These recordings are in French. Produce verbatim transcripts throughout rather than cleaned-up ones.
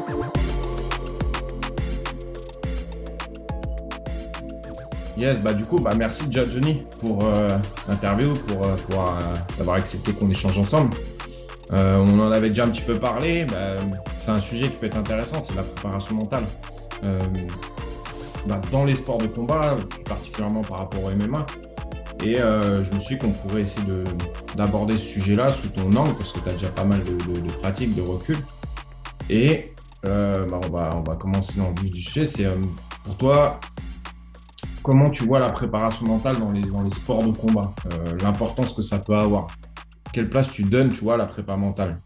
Yes, bah du coup, bah merci déjà Johnny pour euh, l'interview, pour, euh, pour euh, avoir accepté qu'on échange ensemble. Euh, on en avait déjà un petit peu parlé. Bah, c'est un sujet qui peut être intéressant, c'est la préparation mentale. Euh, bah, dans les sports de combat, plus particulièrement par rapport au M M A. Et euh, je me suis dit qu'on pourrait essayer de, d'aborder ce sujet-là sous ton angle, parce que tu as déjà pas mal de, de, de pratiques, de recul. Et euh, bah, on va, on va commencer dans le vif du sujet. C'est euh, pour toi, comment tu vois la préparation mentale dans les, dans les sports de combat, euh, l'importance que ça peut avoir. Quelle place tu donnes, tu vois, à la prépa mentale?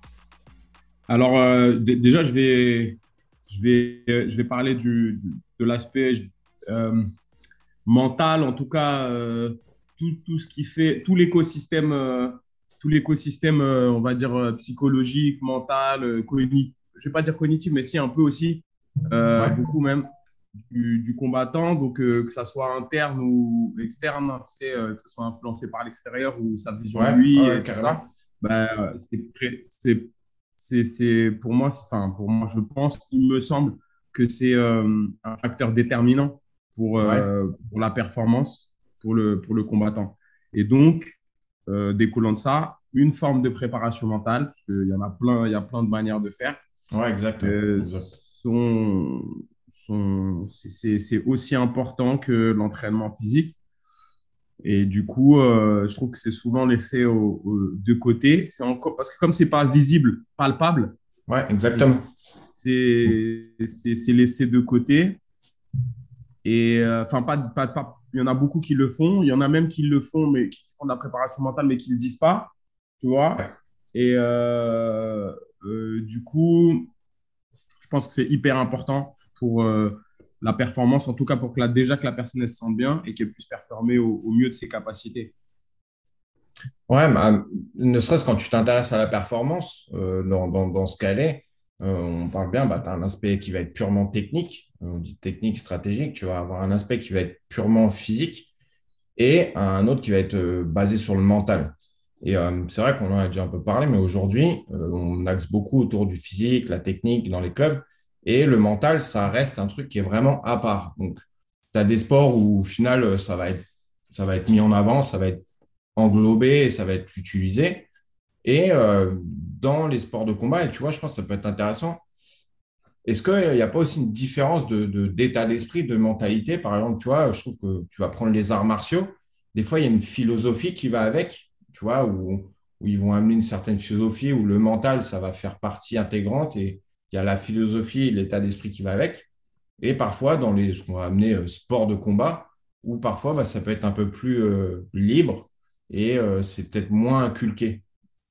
Alors, euh, d- déjà, je vais, je vais, euh, je vais parler du, du- de l'aspect euh, mental, en tout cas, euh, tout, tout ce qui fait, tout l'écosystème, euh, tout l'écosystème, euh, on va dire, euh, psychologique, mental, euh, cognitif, je vais pas dire cognitif, mais si un peu aussi, euh, Ouais, beaucoup même, du, du combattant, donc euh, que ça soit interne ou externe, hein, tu sais, euh, que ça soit influencé par l'extérieur ou sa vision de ouais, lui ouais, et tout carrément. ça, ben, euh, c'est, pré- c'est, c'est, c'est- pour moi, c'est- enfin, pour moi, je pense, il me semble que c'est euh, un facteur déterminant pour, Ouais, euh, pour la performance, pour le, pour le combattant. Et donc, euh, découlant de ça, une forme de préparation mentale, parce qu'il y en a plein, il y a plein de manières de faire, ouais, exact, ouais, euh, exact. sont, sont, c'est c'est aussi important que l'entraînement physique. Et du coup, euh, je trouve que c'est souvent laissé au, au- de côté. C'est encore parce que comme c'est pas visible, palpable, Ouais, du exactement. coup, c'est c'est c'est laissé de côté. Et euh, enfin, pas, pas, pas, il y en a beaucoup qui le font. Il y en a même qui le font, mais qui font de la préparation mentale, mais qui ne le disent pas, tu Ouais. vois. Et euh, euh, du coup, je pense que c'est hyper important pour euh, la performance, en tout cas pour que la, déjà que la personne elle se sente bien et qu'elle puisse performer au, au mieux de ses capacités. Ouais, bah, ne serait-ce quand tu t'intéresses à la performance, euh, dans, dans, dans ce qu'elle est, euh, on parle bien, bah, tu as un aspect qui va être purement technique, on dit technique, stratégique, tu vas avoir un aspect qui va être purement physique et un autre qui va être euh, basé sur le mental. Et euh, c'est vrai qu'on en a déjà un peu parlé, mais aujourd'hui, euh, on axe beaucoup autour du physique, la technique dans les clubs, et le mental, ça reste un truc qui est vraiment à part. Donc, tu as des sports où au final, euh, ça va être, ça va être mis en avant, ça va être englobé et ça va être utilisé. Et euh, dans les sports de combat, et tu vois, je pense que ça peut être intéressant. Est-ce qu'il n'y a pas aussi une différence de, de- d'état d'esprit, de mentalité? Par exemple, tu vois, je trouve que tu vas prendre les arts martiaux. Des fois, il y a une philosophie qui va avec, tu vois, où, où ils vont amener une certaine philosophie, où le mental, ça va faire partie intégrante et il y a la philosophie et l'état d'esprit qui va avec. Et parfois, dans les, ce qu'on va amener euh, sports de combat, où parfois, bah, ça peut être un peu plus euh, libre et euh, c'est peut-être moins inculqué.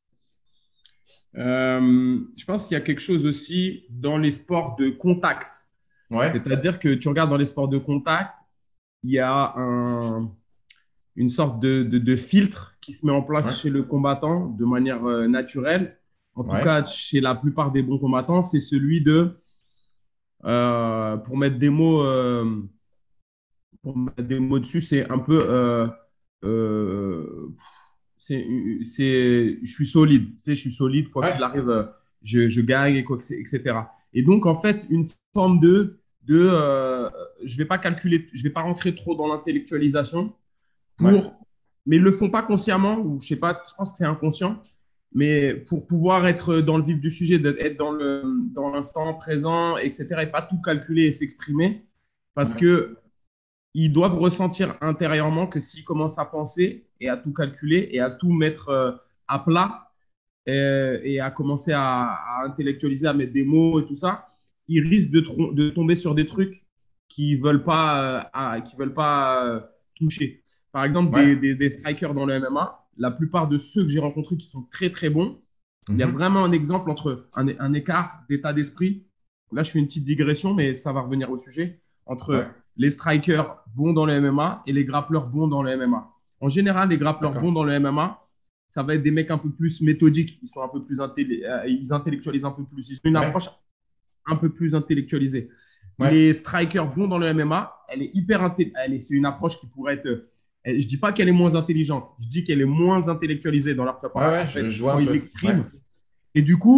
Euh, je pense qu'il y a quelque chose aussi dans les sports de contact. Ouais, C'est-à-dire que tu regardes dans les sports de contact, il y a un, une sorte de, de, de filtre qui se met en place ouais, chez le combattant de manière euh, naturelle. En tout ouais, cas, chez la plupart des bons combattants, c'est celui de, euh, pour mettre des mots, euh, pour mettre des mots dessus, c'est un peu, euh, euh, c'est, c'est, je suis solide, tu sais, je suis solide, quoi qu'il ouais, arrive, euh, je, je gagne, et quoi, que c'est- et cetera. Et donc, en fait, une forme de, de euh, je ne vais pas calculer, je ne vais pas rentrer trop dans l'intellectualisation ouais, pour, mais ils ne le font pas consciemment, ou je sais pas, je pense que c'est inconscient, mais pour pouvoir être dans le vif du sujet, être dans le, dans l'instant présent, et cetera, et pas tout calculer et s'exprimer, parce ouais, que ils doivent ressentir intérieurement que s'ils commencent à penser et à tout calculer et à tout mettre euh, à plat euh, et à commencer à, à intellectualiser, à mettre des mots et tout ça, ils risquent de, trom- de tomber sur des trucs qu'ils ne veulent pas, euh, à- qu'ils veulent pas euh, toucher. Par exemple, ouais. des, des, des strikers dans le M M A, la plupart de ceux que j'ai rencontrés qui sont très très bons, il y a Mhm. vraiment un exemple entre un, un écart d'état d'esprit. Là, je fais une petite digression, mais ça va revenir au sujet. Ouais, Entre les strikers bons dans le M M A et les grappleurs bons dans le M M A. En général, les grappleurs d'accord. bons dans le M M A, ça va être des mecs un peu plus méthodiques. Ils sont un peu plus intelli- euh, ils intellectualisent un peu plus. Ils ont une Ouais, approche un peu plus intellectualisée. ouais, Les strikers bons dans le M M A, elle est hyper inté- elle est, c'est une approche qui pourrait être. euh, Je dis pas qu'elle est moins intelligente, je dis qu'elle est moins intellectualisée dans leur ouais, ouais, préparation, en je, fait, je vois quand un ils peu. Ouais, l'expriment. Et du coup,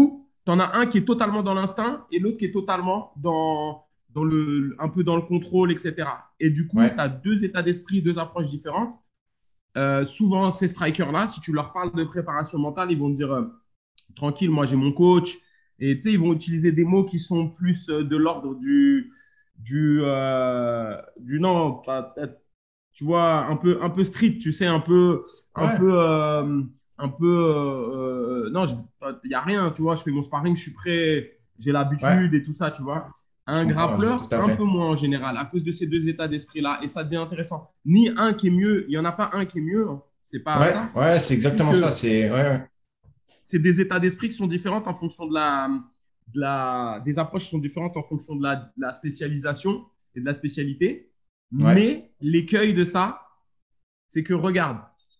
tu en as un qui est totalement dans l'instinct et l'autre qui est totalement dans, dans le, un peu dans le contrôle, et cetera. Et du coup, tu Ouais, as deux états d'esprit, deux approches différentes. Euh, souvent, ces strikers-là, si tu leur parles de préparation mentale, ils vont te dire euh, tranquille, moi j'ai mon coach. Et tu sais, ils vont utiliser des mots qui sont plus euh, de l'ordre du, du, euh, du non, t'as- t'as- tu vois, un peu, un peu street, tu sais, un peu, un ouais, peu, euh, un peu, euh, euh, non, il n'y a rien, tu vois, je fais mon sparring, je suis prêt, j'ai ouais, l'habitude et tout ça, tu vois. je Un comprends, je vois tout grappleur, à un peu fait. moins en général, à cause de ces deux états d'esprit-là, et ça devient intéressant. Ni un qui est mieux, il n'y en a pas un qui est mieux, hein. C'est pas Ouais, ça. ouais, c'est C'est exactement ça. que C'est ouais, ouais, c'est des états d'esprit qui sont différents en fonction de la, de la, des approches qui sont différentes en fonction de la, de la spécialisation et de la spécialité. ouais, Mais l'écueil de ça, c'est que regarde,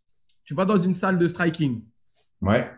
tu vas dans une salle de striking, ouais,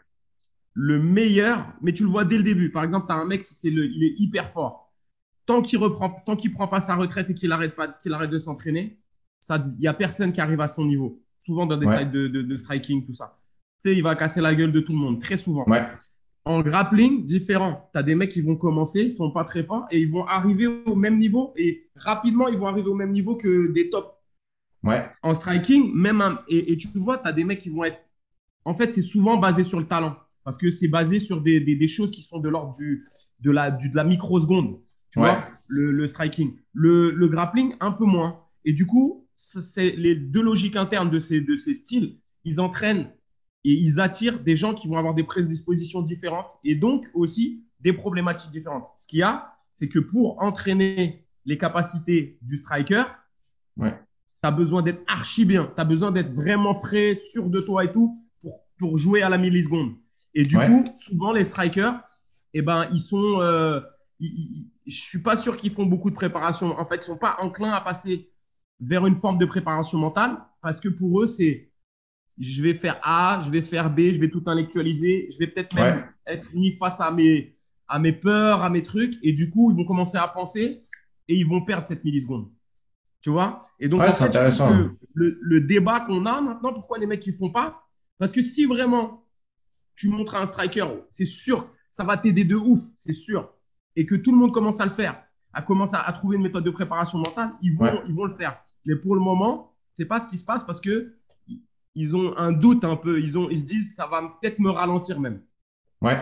le meilleur, mais tu le vois dès le début. Par exemple, tu as un mec, c'est le, il est hyper fort. Tant qu'il reprend, tant qu'il prend pas sa retraite et qu'il arrête pas, qu'il arrête de s'entraîner, ça, il y a personne qui arrive à son niveau. Souvent dans des ouais, sites de, de, de striking, tout ça. Tu sais, il va casser la gueule de tout le monde, très souvent. ouais, En grappling, différent. Tu as des mecs qui vont commencer, ils sont pas très forts et ils vont arriver au même niveau et rapidement, ils vont arriver au même niveau que des tops. ouais, En striking, même un- et, et tu vois, tu as des mecs qui vont être. En fait, c'est souvent basé sur le talent parce que c'est basé sur des, des, des choses qui sont de l'ordre du, de, la, du, de la microseconde. Tu ouais, vois, le, le striking. Le, le grappling, un peu moins. Et du coup, c'est les deux logiques internes de ces, de ces styles. Ils entraînent et ils attirent des gens qui vont avoir des prédispositions différentes et donc aussi des problématiques différentes. Ce qu'il y a, c'est que pour entraîner les capacités du striker, ouais, tu as besoin d'être archi bien. Tu as besoin d'être vraiment prêt, sûr de toi et tout, pour, pour jouer à la milliseconde. Et du ouais. coup, souvent, les strikers, eh ben, ils sont. Euh, ils, ils, je ne suis pas sûr qu'ils font beaucoup de préparation. En fait, ils ne sont pas enclins à passer vers une forme de préparation mentale parce que pour eux, c'est je vais faire A, je vais faire B, je vais tout intellectualiser, je vais peut-être même Ouais. être mis face à mes, à mes peurs, à mes trucs, et du coup, ils vont commencer à penser et ils vont perdre cette milliseconde. Tu vois? Et donc, Ouais, en c'est fait, je trouve intéressant. que le, le débat qu'on a maintenant, pourquoi les mecs ne font pas? Parce que si vraiment tu montres à un striker, c'est sûr, ça va t'aider de ouf, c'est sûr. Et que tout le monde commence à le faire, à commencer à, à trouver une méthode de préparation mentale, ils vont, Ouais, ils vont le faire. Mais pour le moment, c'est pas ce qui se passe parce que ils ont un doute un peu. Ils, ont, ils se disent, ça va peut-être me ralentir même. ouais.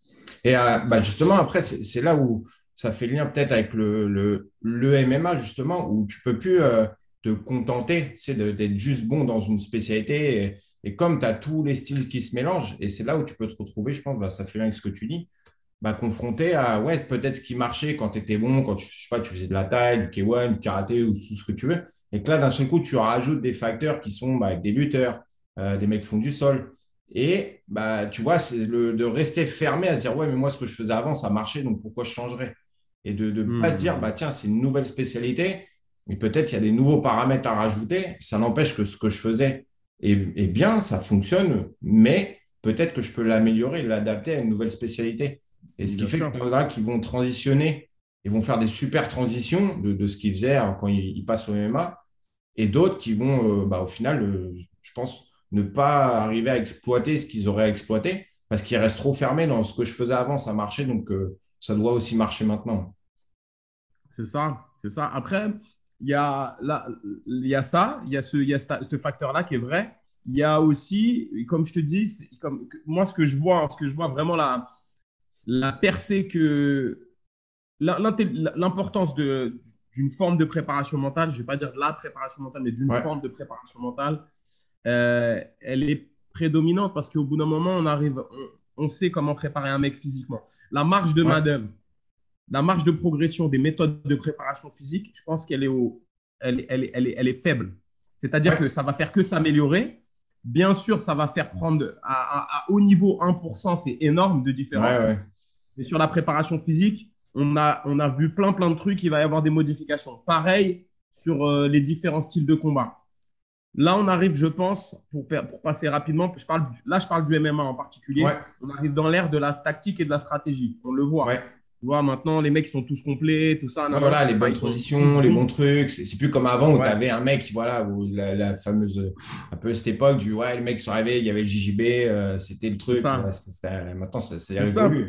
Et euh, bah justement, après, c'est c'est là où ça fait lien peut-être avec le, le, le M M A, justement, où tu peux plus euh, te contenter, c'est d'être juste bon dans une spécialité. Et, et comme tu as tous les styles qui se mélangent, et c'est là où tu peux te retrouver, je pense, bah, ça fait lien avec ce que tu dis, bah, confronté à ouais, peut-être ce qui marchait quand tu étais bon, quand tu, je sais pas, tu faisais de la taille, du K un, du karaté ou tout ce que tu veux. Et que là, d'un seul coup, tu rajoutes des facteurs qui sont bah, avec des lutteurs, euh, des mecs qui font du sol. Et bah, tu vois, c'est le, de rester fermé à se dire, ouais, mais moi, ce que je faisais avant, ça marchait, donc pourquoi je changerais? Et de ne pas se dire, bah, Hmm. tiens, c'est une nouvelle spécialité, mais peut-être il y a des nouveaux paramètres à rajouter. Ça n'empêche que ce que je faisais est, est bien, ça fonctionne, mais peut-être que je peux l'améliorer, l'adapter à une nouvelle spécialité. Et ce qui Bien fait qu'il sûr. y en a qui vont transitionner, ils vont faire des super transitions de, de ce qu'ils faisaient hein, quand ils, ils passent au M M A, et d'autres qui vont, euh, bah, au final, euh, je pense, ne pas arriver à exploiter ce qu'ils auraient à exploiter parce qu'ils restent trop fermés dans ce que je faisais avant, ça marchait, donc euh, ça doit aussi marcher maintenant. C'est ça. C'est ça. Après, il y a, là, il y a ça, il y a ce, il y a ce, ce facteur-là qui est vrai. Il y a aussi, comme je te dis, c'est comme, moi, ce que je vois, ce que je vois vraiment la, la percée que l'importance de, d'une forme de préparation mentale, je ne vais pas dire de la préparation mentale, mais d'une Ouais, forme de préparation mentale, euh, elle est prédominante parce qu'au bout d'un moment, on arrive, on, on, sait comment préparer un mec physiquement. La marge de ouais, manœuvre, la marge de progression des méthodes de préparation physique, je pense qu'elle est, au, elle, elle, elle, est, elle est faible. C'est-à-dire que ouais, ça va faire que s'améliorer. Bien sûr, ça va faire prendre à, à, à haut niveau un pour cent, c'est énorme de ouais, différence. ouais, Mais sur la préparation physique, on a, on a vu plein, plein de trucs. Il va y avoir des modifications. Pareil sur euh, les différents styles de combat. Là, on arrive, je pense, pour, pour passer rapidement, je parle, là, je parle du M M A en ouais, particulier. On arrive dans l'ère de la tactique et de la stratégie. On le voit. ouais. Tu vois, maintenant, les mecs sont tous complets, tout ça, Ouais, non, non. voilà, les Enfin, bonnes ils sont tous transitions, les bons bons. trucs. C'est c'est plus comme avant où tu Ouais, avais un mec, voilà, où la, la fameuse, un peu cette époque du ouais, le mec sont arrivés, il y avait le J J B, euh, c'était le c'est truc. Ouais, ça. c'est- c'est- maintenant, ça, ça C'est simple. évolue.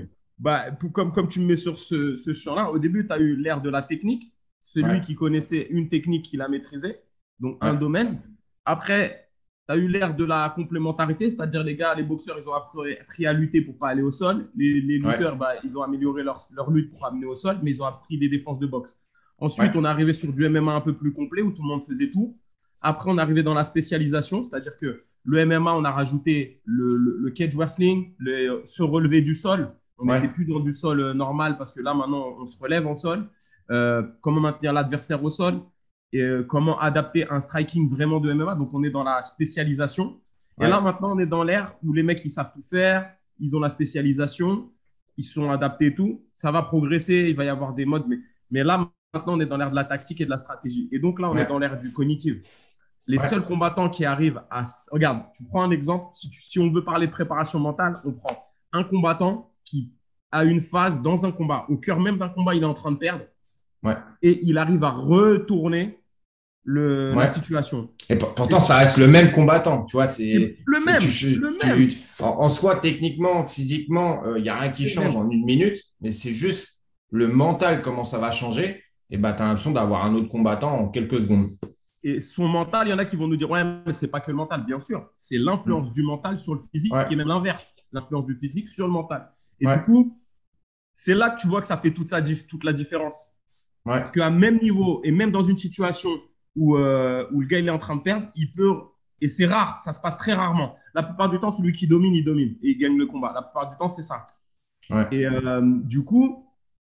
Bah, pour- comme, comme tu me mets sur ce, ce champ-là, au début, tu as eu l'ère de la technique, celui Ouais, qui connaissait une technique qu'il a maîtrisée, donc un ouais, domaine. Après, tu as eu l'ère de la complémentarité, c'est-à-dire les gars, les boxeurs, ils ont appris, appris à lutter pour pas aller au sol. Les, les ouais, lutteurs, bah, ils ont amélioré leur, leur lutte pour amener au sol, mais ils ont appris des défenses de boxe. Ensuite, ouais, on est arrivé sur du M M A un peu plus complet où tout le monde faisait tout. Après, on est arrivé dans la spécialisation, c'est-à-dire que le M M A, on a rajouté le, le, le cage wrestling, le, se relever du sol. On ouais, n'était plus dans du sol euh, normal parce que là, maintenant, on se relève en sol. Euh, comment maintenir l'adversaire au sol et euh, comment adapter un striking vraiment de M M A. Donc, on est dans la spécialisation. Et là, ouais, maintenant, on est dans l'ère où les mecs, ils savent tout faire, ils ont la spécialisation, ils sont adaptés et tout. Ça va progresser, il va y avoir des modes. Mais, mais là, maintenant, on est dans l'ère de la tactique et de la stratégie. Et donc là, on est dans ouais, l'ère du cognitif. Les ouais, seuls combattants qui arrivent à… Regarde, tu prends un exemple. Si, tu- si on veut parler de préparation mentale, on prend un combattant qui a une phase dans un combat, au cœur même d'un combat, il est en train de perdre ouais, et il arrive à retourner le, la ouais. situation. Et pour- Et pourtant, ça reste le même combattant, tu vois, c'est c'est, le c'est, tu, même, le même. tu, en, en soi, techniquement, physiquement, il n'y a rien qui C'est le change même. en une minute, mais c'est juste le mental, comment ça va changer, et bah, tu as l'impression d'avoir un autre combattant en quelques secondes. Et son mental, il y en a qui vont nous dire, ouais, mais c'est pas que le mental, bien sûr. C'est Mm. l'influence du mental sur le physique qui est Ouais, même l'inverse. L'influence du physique sur le mental. Et du ouais, coup, c'est là que tu vois que ça fait toute, sa, toute la différence. ouais, Parce qu'à même niveau, et même dans une situation où, euh, où le gars il est en train de perdre, il peut, et c'est rare, ça se passe très rarement. La plupart du temps, celui qui domine, il domine et il gagne le combat. La plupart du temps, c'est ça. ouais. Et euh, du coup,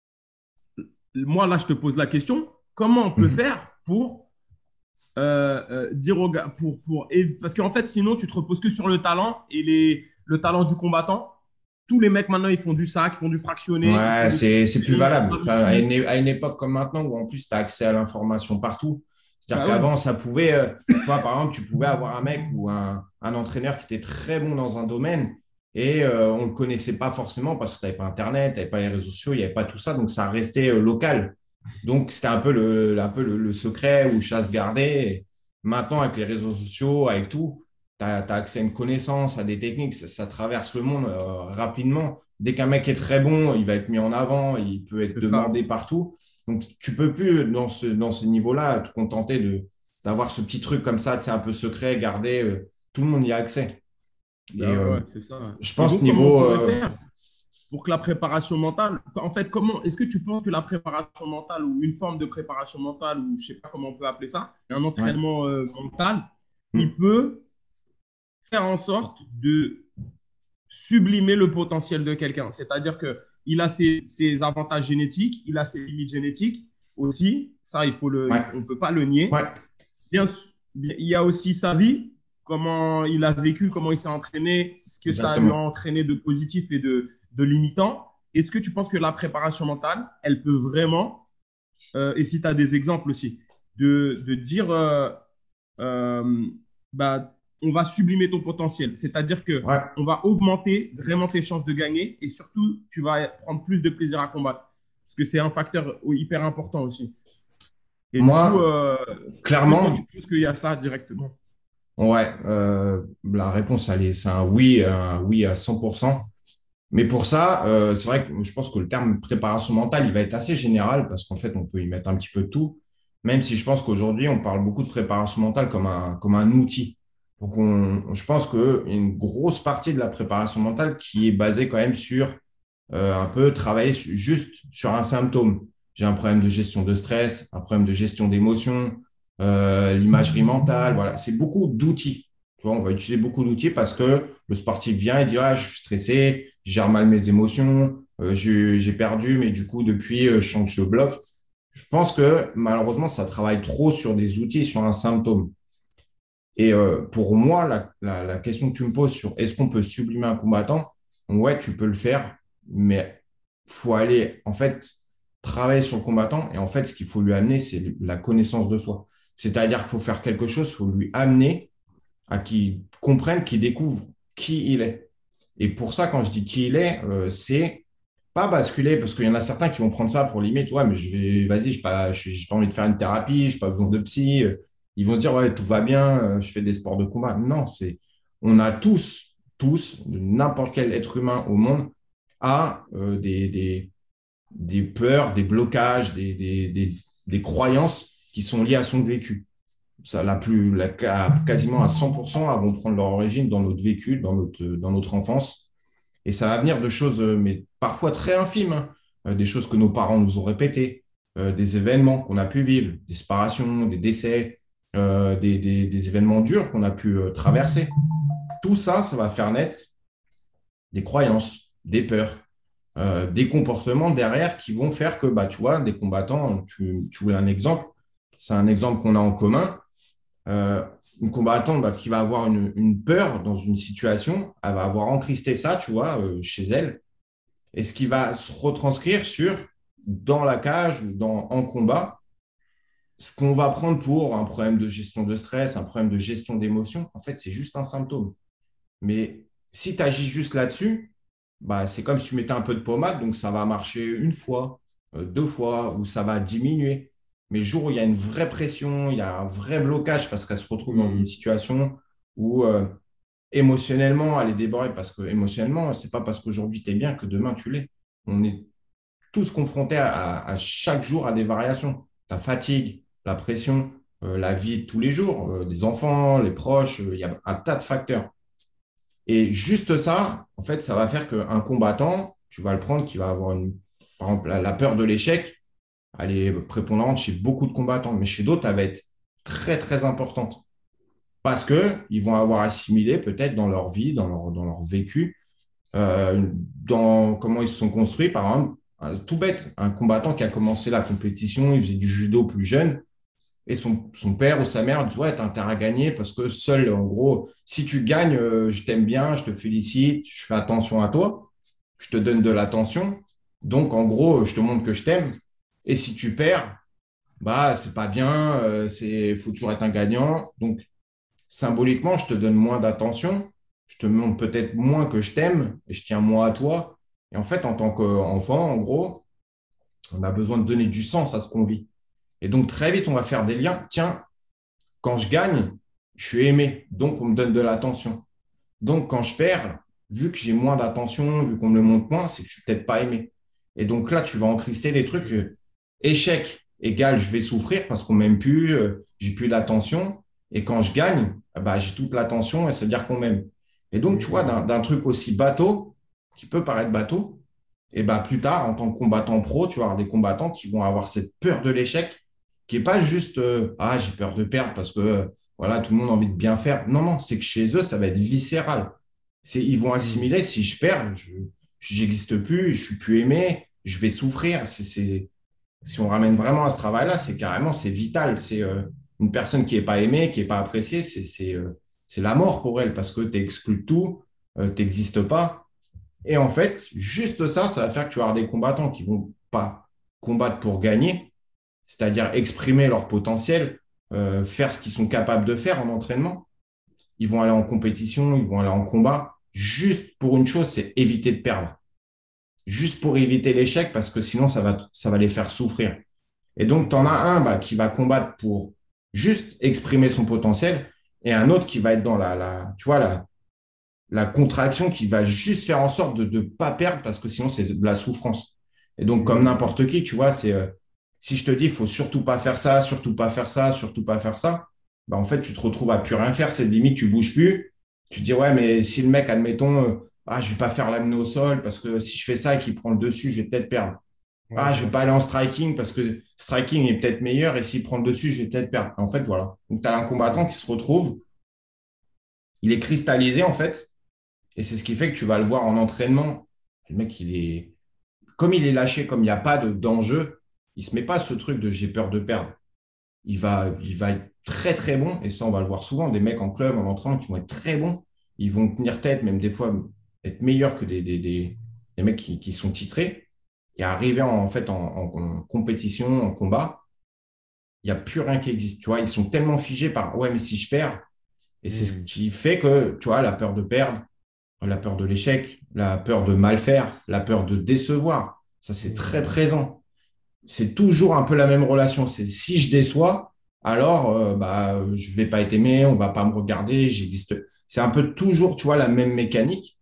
moi là, je te pose la question, comment on peut Mhm. faire pour euh, euh, dire aux gars, pour, pour, parce qu'en fait, sinon, tu te reposes que sur le talent et les, le talent du combattant. Tous les mecs maintenant, ils font du sac, ils font du fractionné, ils font Ouais, des c'est, c'est plus training, ils font de valable. la Enfin, à une, muscu. é- à une époque comme maintenant, où en plus, tu as accès à l'information partout. C'est-à-dire Bah ouais, qu'avant, ça pouvait, euh, tu vois, par exemple, tu pouvais avoir un mec ou un, un entraîneur qui était très bon dans un domaine et euh, on ne le connaissait pas forcément parce que tu n'avais pas Internet, tu n'avais pas les réseaux sociaux, il n'y avait pas tout ça, donc ça restait euh, local. Donc, c'était un peu le, un peu le, le secret ou chasse gardée. Et maintenant, avec les réseaux sociaux, avec tout, tu as, accès à une connaissance, à des techniques, ça, ça traverse le monde euh, rapidement. Dès qu'un mec est très bon, il va être mis en avant, il peut être c'est ça. demandé partout. Donc, tu peux plus, dans ce, dans ce niveau-là, te contenter de, d'avoir ce petit truc comme ça, c'est un peu secret, gardé. Euh, tout le monde y a accès. Et Ben euh, ouais, c'est ça. je Et pense donc, comment on niveau, pourrait euh, faire pour que la préparation mentale, en fait, comment est-ce que tu penses que la préparation mentale ou une forme de préparation mentale, ou je sais pas comment on peut appeler ça, un ouais. entraînement euh, mental, il Mm. peut faire en sorte de sublimer le potentiel de quelqu'un. C'est-à-dire que il a ses, ses, avantages génétiques, il a ses limites génétiques aussi. Ça, il faut le, Ouais, on ne peut pas le nier. ouais, Bien sûr, il y a aussi sa vie, comment il a vécu, comment il s'est entraîné, ce que ça lui a exactement. entraîné de positif et de, de limitant. Est-ce que tu penses que la préparation mentale, elle peut vraiment, euh, et si tu as des exemples aussi, de, de dire, euh, euh, bah, on va sublimer ton potentiel, c'est-à-dire que Ouais. on va augmenter vraiment tes chances de gagner et surtout, tu vas prendre plus de plaisir à combattre. Parce que c'est un facteur hyper important aussi. Et du coup, Moi, euh, est-ce que toi, tu clairement, penses qu'il y a ça directement? ouais, euh, la réponse, elle est, c'est un oui, un oui à cent pour cent. Mais pour ça, euh, c'est vrai que je pense que le terme préparation mentale, il va être assez général parce qu'en fait, on peut y mettre un petit peu de tout, même si je pense qu'aujourd'hui, on parle beaucoup de préparation mentale comme un, comme un outil. Donc, on, je pense qu'il y a une grosse partie de la préparation mentale qui est basée quand même sur euh, un peu travailler su- juste sur un symptôme. J'ai un problème de gestion de stress, un problème de gestion d'émotions, euh, l'imagerie mentale. Voilà, c'est beaucoup d'outils. Tu vois, on va utiliser beaucoup d'outils parce que le sportif vient et dit ah, je suis stressé, je gère mal mes émotions, euh, j'ai j'ai perdu, mais du coup, depuis, euh, je sens que je bloque. Je pense que malheureusement, ça travaille trop sur des outils, sur un symptôme. Et euh, pour moi, la, la, la question que tu me poses sur est-ce qu'on peut sublimer un combattant, ouais, tu peux le faire, mais faut aller en fait travailler sur le combattant. Et en fait, ce qu'il faut lui amener, c'est la connaissance de soi. C'est-à-dire qu'il faut faire quelque chose, il faut lui amener à qu'il comprenne, qu'il découvre qui il est. Et pour ça, quand je dis qui il est, euh, c'est pas basculer, parce qu'il y en a certains qui vont prendre ça pour limite, ouais, mais je vais, vas-y, je n'ai pas, je- j'ai pas envie de faire une thérapie, je n'ai pas besoin de psy. euh, Ils vont se dire, ouais, tout va bien, euh, je fais des sports de combat. Non, c'est, on a tous, tous, n'importe quel être humain au monde à euh, des, des, des peurs, des blocages, des, des, des, des croyances qui sont liées à son vécu. Ça, la plus, la, quasiment à cent pour cent, elles vont prendre leur origine dans notre vécu, dans notre, dans notre enfance. Et ça va venir de choses, euh, mais parfois très infimes, hein. Euh, des choses que nos parents nous ont répétées, euh, des événements qu'on a pu vivre, des séparations, des décès, euh, des, des, des événements durs qu'on a pu euh, traverser. Tout ça, ça va faire naître des croyances, des peurs, euh, des comportements derrière qui vont faire que, bah, tu vois, des combattants, tu, tu voulais un exemple, c'est un exemple qu'on a en commun. Euh, une combattante bah, qui va avoir une, une, peur dans une situation, elle va avoir encristé ça, tu vois, euh, chez elle, et ce qui va se retranscrire sur, dans la cage ou dans, en combat, ce qu'on va prendre pour un problème de gestion de stress, un problème de gestion d'émotion, en fait, c'est juste un symptôme. Mais si tu agis juste là-dessus, bah, c'est comme si tu mettais un peu de pommade, donc ça va marcher une fois, euh, deux fois, ou ça va diminuer. Mais le jour où il y a une vraie pression, il y a un vrai blocage parce qu'elle se retrouve dans une Hmm. situation où euh, émotionnellement, elle est débordée, parce que émotionnellement, c'est pas parce qu'aujourd'hui tu es bien que demain tu l'es. On est tous confrontés à, à- à chaque jour à des variations. La fatigue, la pression, euh, la vie de tous les jours, euh, des enfants, les proches, euh, il y a un tas de facteurs. Et juste ça, en fait, ça va faire qu'un combattant, tu vas le prendre, qui va avoir une, par exemple, la, la peur de l'échec, elle est prépondérante chez beaucoup de combattants, mais chez d'autres, elle va être très, très importante. Parce qu'ils vont avoir assimilé peut-être dans leur vie, dans leur, dans leur vécu, euh, dans comment ils se sont construits. Par exemple, un- tout bête, un combattant qui a commencé la compétition, il faisait du judo plus jeune, et son, son père ou sa mère dit, ouais, t'as intérêt à gagner parce que seul, en gros, si tu gagnes, euh, je t'aime bien, je te félicite, je fais attention à toi, je te donne de l'attention. Donc, en gros, je te montre que je t'aime. Et si tu perds, bah, c'est pas bien, euh, c'est, faut toujours être un gagnant. Donc, symboliquement, je te donne moins d'attention, je te montre peut-être moins que je t'aime et je tiens moins à toi. Et en fait, en tant qu'enfant, en gros, on a besoin de donner du sens à ce qu'on vit. Et donc, très vite, on va faire des liens. Tiens, quand je gagne, je suis aimé, donc on me donne de l'attention. Donc quand je perds, vu que j'ai moins d'attention, vu qu'on me le montre moins, c'est que je suis peut-être pas aimé. Et donc là, tu vas encrister des trucs. Euh, échec égal, je vais souffrir parce qu'on m'aime plus, euh, j'ai plus d'attention. Et quand je gagne, ah bah, j'ai toute l'attention et c'est-à-dire qu'on m'aime. Et donc, tu vois, d'un Hmm. d'un truc aussi bateau, qui peut paraître bateau, et bah, plus tard, en tant que combattant pro, tu vas avoir des combattants qui vont avoir cette peur de l'échec, qui n'est pas juste euh, ah, j'ai peur de perdre parce que euh, voilà, tout le monde a envie de bien faire. Non, non, c'est que chez eux, ça va être viscéral. C'est, ils vont Hmm. assimiler, si je perds, je n'existe plus, je suis plus aimé, je vais souffrir. C'est, c'est, si on ramène vraiment à ce travail-là, c'est carrément, c'est vital. C'est euh, une personne qui n'est pas aimée, qui n'est pas appréciée, c'est c'est euh, c'est la mort pour elle parce que tu exclus de tout, euh, tu n'existes pas. Et en fait, juste ça, ça va faire que tu vas avoir des combattants qui vont pas combattre pour gagner, c'est-à-dire exprimer leur potentiel, euh, faire ce qu'ils sont capables de faire en entraînement. Ils vont aller en compétition, ils vont aller en combat, juste pour une chose, c'est éviter de perdre. Juste pour éviter l'échec, parce que sinon, ça va, ça va les faire souffrir. Et donc, tu en as Hmm. un bah, qui va combattre pour juste exprimer son potentiel et un autre qui va être dans la, la tu vois, la, la contraction, qui va juste faire en sorte de ne pas perdre parce que sinon, c'est de la souffrance. Et donc, comme Hmm. n'importe qui, tu vois, c'est euh, si je te dis, il faut surtout pas faire ça, surtout pas faire ça, surtout pas faire ça, bah, en fait, tu te retrouves à plus rien faire. C'est limite, tu bouges plus. Tu te dis, ouais, mais si le mec, admettons, euh, ah, je vais pas faire l'amener au sol parce que si je fais ça et qu'il prend le dessus, je vais peut-être perdre. Ouais, Ah, je je vais vois. pas aller en striking parce que striking est peut-être meilleur et s'il prend le dessus, je vais peut-être perdre. En fait, voilà. Donc, tu as un combattant Hmm. qui se retrouve, il est cristallisé, en fait, et c'est ce qui fait que tu vas le voir en entraînement. Le mec, il est, comme il est lâché, comme il n'y a pas de, d'enjeu, il ne se met pas ce truc de j'ai peur de perdre. Il va, il va être très, très bon. Et ça, on va le voir souvent. Des mecs en club, en entraînement, qui vont être très bons. Ils vont tenir tête, même des fois être meilleurs que des, des, des, des mecs qui, qui sont titrés. Et arriver en, en fait en, en- en compétition, en combat, il n'y a plus rien qui existe. Tu vois, ils sont tellement figés par ouais, mais si je perds, et c'est ce Hmm. qui fait que, tu vois, la peur de perdre, la peur de l'échec, la peur de mal faire, la peur de décevoir, ça c'est très Hmm. présent. C'est toujours un peu la même relation. C'est si je déçois, alors euh, bah, je ne vais pas être aimé, on ne va pas me regarder, j'existe. C'est un peu toujours, tu vois, la même mécanique.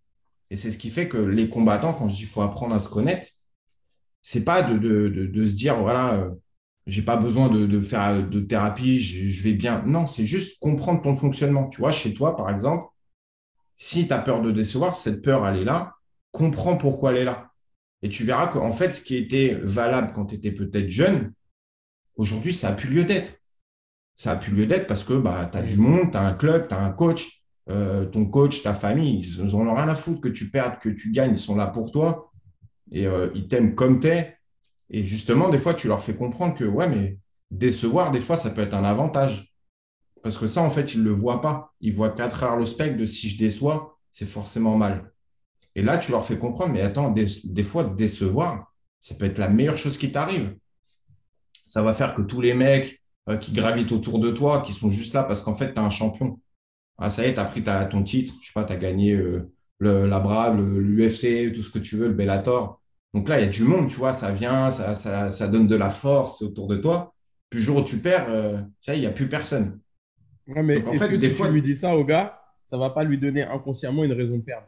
Et c'est ce qui fait que les combattants, quand je dis qu'il faut apprendre à se connaître, c'est pas de, de, de, de se dire, voilà, euh, j'ai pas besoin de, de faire de thérapie, je, je vais bien. Non, c'est juste comprendre ton fonctionnement. Tu vois, chez toi, par exemple, si tu as peur de décevoir, cette peur, elle est là, comprends pourquoi elle est là. Et tu verras qu'en fait, ce qui était valable quand tu étais peut-être jeune, aujourd'hui, ça n'a plus lieu d'être. Ça n'a plus lieu d'être parce que bah, tu as du Mhm. monde, tu as un club, tu as un coach. Euh, ton coach, ta famille, ils n'en ont rien à foutre que tu perdes, que tu gagnes, ils sont là pour toi et euh, ils t'aiment comme tu es. Et justement, des fois, tu leur fais comprendre que, ouais, mais décevoir, des fois, ça peut être un avantage. Parce que ça, en fait, ils ne le voient pas. Ils voient qu'à travers le spectre de si je déçois, c'est forcément mal. Et là, tu leur fais comprendre, mais attends, des, des fois, décevoir, ça peut être la meilleure chose qui t'arrive. Ça va faire que tous les mecs euh, qui gravitent autour de toi, qui sont juste là parce qu'en fait, tu es un champion. Ah, ça y est, tu as pris ta- ton titre, je sais pas, tu as gagné euh, le, la Brave, l'U F C, tout ce que tu veux, le Bellator. Donc là, il y a du monde, tu vois, ça vient, ça, ça, ça donne de la force autour de toi. Puis le jour où tu perds, euh, ça y est, il n'y a plus personne. Ouais, mais Donc en est-ce fait, que des si tu fois, lui dis ça au gars, ça va pas lui donner inconsciemment une raison de perdre?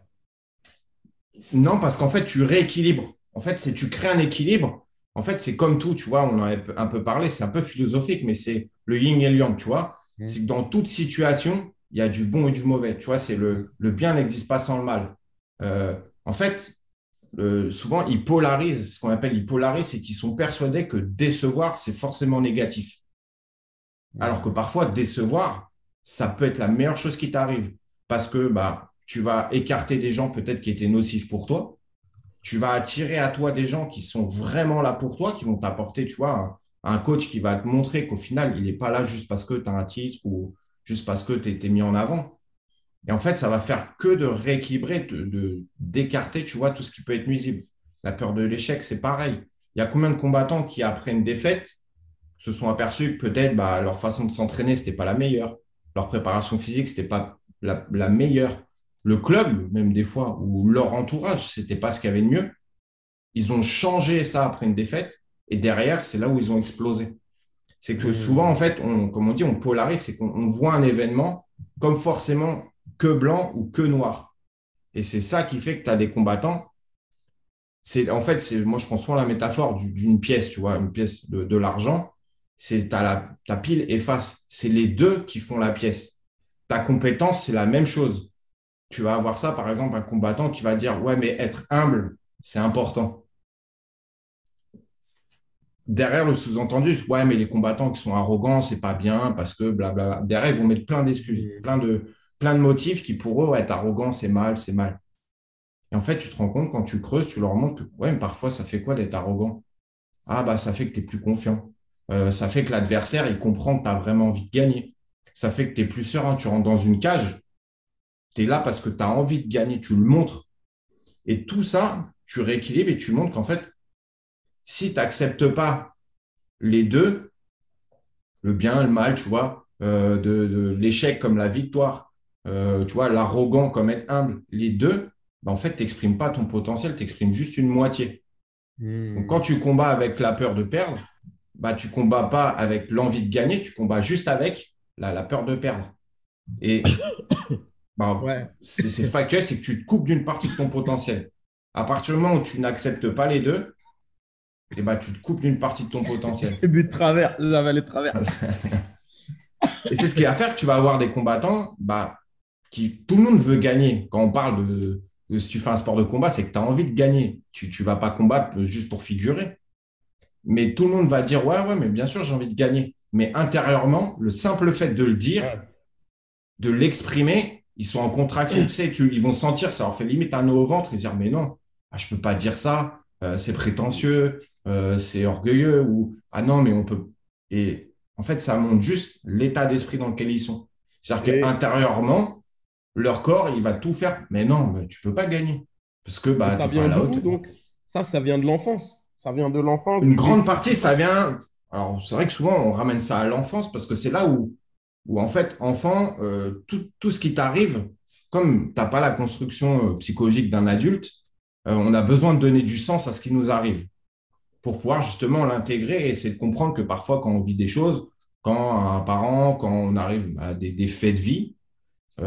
non, parce qu'en fait, tu rééquilibres. En fait, c'est tu crées un équilibre. En fait, c'est comme tout, tu vois, on en a un peu parlé, c'est un peu philosophique, mais c'est le yin et le yang, tu vois. C'est Mhm. que dans toute situation, il y a du bon et du mauvais. Tu vois, c'est le, Mhm. le bien n'existe pas sans le mal. Euh, en fait, le- souvent, ils polarisent, ce qu'on appelle ils polarisent, c'est qu'ils sont persuadés que décevoir, c'est forcément négatif. Alors que Mhm. parfois, décevoir, ça peut être la meilleure chose qui t'arrive. Parce que bah, tu vas écarter des gens peut-être qui étaient nocifs pour toi, tu vas attirer à toi des gens qui sont vraiment là pour toi, qui vont t'apporter, tu vois, un, un coach qui va te montrer qu'au final, il n'est pas là juste parce que tu as un titre ou juste parce que tu es mis en avant. Et en fait, ça va faire que de rééquilibrer, de, de- d'écarter, tu vois, tout ce qui peut être nuisible. La peur de l'échec, c'est pareil. Il y a combien de combattants qui, après une défaite, se sont aperçus que peut-être bah, leur façon de s'entraîner, ce n'était pas la meilleure. Leur préparation physique, ce n'était pas la, la meilleure. Le club, même des fois, ou leur entourage, ce n'était pas ce qu'il y avait de mieux. Ils ont changé ça après une défaite. Et derrière, c'est là où ils ont explosé. C'est que souvent, en Mhm. fait, on, comme on dit, on polarise, c'est qu'on on voit un événement comme forcément que blanc ou que noir. Et c'est ça qui fait que tu as des combattants. C'est, en fait, c'est, moi, je prends souvent la métaphore du- d'une pièce, tu vois, une pièce de, de l'argent. C'est ta, la, ta pile et face. C'est les deux qui font la pièce. Ta compétence, c'est la même chose. Tu vas avoir ça, par exemple, un combattant qui va dire, ouais, mais être humble, c'est important. Derrière le sous-entendu, ouais, mais les combattants qui sont arrogants, c'est pas bien parce que blablabla. Derrière, ils vont mettre plein d'excuses, Mhm. plein de, plein de motifs qui pour eux, ouais, être arrogant, c'est mal, c'est mal. Et en fait, tu te rends compte quand tu creuses, tu leur montres que, ouais, mais parfois, ça fait quoi d'être arrogant? Ah, bah, ça fait que tu es plus confiant. Euh, ça fait que l'adversaire, il comprend que tu as vraiment envie de gagner. Ça fait que tu es plus serein. Tu rentres dans une cage, tu es là parce que tu as envie de gagner, tu le montres. Et tout ça, tu rééquilibres et tu montres qu'en fait, si tu n'acceptes pas les deux, le bien, le mal, tu vois, euh, de, de l'échec comme la victoire, euh, tu vois, l'arrogant comme être humble, les deux, bah, en fait, tu n'exprimes pas ton potentiel, tu exprimes juste une moitié. Donc, quand Mhm. tu combats avec la peur de perdre, bah, tu combats pas avec l'envie de gagner, tu combats juste avec la, la peur de perdre. Et bah, Ouais. c'est c'est factuel, c'est que tu te coupes d'une partie de ton potentiel. À partir du moment où tu n'acceptes pas les deux, et bah, tu te coupes d'une partie de ton potentiel. J'ai bu de travers, j'avais les travers. Et c'est ce qui va faire que tu vas avoir des combattants bah, qui, tout le monde veut gagner. Quand on parle de, de si tu fais un sport de combat, c'est que tu as envie de gagner. Tu ne vas pas combattre juste pour figurer. Mais tout le monde va dire, ouais, ouais, mais bien sûr, j'ai envie de gagner. Mais intérieurement, le simple fait de le dire, Ouais. de l'exprimer, ils sont en contraction, tu sais, tu, ils vont sentir, ça leur fait limite un nœud au ventre et dire, mais non, ah, je ne peux pas dire ça, euh, c'est prétentieux, euh, c'est orgueilleux, ou ah non, mais on peut. Et en fait, ça montre juste l'état d'esprit dans lequel ils sont. C'est-à-dire Et, qu'intérieurement, leur corps, il va tout faire, mais non, mais tu ne peux pas gagner, parce que et bah, tu ça n'es pas à vient la d'où hauteur. donc? Ça, ça vient de l'enfance. Ça vient de l'enfance, Une du grande vécu, tout partie, ça ça. vient. Alors, c'est vrai que souvent, on ramène ça à l'enfance parce que c'est là où, où en fait, enfant, euh, tout, tout ce qui t'arrive, comme tu n'as pas la construction euh, psychologique d'un adulte, euh, on a besoin de donner du sens à ce qui nous arrive pour pouvoir justement l'intégrer et essayer de comprendre que parfois, quand on vit des choses, quand un parent, quand on arrive à des, des faits de vie, euh,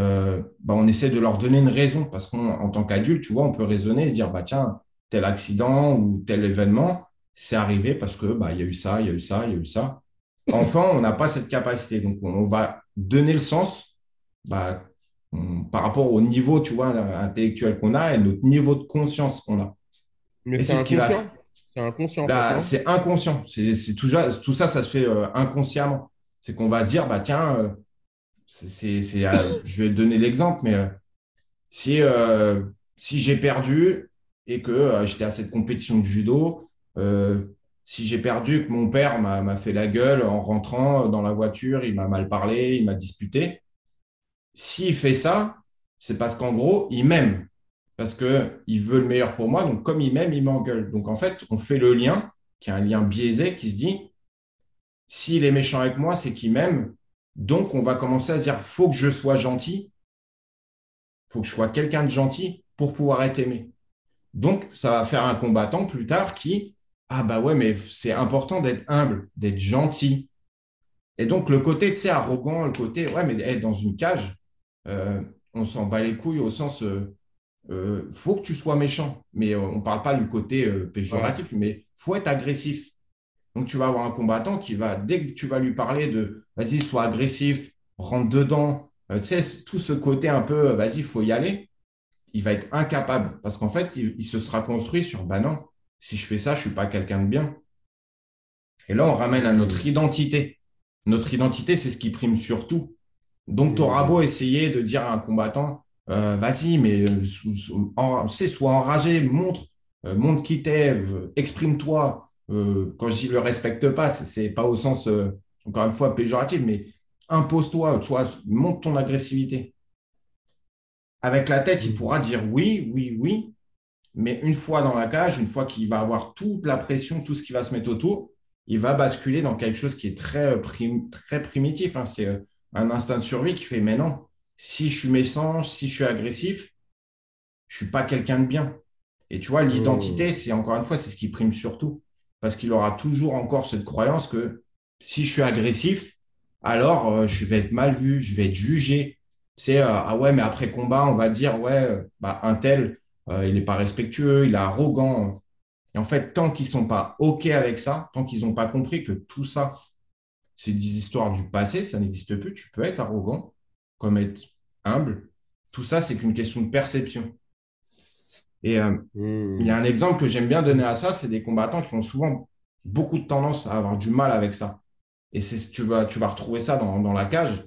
bah, on essaie de leur donner une raison parce qu'en tant qu'adulte, tu vois, on peut raisonner et se dire, bah, tiens, tel accident ou tel événement, c'est arrivé parce que bah, il y a eu ça, il y a eu ça, il y a eu ça. Enfant, on n'a pas cette capacité. Donc, on va donner le sens bah, on- par rapport au niveau, tu vois, intellectuel qu'on a et notre niveau de conscience qu'on a. Mais Et c'est c'est ce qui va inconscient. C'est inconscient, en fait, là, non? c'est inconscient. C'est, c'est tout, ça, tout ça, ça se fait euh, inconsciemment. C'est qu'on va se dire, bah tiens, euh, c'est, c'est, c'est, euh, je vais te donner l'exemple, mais euh, si, euh, si j'ai perdu et que euh, j'étais à cette compétition de judo, euh, si j'ai perdu, que mon père m'a, m'a fait la gueule en rentrant dans la voiture, il m'a mal parlé, il m'a disputé. S'il fait ça, c'est parce qu'en gros, il m'aime. Parce qu'il veut le meilleur pour moi. Donc, comme il m'aime, il m'engueule. Donc, en fait, on fait le lien, qui est un lien biaisé, qui se dit, s'il est méchant avec moi, c'est qu'il m'aime. Donc, on va commencer à se dire, faut que je sois gentil, faut que je sois quelqu'un de gentil pour pouvoir être aimé. Donc, ça va faire un combattant plus tard qui, ah bah ouais, mais c'est important d'être humble, d'être gentil. Et donc, le côté, tu sais, arrogant, le côté, ouais, mais être dans une cage, euh, on s'en bat les couilles au sens, euh, euh, faut que tu sois méchant. Mais euh, on ne parle pas du côté euh, Ouais. péjoratif, mais faut être agressif. Donc, tu vas avoir un combattant qui va, dès que tu vas lui parler de, vas-y, sois agressif, rentre dedans, euh, tu sais, tout ce côté un peu, euh, vas-y, il faut y aller, il va être incapable. Parce qu'en fait, il, il se sera construit sur, bah non, si je fais ça, je ne suis pas quelqu'un de bien. Et là, on ramène à notre Hmm. identité. Notre identité, c'est ce qui prime surtout. Donc, tu auras Hmm. beau essayer de dire à un combattant, euh, vas-y, mais euh, sou- sou- en- tu sais, sois enragé, montre, euh, montre qui t'es, euh, exprime-toi. Euh, quand je dis le respecte pas, c'est c'est pas au sens, euh, encore une fois, péjoratif, mais impose-toi, tu vois, montre ton agressivité. Avec la tête, il Hmm. pourra dire oui, oui, oui, mais une fois dans la cage, une fois qu'il va avoir toute la pression, tout ce qui va se mettre autour, il va basculer dans quelque chose qui est très, euh, prim- très primitif, hein. C'est euh, un instinct de survie qui fait, mais non, si je suis méchant, si je suis agressif, je suis pas quelqu'un de bien. Et tu vois, Hmm. l'identité, c'est encore une fois, c'est ce qui prime surtout. Parce qu'il aura toujours encore cette croyance que si je suis agressif, alors euh, je vais être mal vu, je vais être jugé. C'est euh, ah ouais, mais après combat, on va dire ouais, euh, bah, un tel, euh, il n'est pas respectueux, il est arrogant. Et en fait, tant qu'ils sont pas OK avec ça, tant qu'ils n'ont pas compris que tout ça, c'est des histoires du passé, ça n'existe plus, tu peux être arrogant, comme être humble. Tout ça, c'est qu'une question de perception. Et euh, il y Hmm. a un exemple que j'aime bien donner à ça, c'est des combattants qui ont souvent beaucoup de tendance à avoir du mal avec ça. Et c'est, tu vas, tu vas retrouver ça dans, dans la cage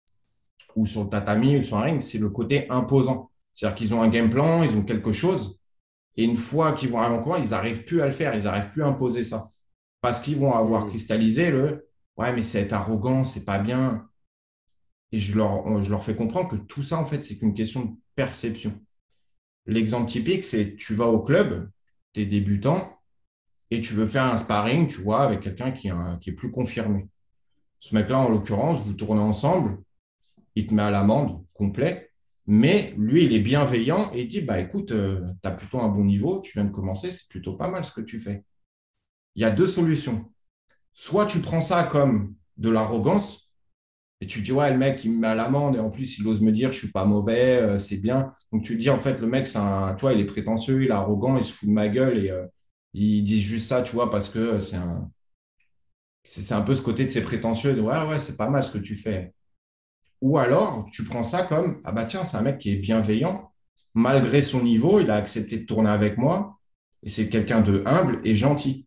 ou sur le tatami ou sur un ring, c'est le côté imposant. C'est-à-dire qu'ils ont un game plan, ils ont quelque chose, et une fois qu'ils vont arriver en combat, ils n'arrivent plus à le faire, ils n'arrivent plus à imposer ça. Parce qu'ils vont avoir Hmm. cristallisé le ouais, mais c'est être arrogant, c'est pas bien. Et je leur, je leur fais comprendre que tout ça, en fait, c'est qu'une question de perception. L'exemple typique, c'est tu vas au club, tu es débutant, et tu veux faire un sparring, tu vois, avec quelqu'un qui, est un- qui est plus confirmé. Ce mec-là, en l'occurrence, vous tournez ensemble, il te met à l'amende complet, mais lui, il est bienveillant et il dit, bah écoute, tu as plutôt un bon niveau, tu viens de commencer, c'est plutôt pas mal ce que tu fais. Il y a deux solutions. Soit tu prends ça comme de l'arrogance et tu dis, ouais, le mec, il me met à l'amende et en plus, il ose me dire, je suis pas mauvais, euh, c'est bien. Donc tu dis, en fait, le mec, c'est un, tu vois, il est prétentieux, il est arrogant, il se fout de ma gueule et euh, il dit juste ça, tu vois, parce que c'est un, c'est c'est un peu ce côté de ses prétentieux, de ouais, ouais, c'est pas mal ce que tu fais. Ou alors, tu prends ça comme, ah bah tiens, c'est un mec qui est bienveillant, malgré son niveau, il a accepté de tourner avec moi, et c'est quelqu'un de humble et gentil.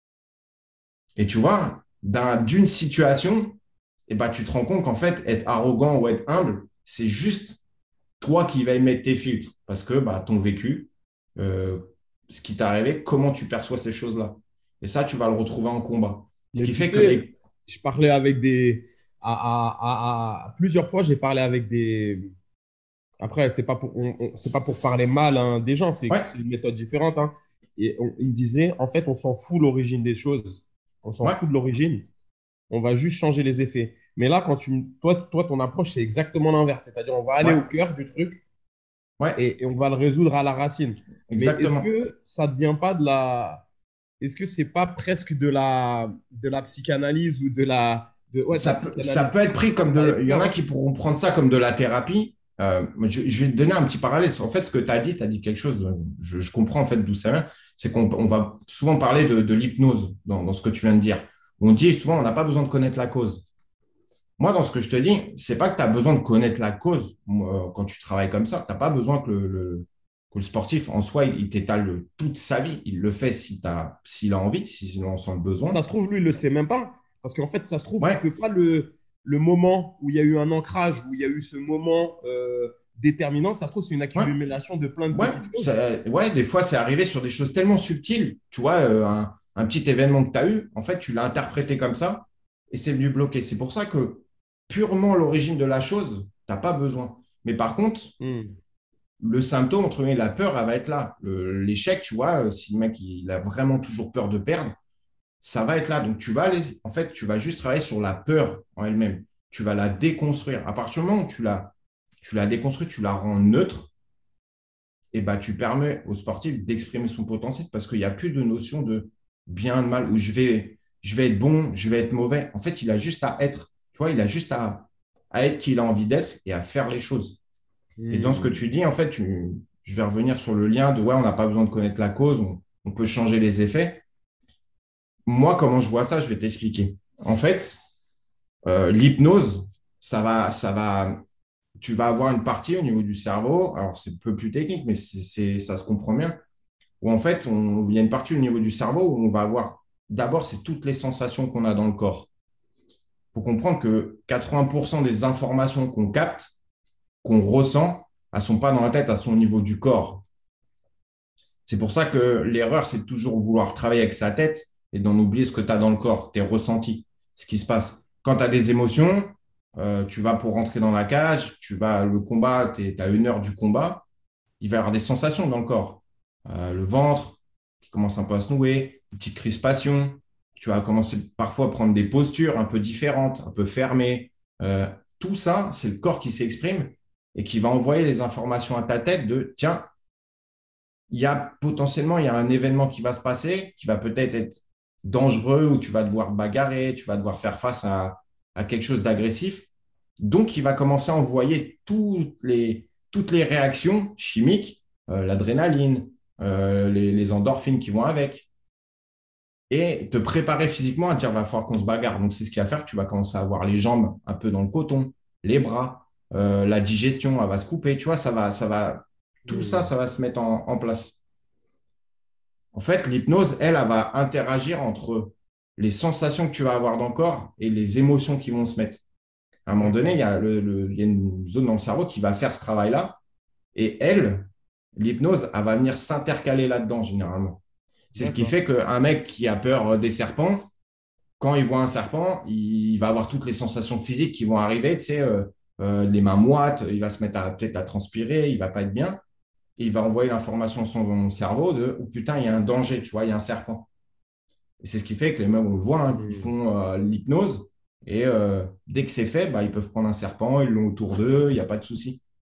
Et tu vois, d'un- d'une situation, eh bah, tu te rends compte qu'en fait, être arrogant ou être humble, c'est juste toi qui vas émettre tes filtres, parce que bah, ton vécu, euh, ce qui t'est arrivé, comment tu perçois ces choses-là. Et ça, tu vas le retrouver en combat. Ce Mais qui tu fait que sais, les... je parlais avec des. À, à- à- à- plusieurs fois, j'ai parlé avec des. Après, c'est pas pour, on- on- c'est pas pour parler mal, hein, des gens, c'est Ouais, c'est une méthode différente, hein. Et on- il me disait, en fait, on s'en fout l'origine des choses. On s'en ouais, fout de l'origine. On va juste changer les effets. Mais là, quand tu, m- toi, toi, ton approche, c'est exactement l'inverse. C'est-à-dire, on va aller au ouais, cœur du truc ouais, et, et on va le résoudre à la racine. Mais est-ce exactement. que ça ne devient pas de la. Est-ce que c'est pas presque de la, de la psychanalyse ou de la, de, ouais, de la Ça peut, ça psychanalyse? peut être pris comme Ça de... Il y en effleure, a hein. qui pourront prendre ça comme de la thérapie, Euh, je, je vais te donner un petit parallèle. En fait, ce que tu as dit, tu as dit quelque chose, euh, je, je comprends en fait d'où ça vient, c'est qu'on on va souvent parler de, de l'hypnose dans, dans ce que tu viens de dire. On dit souvent, on n'a pas besoin de connaître la cause. Moi, dans ce que je te dis, c'est pas que tu as besoin de connaître la cause moi, quand tu travailles comme ça. Tu n'as pas besoin que le, le- que le sportif, en soi, il, il t'étale toute sa vie. Il le fait si t'as, s'il a envie, s'il en sent le Ça besoin. se trouve, lui, il le sait même pas. Parce qu'en fait, ça se trouve que Ouais, pas le, le moment où il y a eu un ancrage, où il y a eu ce moment euh, déterminant, ça se trouve, c'est une ouais, accumulation de plein de ouais, petites choses. ça- ouais. Des fois, c'est arrivé sur des choses tellement subtiles. Tu vois, euh, un, un petit événement que tu as eu, en fait, tu l'as interprété comme ça et c'est venu bloquer. C'est pour ça que purement l'origine de la chose, tu n'as pas besoin. Mais par contre, Hmm. le symptôme, entre guillemets, la peur, elle va être là. Le- L'échec, tu vois, euh, si le mec il a vraiment toujours peur de perdre, ça va être là. Donc, tu vas aller, en fait, tu vas juste travailler sur la peur en elle-même. Tu vas la déconstruire. À partir du moment où tu la, tu la déconstruis, tu la rends neutre, et bah, tu permets au sportif d'exprimer son potentiel parce qu'il n'y a plus de notion de bien, de mal, où je vais, je vais être bon, je vais être mauvais. En fait, il a juste à être. Tu vois, il a juste à, à être qui il a envie d'être et à faire les choses. Et dans ce que Hmm. tu dis, en fait, tu- je vais revenir sur le lien de ouais, on n'a pas besoin de connaître la cause, on, on peut changer les effets. Moi, comment je vois ça, je vais t'expliquer. En fait, euh, l'hypnose, ça va, ça va, tu vas avoir une partie au niveau du cerveau. Alors, c'est un peu plus technique, mais c'est, c'est- ça se comprend bien. Où en fait, on- il y a une partie au niveau du cerveau où on va avoir, d'abord, c'est toutes les sensations qu'on a dans le corps. Il faut comprendre que quatre-vingts pour cent des informations qu'on capte, qu'on ressent, elles ne sont pas dans la tête, elles sont au niveau du corps. C'est pour ça que l'erreur, c'est de toujours vouloir travailler avec sa tête et d'en oublier ce que tu as dans le corps, tes ressentis, ce qui se passe. Quand tu as des émotions, euh, tu vas pour rentrer dans la cage, tu vas le combat, tu as une heure du combat, il va y avoir des sensations dans le corps. Euh, le ventre qui commence un peu à se nouer, une petite crispation. Tu vas commencer parfois à prendre des postures un peu différentes, un peu fermées. Euh, tout ça, c'est le corps qui s'exprime et qui va envoyer les informations à ta tête de tiens, il y a potentiellement il y a un événement qui va se passer qui va peut-être être dangereux où tu vas devoir bagarrer, tu vas devoir faire face à, à quelque chose d'agressif. Donc, il va commencer à envoyer toutes les, toutes les réactions chimiques, euh, l'adrénaline, euh, les, les endorphines qui vont avec, et te préparer physiquement à dire va falloir qu'on se bagarre. Donc, c'est ce qui va faire que tu vas commencer à avoir les jambes un peu dans le coton, les bras, euh, la digestion, elle va se couper. Tu vois, ça va, ça va, tout ça, Hmm. ça va se mettre en, en place. En fait, l'hypnose, elle, elle va interagir entre les sensations que tu vas avoir dans le corps et les émotions qui vont se mettre. À un moment donné, il y D'accord. a, le- le- il y a une zone dans le cerveau qui va faire ce travail-là. Et elle, l'hypnose, elle va venir s'intercaler là-dedans, généralement. C'est ce qui D'accord. fait qu'un mec qui a peur des serpents, quand il voit un serpent, il va avoir toutes les sensations physiques qui vont arriver, tu sais, euh, euh, les mains moites, il va se mettre à peut-être à transpirer, il va pas être bien. Et il va envoyer l'information à son cerveau de oh putain, il y a un danger, tu vois, il y a un serpent. Et c'est ce qui fait que les mecs, on le voit, hein, ils Hmm. font euh, l'hypnose et euh, dès que c'est fait, bah, ils peuvent prendre un serpent, ils l'ont autour d'eux, il n'y a pas de souci.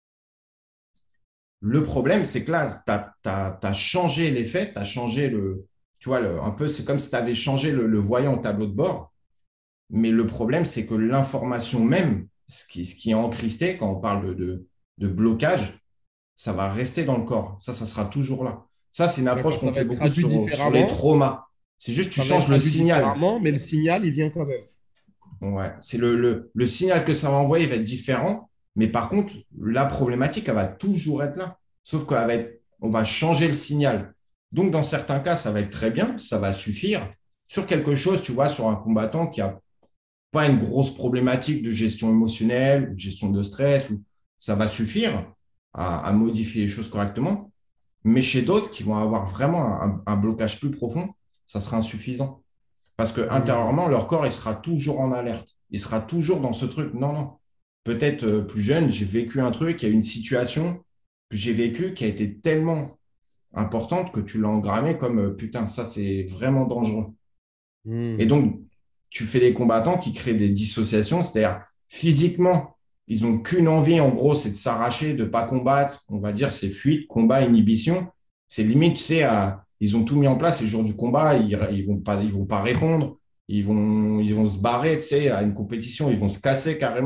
Le problème, c'est que là, tu as, changé l'effet, tu as changé le. Tu vois, le- un peu, c'est comme si tu avais changé le, le voyant au tableau de bord. Mais le problème, c'est que l'information même, ce qui, ce qui est encristé, quand on parle de, de, de blocage, ça va rester dans le corps. Ça, ça sera toujours là. Ça, c'est une approche D'accord. qu'on Ça va fait être beaucoup traduit sur, sur les différemment. traumas. C'est juste, tu Ça va être changes le traduit signal. différemment, mais le signal, il vient quand même. Ouais, c'est le, le, le signal que ça va envoyer va être différent, mais par contre, la problématique, elle va toujours être là. Sauf qu'on va, être- on va changer le signal. Donc, dans certains cas, ça va être très bien, ça va suffire. Sur quelque chose, tu vois, sur un combattant qui n'a pas une grosse problématique de gestion émotionnelle, ou de gestion de stress, ou ça va suffire à, à modifier les choses correctement. Mais chez d'autres qui vont avoir vraiment un, un blocage plus profond, ça sera insuffisant. Parce que Hmm. intérieurement, leur corps, il sera toujours en alerte. Il sera toujours dans ce truc. Non, non. Peut-être euh, plus jeune, j'ai vécu un truc, il y a une situation que j'ai vécue qui a été tellement importante que tu l'as engrammé comme euh, putain, ça c'est vraiment dangereux. Et Hmm. donc, tu fais des combattants qui créent des dissociations, c'est-à-dire physiquement, ils n'ont qu'une envie, en gros, c'est de s'arracher, de ne pas combattre. On va dire c'est fuite, combat, inhibition. C'est limite, tu sais, à- ils ont tout mis en place. Les jours du combat, ils ne vont pas, ils vont pas répondre. Ils vont, ils vont se barrer, tu sais, à une compétition. Ils vont se casser carrément.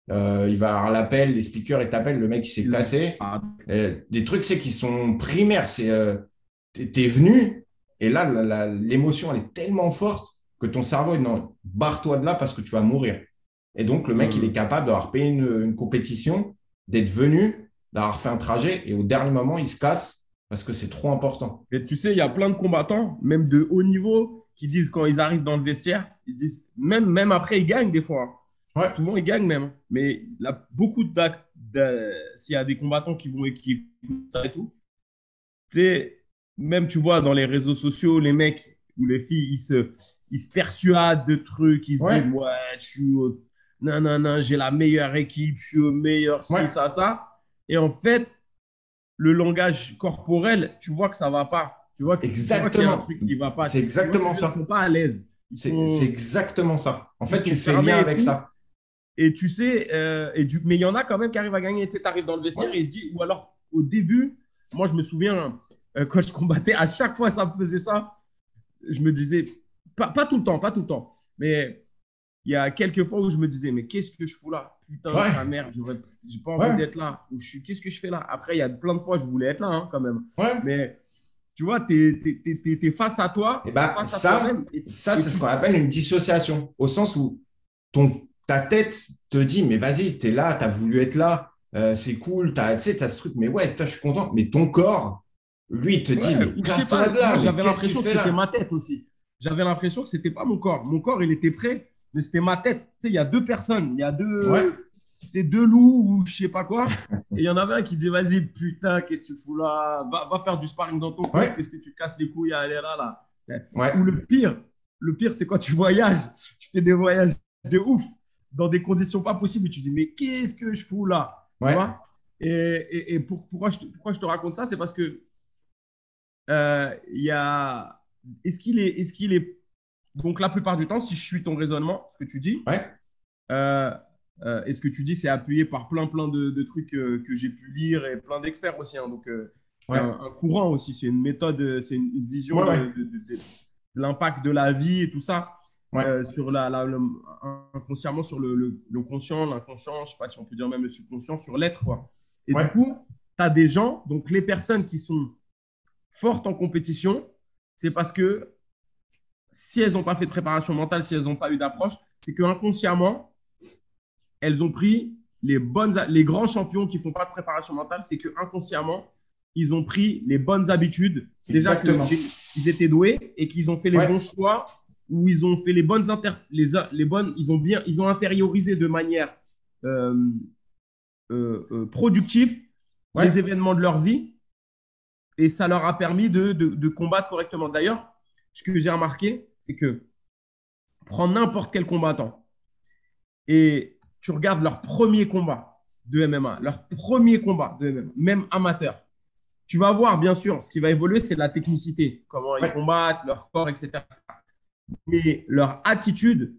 Euh, il va avoir l'appel, les speakers, ils t'appellent, le mec il s'est cassé. Ah, Euh, des trucs, c'est qui sont primaires. C'est euh, t'es, t'es venu et là, la- la- l'émotion, elle est tellement forte que ton cerveau, il dit non, barre-toi de là parce que tu vas mourir. Et donc, le mec, il est hum. capable d'avoir payé une, une compétition, d'être venu, d'avoir fait un trajet et au dernier moment, il se casse parce que c'est trop important. Et tu sais, il y a plein de combattants, même de haut niveau, qui disent quand ils arrivent dans le vestiaire, ils disent, même, même après, ils gagnent des fois, hein. Ouais, Souvent, ils gagnent même. Mais il y a beaucoup d'actes, de, s'il y a des combattants qui vont équiper ça et tout, tu sais, même tu vois dans les réseaux sociaux, les mecs ou les filles, ils se, ils se persuadent de trucs, ils se disent, ouais, ouais, je suis au... non, non, non, j'ai la meilleure équipe, je suis au meilleur ci, ouais, ça, ça. Et en fait, le langage corporel, tu vois que ça va pas. Tu vois que tu vois qu'il y a un exactement. truc qui va pas. C'est Tu, tu vois ce que exactement je veux dire? Ils ça. sont pas à l'aise. Ils C'est c'est sont, exactement ça. En ils fait, tu sont fais lien fermés et avec tout. ça. Et tu sais, euh, et du, mais il y en a quand même qui arrivent à gagner. Tu sais, arrives dans le vestiaire Ouais, et ils se disent, ou alors au début, moi je me souviens euh, quand je combattais, à chaque fois ça me faisait ça. Je me disais, pas, pas tout le temps, pas tout le temps, mais il y a quelques fois où je me disais, mais qu'est-ce que je fous là? Putain de sa ouais, mère, j'aurais- j'ai pas envie ouais, d'être là. Ou je suis, qu'est-ce que je fais là? Après, il y a plein de fois, je voulais être là hein, quand même. ouais. Mais tu vois, tu es, face à Et toi, tu es ben face à ça, toi-même et, ça et c'est ce qu'on tu. appelle une dissociation, au sens où ton, ta tête te dit, mais vas-y, tu es là, tu as voulu être là, euh, c'est cool, tu as, ce truc, mais ouais, toi, je suis content. Mais ton corps, lui, il te dit, Ouais, mais ou je sais casse-toi pas, de moi là, mais j'avais qu'est-ce que tu l'impression que fais c'était là? ma tête aussi. J'avais l'impression que c'était pas mon corps. Mon corps, il était prêt, mais c'était ma tête. Tu sais, il y a deux personnes, il y a Ouais, deux, tu sais, deux loups ou je sais pas quoi. Et il y en avait un qui dit, vas-y, putain, qu'est-ce que tu fous là? Va, va faire du sparring dans ton coin, ouais, qu'est-ce que tu casses les couilles à aller là, là. Ou ouais, le pire, le pire, c'est quand tu voyages, tu fais des voyages de ouf, dans des conditions pas possibles, et tu dis, mais qu'est-ce que je fous là? Tu ouais, vois? Et, et, et pour, pourquoi, je te, pourquoi je te raconte ça? C'est parce que euh, il y a. Est-ce qu'il est, est-ce qu'il est. Donc, la plupart du temps, si je suis ton raisonnement, ce que tu dis, ouais, euh, euh, et ce que tu dis, c'est appuyé par plein, plein de, de trucs euh, que j'ai pu lire et plein d'experts aussi, hein. Donc, euh, c'est ouais, un, un courant aussi, c'est une méthode, euh, c'est une, une vision ouais, ouais, de, de, de, de l'impact de la vie et tout ça ouais, euh, sur la, la, le, inconsciemment sur le, le, le conscient, l'inconscient, je ne sais pas si on peut dire même le subconscient, sur l'être, quoi. Et du ouais, coup, tu as des gens, donc les personnes qui sont fortes en compétition, c'est parce que si elles n'ont pas fait de préparation mentale, si elles n'ont pas eu d'approche, c'est que inconsciemment, elles ont pris les bonnes, les grands champions qui font pas de préparation mentale, c'est que inconsciemment, ils ont pris les bonnes habitudes. Déjà exactement. qu'ils étaient doués et qu'ils ont fait les bons Ouais, choix, ou ils ont fait les bonnes inter, les, les bonnes, ils ont bien, ils ont intériorisé de manière euh, euh, euh, productive les ouais, événements de leur vie et ça leur a permis de, de, de combattre correctement. D'ailleurs, ce que j'ai remarqué, c'est que prends n'importe quel combattant et tu regardes leur premier combat de M M A, leur premier combat de M M A, même amateur, tu vas voir, bien sûr, ce qui va évoluer, c'est la technicité, comment ils ouais, combattent, leur corps, et cetera. Mais leur attitude,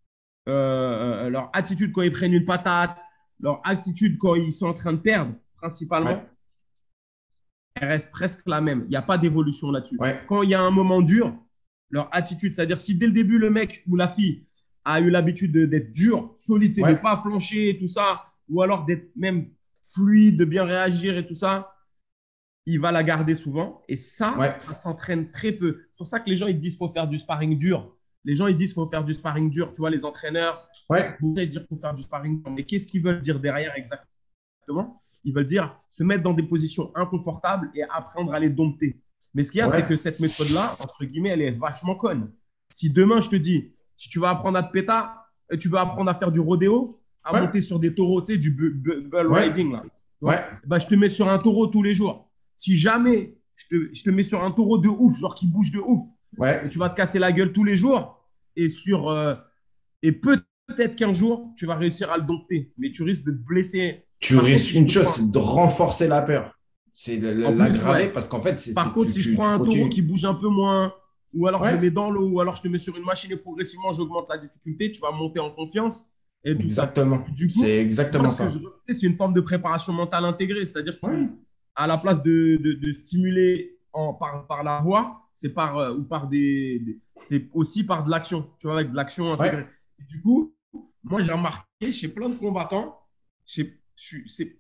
euh, leur attitude quand ils prennent une patate, leur attitude quand ils sont en train de perdre, ouais, principalement, elle reste presque la même. Il n'y a pas d'évolution là-dessus. ouais, Quand il y a un moment dur, leur attitude, c'est-à-dire si dès le début, le mec ou la fille a eu l'habitude d'être dur, solide, c'est de ne ouais, pas flancher et tout ça, ou alors d'être même fluide, de bien réagir et tout ça, il va la garder souvent. Et ça, ouais, ça s'entraîne très peu. C'est pour ça que les gens, ils disent qu'il faut faire du sparring dur. Les gens, ils disent qu'il faut faire du sparring dur. Tu vois, les entraîneurs, ouais, ils dire qu'il faut faire du sparring dur. Mais qu'est-ce qu'ils veulent dire derrière exactement? Ils veulent dire se mettre dans des positions inconfortables et apprendre à les dompter. Mais ce qu'il y a, c'est que ouais, cette méthode-là, entre guillemets, elle est vachement conne. Si demain, je te dis, si tu vas apprendre à te péter, tu vas apprendre à faire du rodéo, à ouais, monter sur des taureaux, tu sais, du bull ouais, riding, là, tu ouais, vois, bah, je te mets sur un taureau tous les jours. Si jamais je te, je te mets sur un taureau de ouf, genre qui bouge de ouf, et ouais. tu vas te casser la gueule tous les jours, et sur euh, et peut-être qu'un jour, tu vas réussir à le dompter, mais tu risques de te blesser. Tu Par contre, risques si je une te chose, prends, c'est de renforcer la peur. C'est en plus, l'aggraver ouais. parce qu'en fait, c'est, Par c'est- contre, tu, si je tu, prends tu un taureau qui continues. bouge un peu moins, ou alors je le Ouais, mets dans l'eau, ou alors je te mets sur une machine et progressivement j'augmente la difficulté, tu vas monter en confiance et tout ça. exactement. Du C'est coup, moi, exactement ce que je ça. tu sais, c'est une forme de préparation mentale intégrée, c'est-à-dire que Ouais, tu, à la place de, de, de stimuler en, par, par la voix, c'est par euh, ou par des, des- c'est aussi par de l'action, tu vois, avec de l'action ouais, intégrée. Et du coup, moi, j'ai remarqué chez plein de combattants c'est c'est,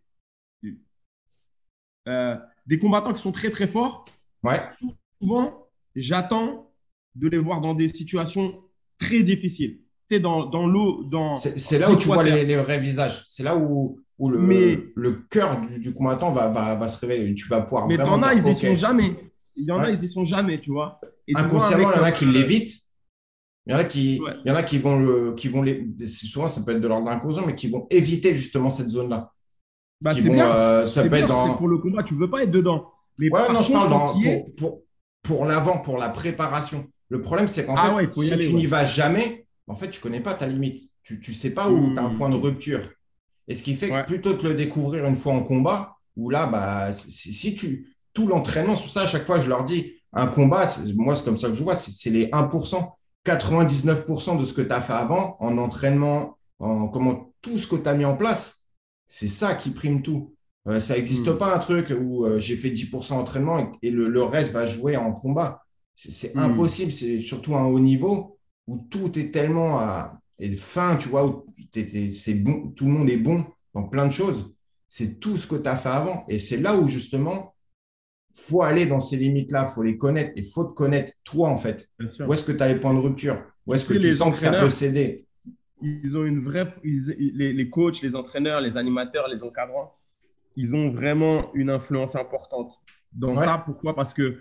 euh, des combattants qui sont très, très forts. Ouais. Souvent, j'attends de les voir dans des situations très difficiles. Tu sais, dans, dans l'eau, dans C'est c'est là où deep tu vois water. les, les vrais visages. C'est là où, où le, Mais, le cœur du, du combattant va, va, va se révéler. Tu vas pouvoir mais vraiment t'en as, dire, ils y OK, sont jamais. Il y en a, ouais. ils y sont jamais, tu vois. Et tu vois un Inconsciemment, mec il y en comme. a qui euh, l'évitent. Il y en a qui, ouais. il y en a qui vont le, qui vont les, c'est souvent, ça peut être de l'ordre d'inconscient, mais qui vont éviter justement cette zone-là. Bah, Qui c'est vont, bien. euh, ça C'est peut être bien. C'est dans, pour le combat. Tu veux pas être dedans. Mais ouais, non, par je contre, parle quand dans, tu y es, pour, pour, pour l'avant, pour la préparation. Le problème, c'est qu'en ah fait, ouais, il faut y si aller, tu ouais. n'y vas jamais, en fait, tu ne connais pas ta limite. Tu ne sais pas où tu as un point de Hmm. rupture. Et ce qui fait que Ouais, plutôt que de le découvrir une fois en combat, où là, bah, si, si tu. Tout l'entraînement, c'est pour ça, à chaque fois, je leur dis, un combat, c'est- moi, c'est comme ça que je vois, c'est c'est les un pour cent, quatre-vingt-dix-neuf pour cent de ce que tu as fait avant, en entraînement, en comment tout ce que tu as mis en place, c'est ça qui prime tout. Euh, ça n'existe hmm. pas un truc où euh, j'ai fait dix pour cent entraînement et, et le, le reste va jouer en combat. C'est c'est Hmm. impossible, c'est surtout à un haut niveau où tout est tellement à, et fin, tu vois, où t'es- t'es- c'est bon, tout le monde est bon dans plein de choses. C'est tout ce que tu as fait avant. Et c'est là où justement, faut aller dans ces limites-là, faut les connaître. Il faut te connaître toi, en fait. Bien Où sûr. est-ce que tu as les points de rupture? Où Tu est-ce que sais, tu les sens que ça peut entraîneurs, céder? ils ont une vraie. ils- les, les coachs, les entraîneurs, les animateurs, les encadrants, ils ont vraiment une influence importante dans Ouais, ça. Pourquoi? Parce que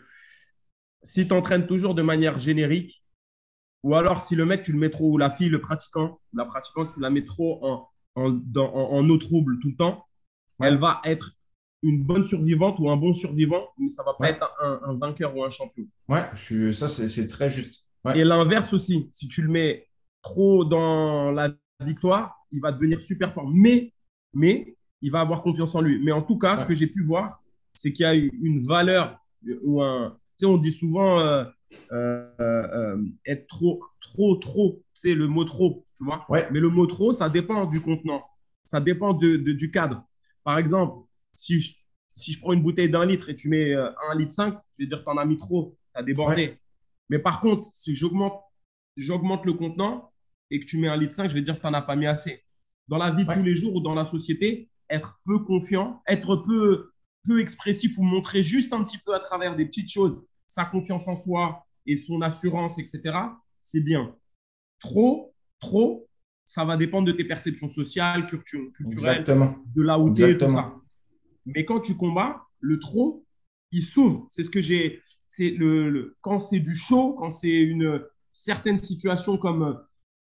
si tu entraînes toujours de manière générique, ou alors si le mec, tu le mets trop, ou la fille, le pratiquant, la pratiquante, tu la mets trop en, en, dans- en, en eau trouble tout le temps, elle ouais, va être une bonne survivante ou un bon survivant, mais ça ne va pas ouais, être un, un vainqueur ou un champion. ouais. Je suis, ça, c'est c'est très juste. Ouais, Et l'inverse aussi, si tu le mets trop dans la victoire, il va devenir super fort. Mais, mais il va avoir confiance en lui. Mais en tout cas, ce ouais, que j'ai pu voir, c'est qu'il y a eu une valeur ou un. Tu sais, on dit souvent euh, euh, euh, être trop, trop, trop. Tu sais, le mot trop, tu vois. ouais, Mais le mot trop, ça dépend du contenant. Ça dépend de, de- du cadre. Par exemple, si je, si je prends une bouteille d'un litre et tu mets euh, un litre cinq, je vais dire que tu en as mis trop, tu as ouais, débordé. Mais par contre, si j'augmente, j'augmente le contenant et que tu mets un litre cinq, je vais dire que tu n'en as pas mis assez. Dans la vie de tous ouais. les jours ou dans la société, être peu confiant, être peu, peu expressif ou montrer juste un petit peu à travers des petites choses sa confiance en soi et son assurance, et cetera, c'est bien. Trop, trop, ça va dépendre de tes perceptions sociales, culturelles, Exactement. de là où tu es, tout Exactement. ça. Mais quand tu combats, le trop, il s'ouvre. C'est ce que j'ai. C'est le, le, quand c'est du show, quand c'est une certaine situation comme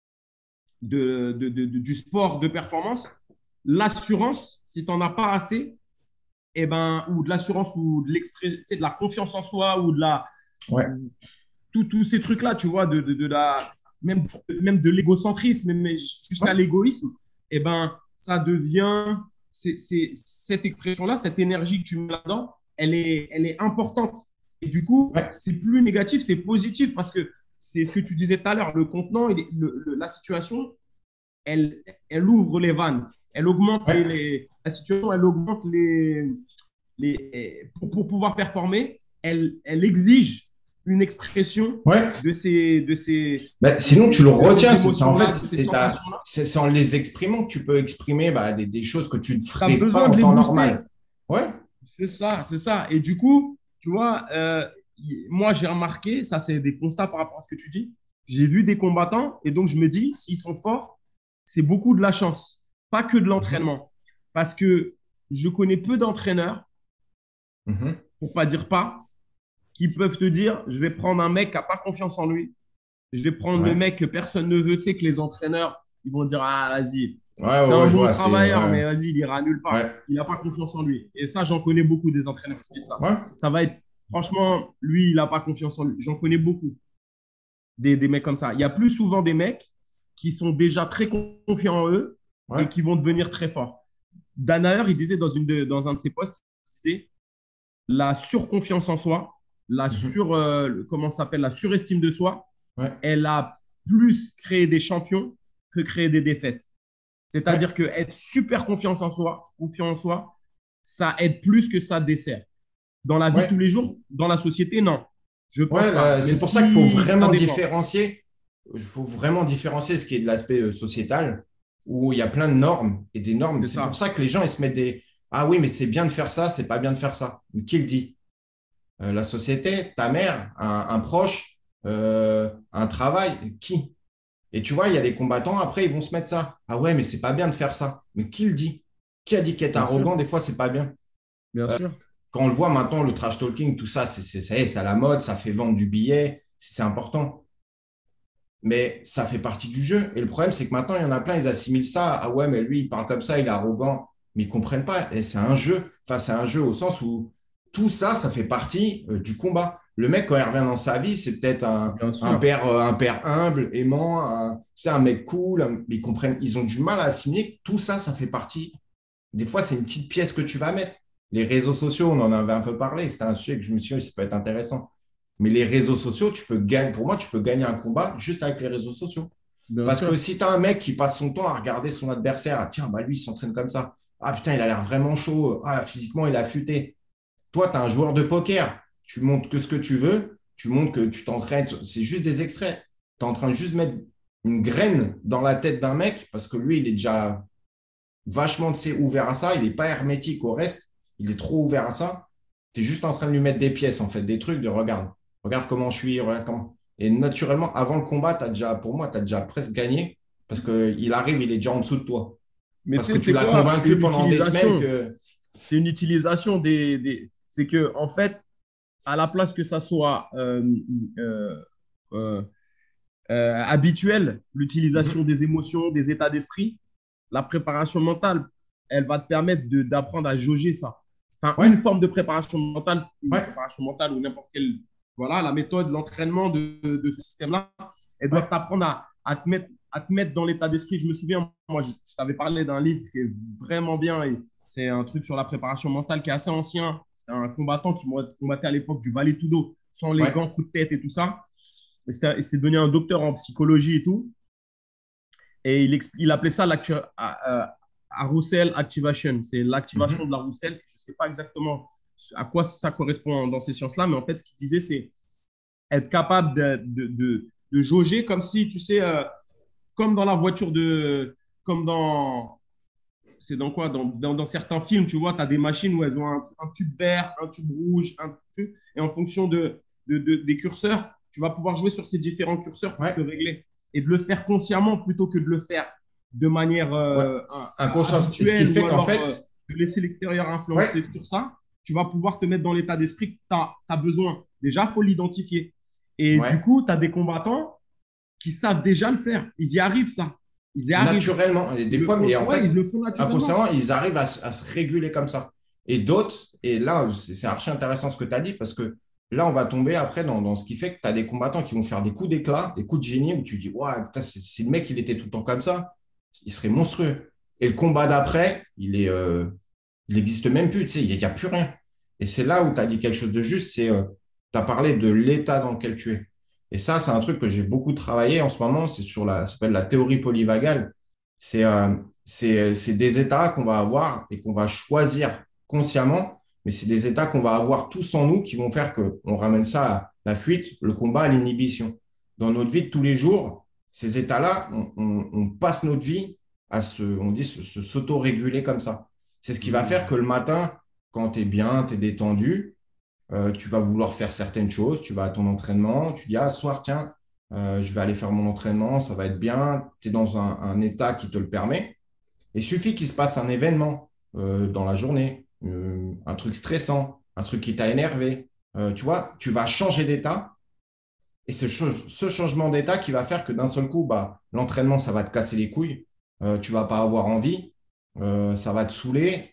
de, de, de, de, du sport de performance, l'assurance, si tu n'en as pas assez, eh ben, ou de l'assurance ou de, de la confiance en soi ou de la. Ouais, Tous ces trucs-là, tu vois, de, de, de la, même, même de l'égocentrisme, mais jusqu'à ouais, l'égoïsme, eh ben, ça devient. C'est, c'est, cette expression-là, cette énergie que tu mets là-dedans, elle est, elle est importante. Et du coup, ouais, c'est plus négatif, c'est positif parce que c'est ce que tu disais tout à l'heure, le contenant, il est, le, le, la situation, elle, elle ouvre les vannes, elle augmente les, ouais. les la situation, elle augmente les, les pour, pour pouvoir performer, elle, elle exige une expression Ouais. de ces, de ces, Bah, de sinon, tu le ces, de ces retiens. C'est ça, en fait, émotions-là, de ces c'est ta- sensations-là. c'est c'est en les exprimant que tu peux exprimer bah, des, des choses que tu ne Tu as ferais pas besoin en de les temps booster. normal. Ouais, C'est ça, c'est ça. Et du coup, tu vois, euh, moi, j'ai remarqué, ça, c'est des constats par rapport à ce que tu dis. J'ai vu des combattants et donc je me dis, s'ils sont forts, c'est beaucoup de la chance, pas que de mhm, l'entraînement. Parce que je connais peu d'entraîneurs, mhm, pour pas dire pas, qui peuvent te dire, je vais prendre un mec qui n'a pas confiance en lui, je vais prendre le ouais, mec que personne ne veut. Tu sais que les entraîneurs, ils vont dire, ah, vas-y, ouais, c'est ouais, un ouais, je bon vois. C'est travailleur, ouais, mais vas-y, il ira nulle part. ouais, Il n'a pas confiance en lui. Et ça, j'en connais beaucoup des entraîneurs qui disent ça. ouais, Ça va être, franchement, lui, il n'a pas confiance en lui. J'en connais beaucoup, des, des mecs comme ça. Il y a plus souvent des mecs qui sont déjà très confiants en eux et ouais, qui vont devenir très forts. Danaher, il disait dans, une de, dans un de ses posts, c'est la surconfiance en soi, la mhm, sur, euh, comment ça s'appelle, la surestime de soi, ouais, elle a plus créé des champions que créé des défaites. ouais, C'est-à-dire que être super confiance en soi, confiant en soi, ça aide plus que ça dessert. Dans la vie de tous ouais, les jours, dans la société, non. Je pense ouais. pas. Là, Même c'est pour ça qu'il faut si ça vraiment dépend. différencier. Il faut vraiment différencier ce qui est de l'aspect euh, sociétal où il y a plein de normes et des normes. C'est C'est pour ça. ça que les gens, ils se mettent des… Ah oui, mais c'est bien de faire ça, c'est pas bien de faire ça. Mais qui le dit? Euh, la société, ta mère, un, un proche, euh, un travail, qui? Et tu vois, il y a des combattants, après, ils vont se mettre ça. Ah ouais, mais c'est pas bien de faire ça. Mais qui le dit? Qui a dit qu'être Bien sûr. arrogant, des fois, c'est pas bien? Bien Euh, sûr. Quand on le voit maintenant, le trash talking, tout ça, c'est c'est- ça y est, c'est à la mode, ça fait vendre du billet, c'est important. Mais ça fait partie du jeu. Et le problème, c'est que maintenant, il y en a plein, ils assimilent ça. Ah ouais, mais lui, il parle comme ça, il est arrogant. Mais ils ne comprennent pas. Et c'est un jeu. Enfin, c'est un jeu au sens où tout ça, ça fait partie euh, du combat. Le mec, quand il revient dans sa vie, c'est peut-être un, Bien un sûr. père, euh, un père humble, aimant, un, c'est un mec cool. un- mais ils comprennent, ils ont du mal à assimiler que tout ça, ça fait partie. Des fois, c'est une petite pièce que tu vas mettre. Les réseaux sociaux, on en avait un peu parlé. C'était un sujet que je me suis dit, ça peut être intéressant. Mais les réseaux sociaux, tu peux gagner, pour moi, tu peux gagner un combat juste avec les réseaux sociaux. Bien Parce que sûr. si tu as un mec qui passe son temps à regarder son adversaire, ah, tiens, bah lui, il s'entraîne comme ça. Ah putain, il a l'air vraiment chaud. Ah, physiquement, il a affûté. Toi, tu es un joueur de poker. Tu montres que ce que tu veux. Tu montres que tu t'entraînes. C'est juste des extraits. Tu es en train de juste mettre une graine dans la tête d'un mec parce que lui, il est déjà vachement tu sais, ouvert à ça. Il n'est pas hermétique au reste. Il est trop ouvert à ça. Tu es juste en train de lui mettre des pièces, en fait, des trucs de regarde. Regarde comment je suis. Regarde comment… Et naturellement, avant le combat, t'as déjà, pour moi, tu as déjà presque gagné parce qu'il arrive, il est déjà en dessous de toi. Mais Parce tu que sais, tu c'est l'as quoi? C'est convaincu une pendant des semaines utilisation. que… C'est une utilisation des, des- C'est que, en fait, à la place que ça soit euh, euh, euh, euh, habituel, l'utilisation Mhm. des émotions, des états d'esprit, la préparation mentale, elle va te permettre de- d'apprendre à jauger ça. Enfin, une Ouais, forme de préparation mentale, une ouais, préparation mentale ou n'importe quelle, voilà, la méthode, l'entraînement de, de ce système-là, elles ouais. doivent t'apprendre à, à te mettre, à te mettre dans l'état d'esprit. Je me souviens, moi, je, je t'avais parlé d'un livre qui est vraiment bien et c'est un truc sur la préparation mentale qui est assez ancien. C'est un combattant qui combattait à l'époque du Vale Tudo, sans les Ouais. gants, coups de tête et tout ça. Et c'est devenu un docteur en psychologie et tout. Et il, il appelait ça Roussel Activation. C'est l'activation de Mhm. la rousselle. Je ne sais pas exactement à quoi ça correspond dans ces sciences-là, mais en fait, ce qu'il disait, c'est être capable de, de, de, de jauger comme si, tu sais, euh, comme dans la voiture de. Comme dans. C'est dans quoi dans, dans, dans, certains films, tu vois, tu as des machines où elles ont un, un, tube vert, un tube rouge, un tube. Et en fonction de, de, de, des curseurs, tu vas pouvoir jouer sur ces différents curseurs pour te Ouais. régler. Et de le faire consciemment plutôt que de le faire de manière Ouais. euh, Inconscient. Et ce qui habituelle ou fait qu'en alors euh, fait, de laisser l'extérieur ouais, influencer sur ça, tu vas pouvoir te mettre dans l'état d'esprit que tu as, as besoin. Déjà, il faut l'identifier. Et du ouais. coup, tu as des combattants qui savent déjà le faire. Ils y arrivent, ça. Ils y arrivent. Naturellement. Et Ils des le fois, mais font, en ouais, ils fait, le font naturellement. inconsciemment, ils arrivent à, se à se réguler comme ça. Et d'autres, et là, c'est c'est archi intéressant ce que tu as dit, parce que là, on va tomber après dans, dans ce qui fait que tu as des combattants qui vont faire des coups d'éclat, des coups de génie, où tu dis, ouais, putain, si si le mec, il était tout le temps comme ça, il serait monstrueux. Et le combat d'après, il est, euh, il n'existe même plus, tu sais, il n'y a, a, plus rien. Et c'est là où tu as dit quelque chose de juste, c'est, euh, tu as parlé de l'état dans lequel tu es. Et ça, c'est un truc que j'ai beaucoup travaillé en ce moment, c'est sur la, ça s'appelle la théorie polyvagale. C'est euh, c'est, c'est des états qu'on va avoir et qu'on va choisir consciemment, mais c'est des états qu'on va avoir tous en nous qui vont faire qu'on ramène ça à la fuite, le combat, à l'inhibition. Dans notre vie de tous les jours, ces états-là, on, on, on passe notre vie à se, on dit, se, se s'auto-réguler comme ça. C'est ce qui va faire que Mmh. le matin, quand tu es bien, tu es détendu, euh, tu vas vouloir faire certaines choses, tu vas à ton entraînement, tu dis, ah, ce soir, tiens, euh, je vais aller faire mon entraînement, ça va être bien, tu es dans un, un état qui te le permet. Il suffit qu'il se passe un événement euh, dans la journée, euh, un truc stressant, un truc qui t'a énervé. Euh, tu vois, tu vas changer d'état et ce, ce changement d'état qui va faire que d'un seul coup, bah, l'entraînement, ça va te casser les couilles, euh, tu vas pas avoir envie, euh, ça va te saouler.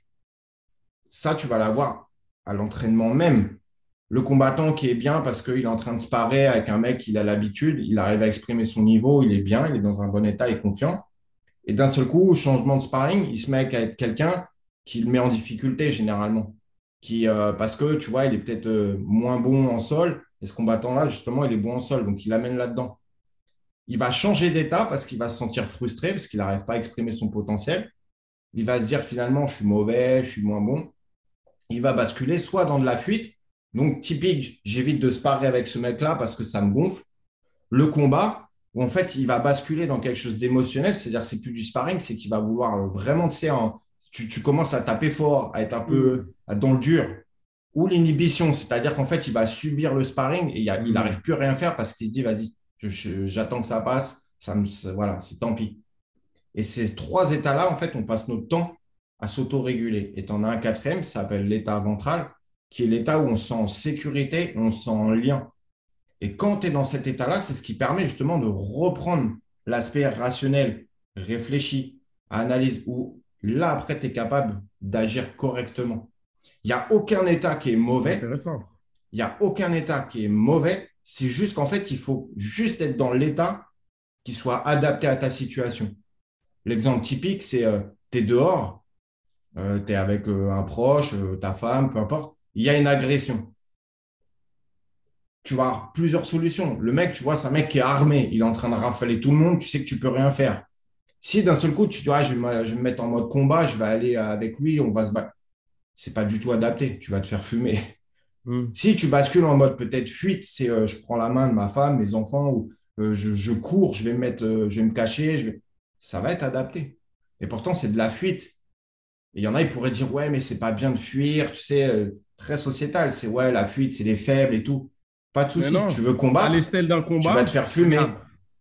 Ça, tu vas l'avoir à l'entraînement même. Le combattant qui est bien parce qu'il est en train de se parer avec un mec, il a l'habitude, il arrive à exprimer son niveau, il est bien, il est dans un bon état, il est confiant. Et d'un seul coup, au changement de sparring, il se met avec quelqu'un qui le met en difficulté généralement. Qui, euh, parce que, tu vois, il est peut-être euh, moins bon en sol. Et ce combattant-là, justement, il est bon en sol. Donc, il l'amène là-dedans. Il va changer d'état parce qu'il va se sentir frustré, parce qu'il n'arrive pas à exprimer son potentiel. Il va se dire finalement, je suis mauvais, je suis moins bon. Il va basculer soit dans de la fuite. Donc, typique, j'évite de sparer avec ce mec-là parce que ça me gonfle. Le combat, où en fait, il va basculer dans quelque chose d'émotionnel, c'est-à-dire que c'est plus du sparring, c'est qu'il va vouloir euh, vraiment, tu sais, en- tu, tu commences à taper fort, à être un peu Hmm. à- dans le dur, ou l'inhibition, c'est-à-dire qu'en fait, il va subir le sparring et il a- il Hmm. n'arrive plus à rien faire parce qu'il se dit, vas-y, je- je- j'attends que ça passe, ça me, ça- voilà, c'est tant pis. Et ces trois états-là, en fait, on passe notre temps à s'auto-réguler. Et tu en as un quatrième, ça s'appelle l'état ventral, qui est l'état où on se sent en sécurité, on se sent en lien. Et quand tu es dans cet état-là, c'est ce qui permet justement de reprendre l'aspect rationnel, réfléchi, analyse, où là, après, tu es capable d'agir correctement. Il n'y a aucun état qui est mauvais. Intéressant. Il n'y a aucun état qui est mauvais. C'est juste qu'en fait, il faut juste être dans l'état qui soit adapté à ta situation. L'exemple typique, c'est euh, tu es dehors, euh, tu es avec euh, un proche, euh, ta femme, peu importe. Il y a une agression. Tu vas avoir plusieurs solutions. Le mec, tu vois, c'est un mec qui est armé. Il est en train de rafaler tout le monde. Tu sais que tu peux rien faire. Si d'un seul coup, tu dis, ah, je vais, me, je vais me mettre en mode combat, je vais aller avec lui, on va se battre. C'est pas du tout adapté. Tu vas te faire fumer. Hmm. Si tu bascules en mode peut-être fuite, c'est euh, je prends la main de ma femme, mes enfants, ou euh, je, je cours, je vais me mettre, euh, je vais me cacher, je vais... ça va être adapté. Et pourtant, c'est de la fuite. Et il y en a, ils pourraient dire, ouais, mais c'est pas bien de fuir, tu sais, euh, très sociétal. C'est ouais, la fuite, c'est les faibles et tout. Pas de Mais souci. Tu non, veux à combattre, l'échelle d'un tu vas te combat, faire fumer. regarde,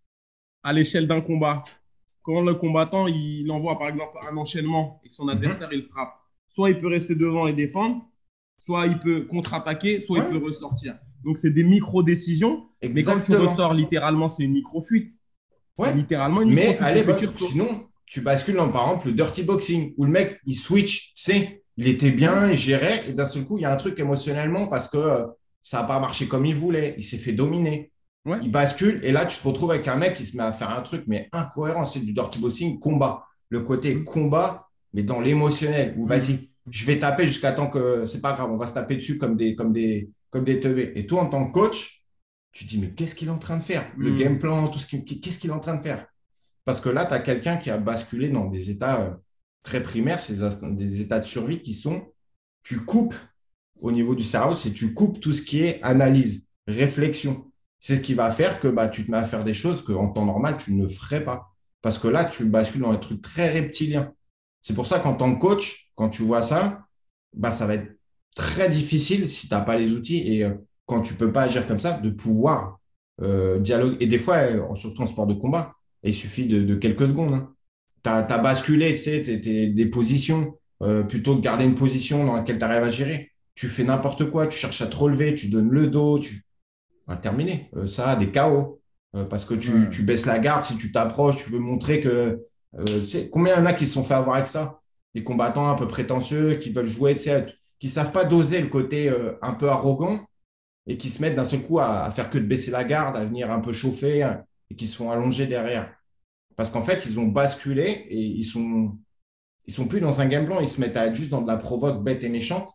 à l'échelle d'un combat, quand le combattant il envoie par exemple un enchaînement et que son Mhm. adversaire il frappe, soit il peut rester devant et défendre, soit il peut contre-attaquer, soit il peut Ouais, ressortir. Donc c'est des micro-décisions, mais quand tu ressors exactement. littéralement, c'est une micro-fuite. C'est Ouais. littéralement une Mais micro-fuite. à On fait l'époque, tire-toi. sinon, tu bascules dans, par exemple, le dirty boxing, où le mec, il switch, tu sais, il était Ouais, bien, il gérait, et d'un seul coup, il y a un truc émotionnellement parce que euh, ça n'a pas marché comme il voulait, il s'est fait dominer. ouais. Il bascule, et là, tu te retrouves avec un mec qui se met à faire un truc, mais incohérent, c'est du dirty boxing, combat. Le côté Mm, combat, mais dans l'émotionnel, où mm, vas-y, je vais taper jusqu'à temps que c'est pas grave, on va se taper dessus comme des, comme des, comme des teubés. Et toi, en tant que coach, tu te dis, mais qu'est-ce qu'il est en train de faire? Le game mm. plan, tout ce qui, qu'est-ce qu'il est en train de faire? Parce que là, tu as quelqu'un qui a basculé dans des états euh, très primaires, c'est des états de survie qui sont, tu coupes au niveau du cerveau, c'est tu coupes tout ce qui est analyse, réflexion. C'est ce qui va faire que bah, tu te mets à faire des choses qu'en temps normal, tu ne ferais pas. Parce que là, tu bascules dans un truc très reptilien. C'est pour ça qu'en tant que coach, quand tu vois ça, bah, ça va être très difficile si tu n'as pas les outils et euh, quand tu ne peux pas agir comme ça, de pouvoir euh, dialoguer. Et des fois, euh, surtout en sport de combat, il suffit de, de quelques secondes. Hein. Tu as, basculé, tu sais, t'es- t'es des positions, euh, plutôt que de garder une position dans laquelle tu arrives à gérer. Tu fais n'importe quoi, tu cherches à te relever, tu donnes le dos, tu vas terminer. Euh, ça, des K O. Euh, parce que tu, Ouais. tu baisses la garde, si tu t'approches, tu veux montrer que. Euh, tu sais, combien il y en a qui se sont fait avoir avec ça? Des combattants un peu prétentieux, qui veulent jouer, tu sais, qui ne savent pas doser le côté euh, un peu arrogant et qui se mettent d'un seul coup à, à faire que de baisser la garde, à venir un peu chauffer hein, et qui se font allonger derrière. Parce qu'en fait, ils ont basculé et ils sont, ils sont plus dans un game plan, ils se mettent à être juste dans de la provoque bête et méchante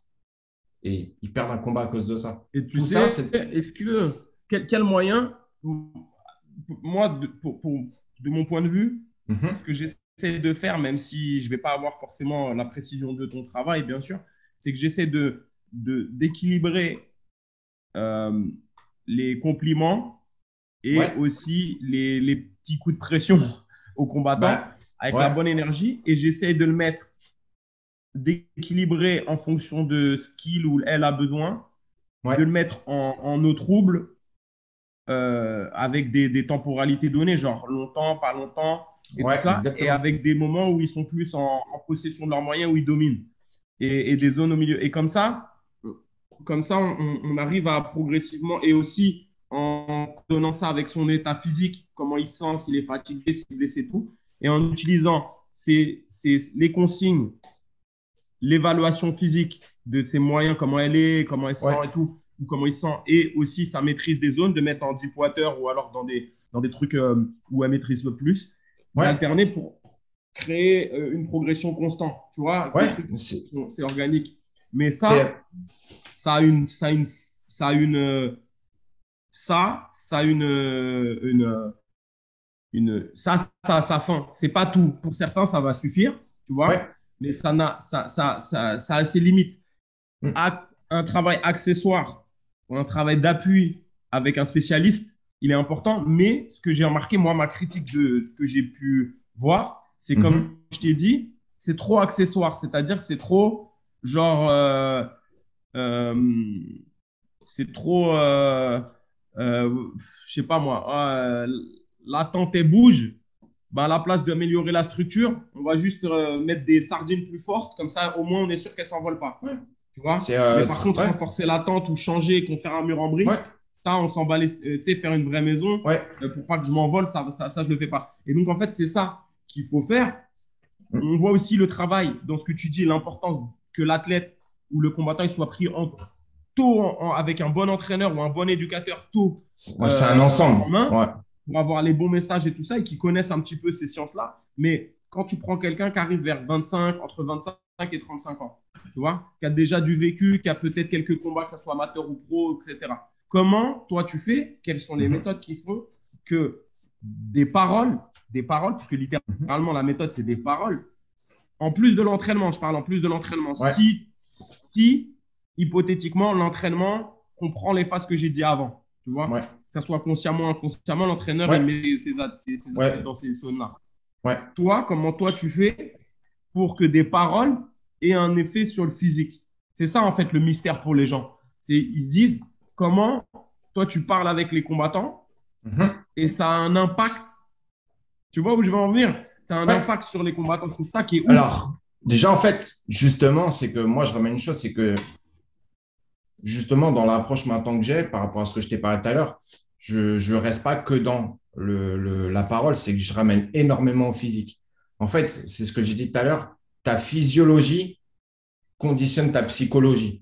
et ils perdent un combat à cause de ça. Et tu Tout ça, sais, c'est. est-ce que quel, quel moyen, moi, de, pour, pour- de mon point de vue, ce Mhm. que j'essaie de faire, même si je ne vais pas avoir forcément la précision de ton travail, bien sûr, c'est que j'essaie de, de, d'équilibrer euh, les compliments et Ouais, aussi les, les petits coups de pression aux combattants bah, avec la ouais, bonne énergie. Et j'essaie de le mettre, d'équilibrer en fonction de ce qu'il ou elle a besoin, de ouais, le mettre en, en eau trouble euh, avec des, des, temporalités données, genre longtemps, pas longtemps, et tout ouais, ça, et exactement. avec des moments où ils sont plus en, en possession de leurs moyens, où ils dominent, et, et, des zones au milieu. Et comme ça, comme ça on, on arrive à progressivement, et aussi en donnant ça avec son état physique, comment il se sent, s'il est fatigué, s'il est blessé, tout, et en utilisant ces, ces, les consignes, l'évaluation physique de ses moyens, comment elle est, comment elle se Ouais, sent et tout, ou comment il se sent, et aussi sa maîtrise des zones, de mettre en deep water ou alors dans des, dans des trucs euh, où elle maîtrise le plus, ouais, d'alterner pour créer euh, une progression constante, tu vois, des ouais. trucs, C'est, c'est organique. Mais ça, c'est- ça a une, ça a une, ça a une, euh, ça, ça a une, euh, une, euh, une, ça, ça a sa fin. C'est pas tout. Pour certains, ça va suffire, tu vois, ouais. mais ça, n'a, ça, ça, ça, ça a ses limites. Mm. Un travail accessoire ou un travail d'appui avec un spécialiste, il est important. Mais ce que j'ai remarqué, moi, ma critique de ce que j'ai pu voir, c'est comme Mhm. je t'ai dit, c'est trop accessoire. C'est-à-dire que c'est trop genre, euh, euh, c'est trop, euh, euh, je sais pas moi, euh, la tente elle bouge. Ben, à la place d'améliorer la structure, on va juste euh, mettre des sardines plus fortes. Comme ça, au moins, on est sûr qu'elles ne s'envolent pas. Ouais. Tu vois? C'est Mais euh, par tr- contre, ouais, renforcer la tente ou changer, qu'on fait un mur en ouais, brique, ça, on s'en bat les- euh, tu sais, faire une vraie maison ouais. euh, pour pas que je m'envole, ça, ça, ça, je le fais pas. Et donc, en fait, c'est ça qu'il faut faire. Mm. On voit aussi le travail dans ce que tu dis, l'importance que l'athlète ou le combattant il soit pris en, tôt en- en- avec un bon entraîneur ou un bon éducateur tôt C'est ouais, c'est un euh, en ensemble. main Ouais. pour avoir les bons messages et tout ça et qui connaissent un petit peu ces sciences-là. Mais quand tu prends quelqu'un qui arrive vers vingt-cinq, entre vingt-cinq et trente-cinq ans, tu vois, qui a déjà du vécu, qui a peut-être quelques combats, que ce soit amateur ou pro, et cetera. Comment toi tu fais? Quelles sont les Mhm. méthodes qui font que des paroles, des paroles, puisque Mhm. littéralement la méthode c'est des paroles, en plus de l'entraînement, je parle en plus de l'entraînement. Ouais, Si, si hypothétiquement, l'entraînement comprend les phases que j'ai dit avant, tu vois, ouais, que ce soit consciemment ou inconsciemment, l'entraîneur, il ouais, met ses, ses, ses athlètes ouais, dans ces zones-là. ouais. Toi, comment toi tu fais pour que des paroles aient un effet sur le physique? C'est ça, en fait, le mystère pour les gens. C'est, ils se disent, comment toi tu parles avec les combattants Mhm. et ça a un impact. Tu vois où je veux en venir? Ça a un Ouais. impact sur les combattants. C'est ça qui est ouf. Alors, déjà, en fait, justement, c'est que moi, je remets une chose, c'est que justement, dans l'approche maintenant que j'ai, par rapport à ce que je t'ai parlé tout à l'heure, je ne reste pas que dans le, le- la parole, c'est que je ramène énormément au physique. En fait, c'est ce que j'ai dit tout à l'heure, ta physiologie conditionne ta psychologie.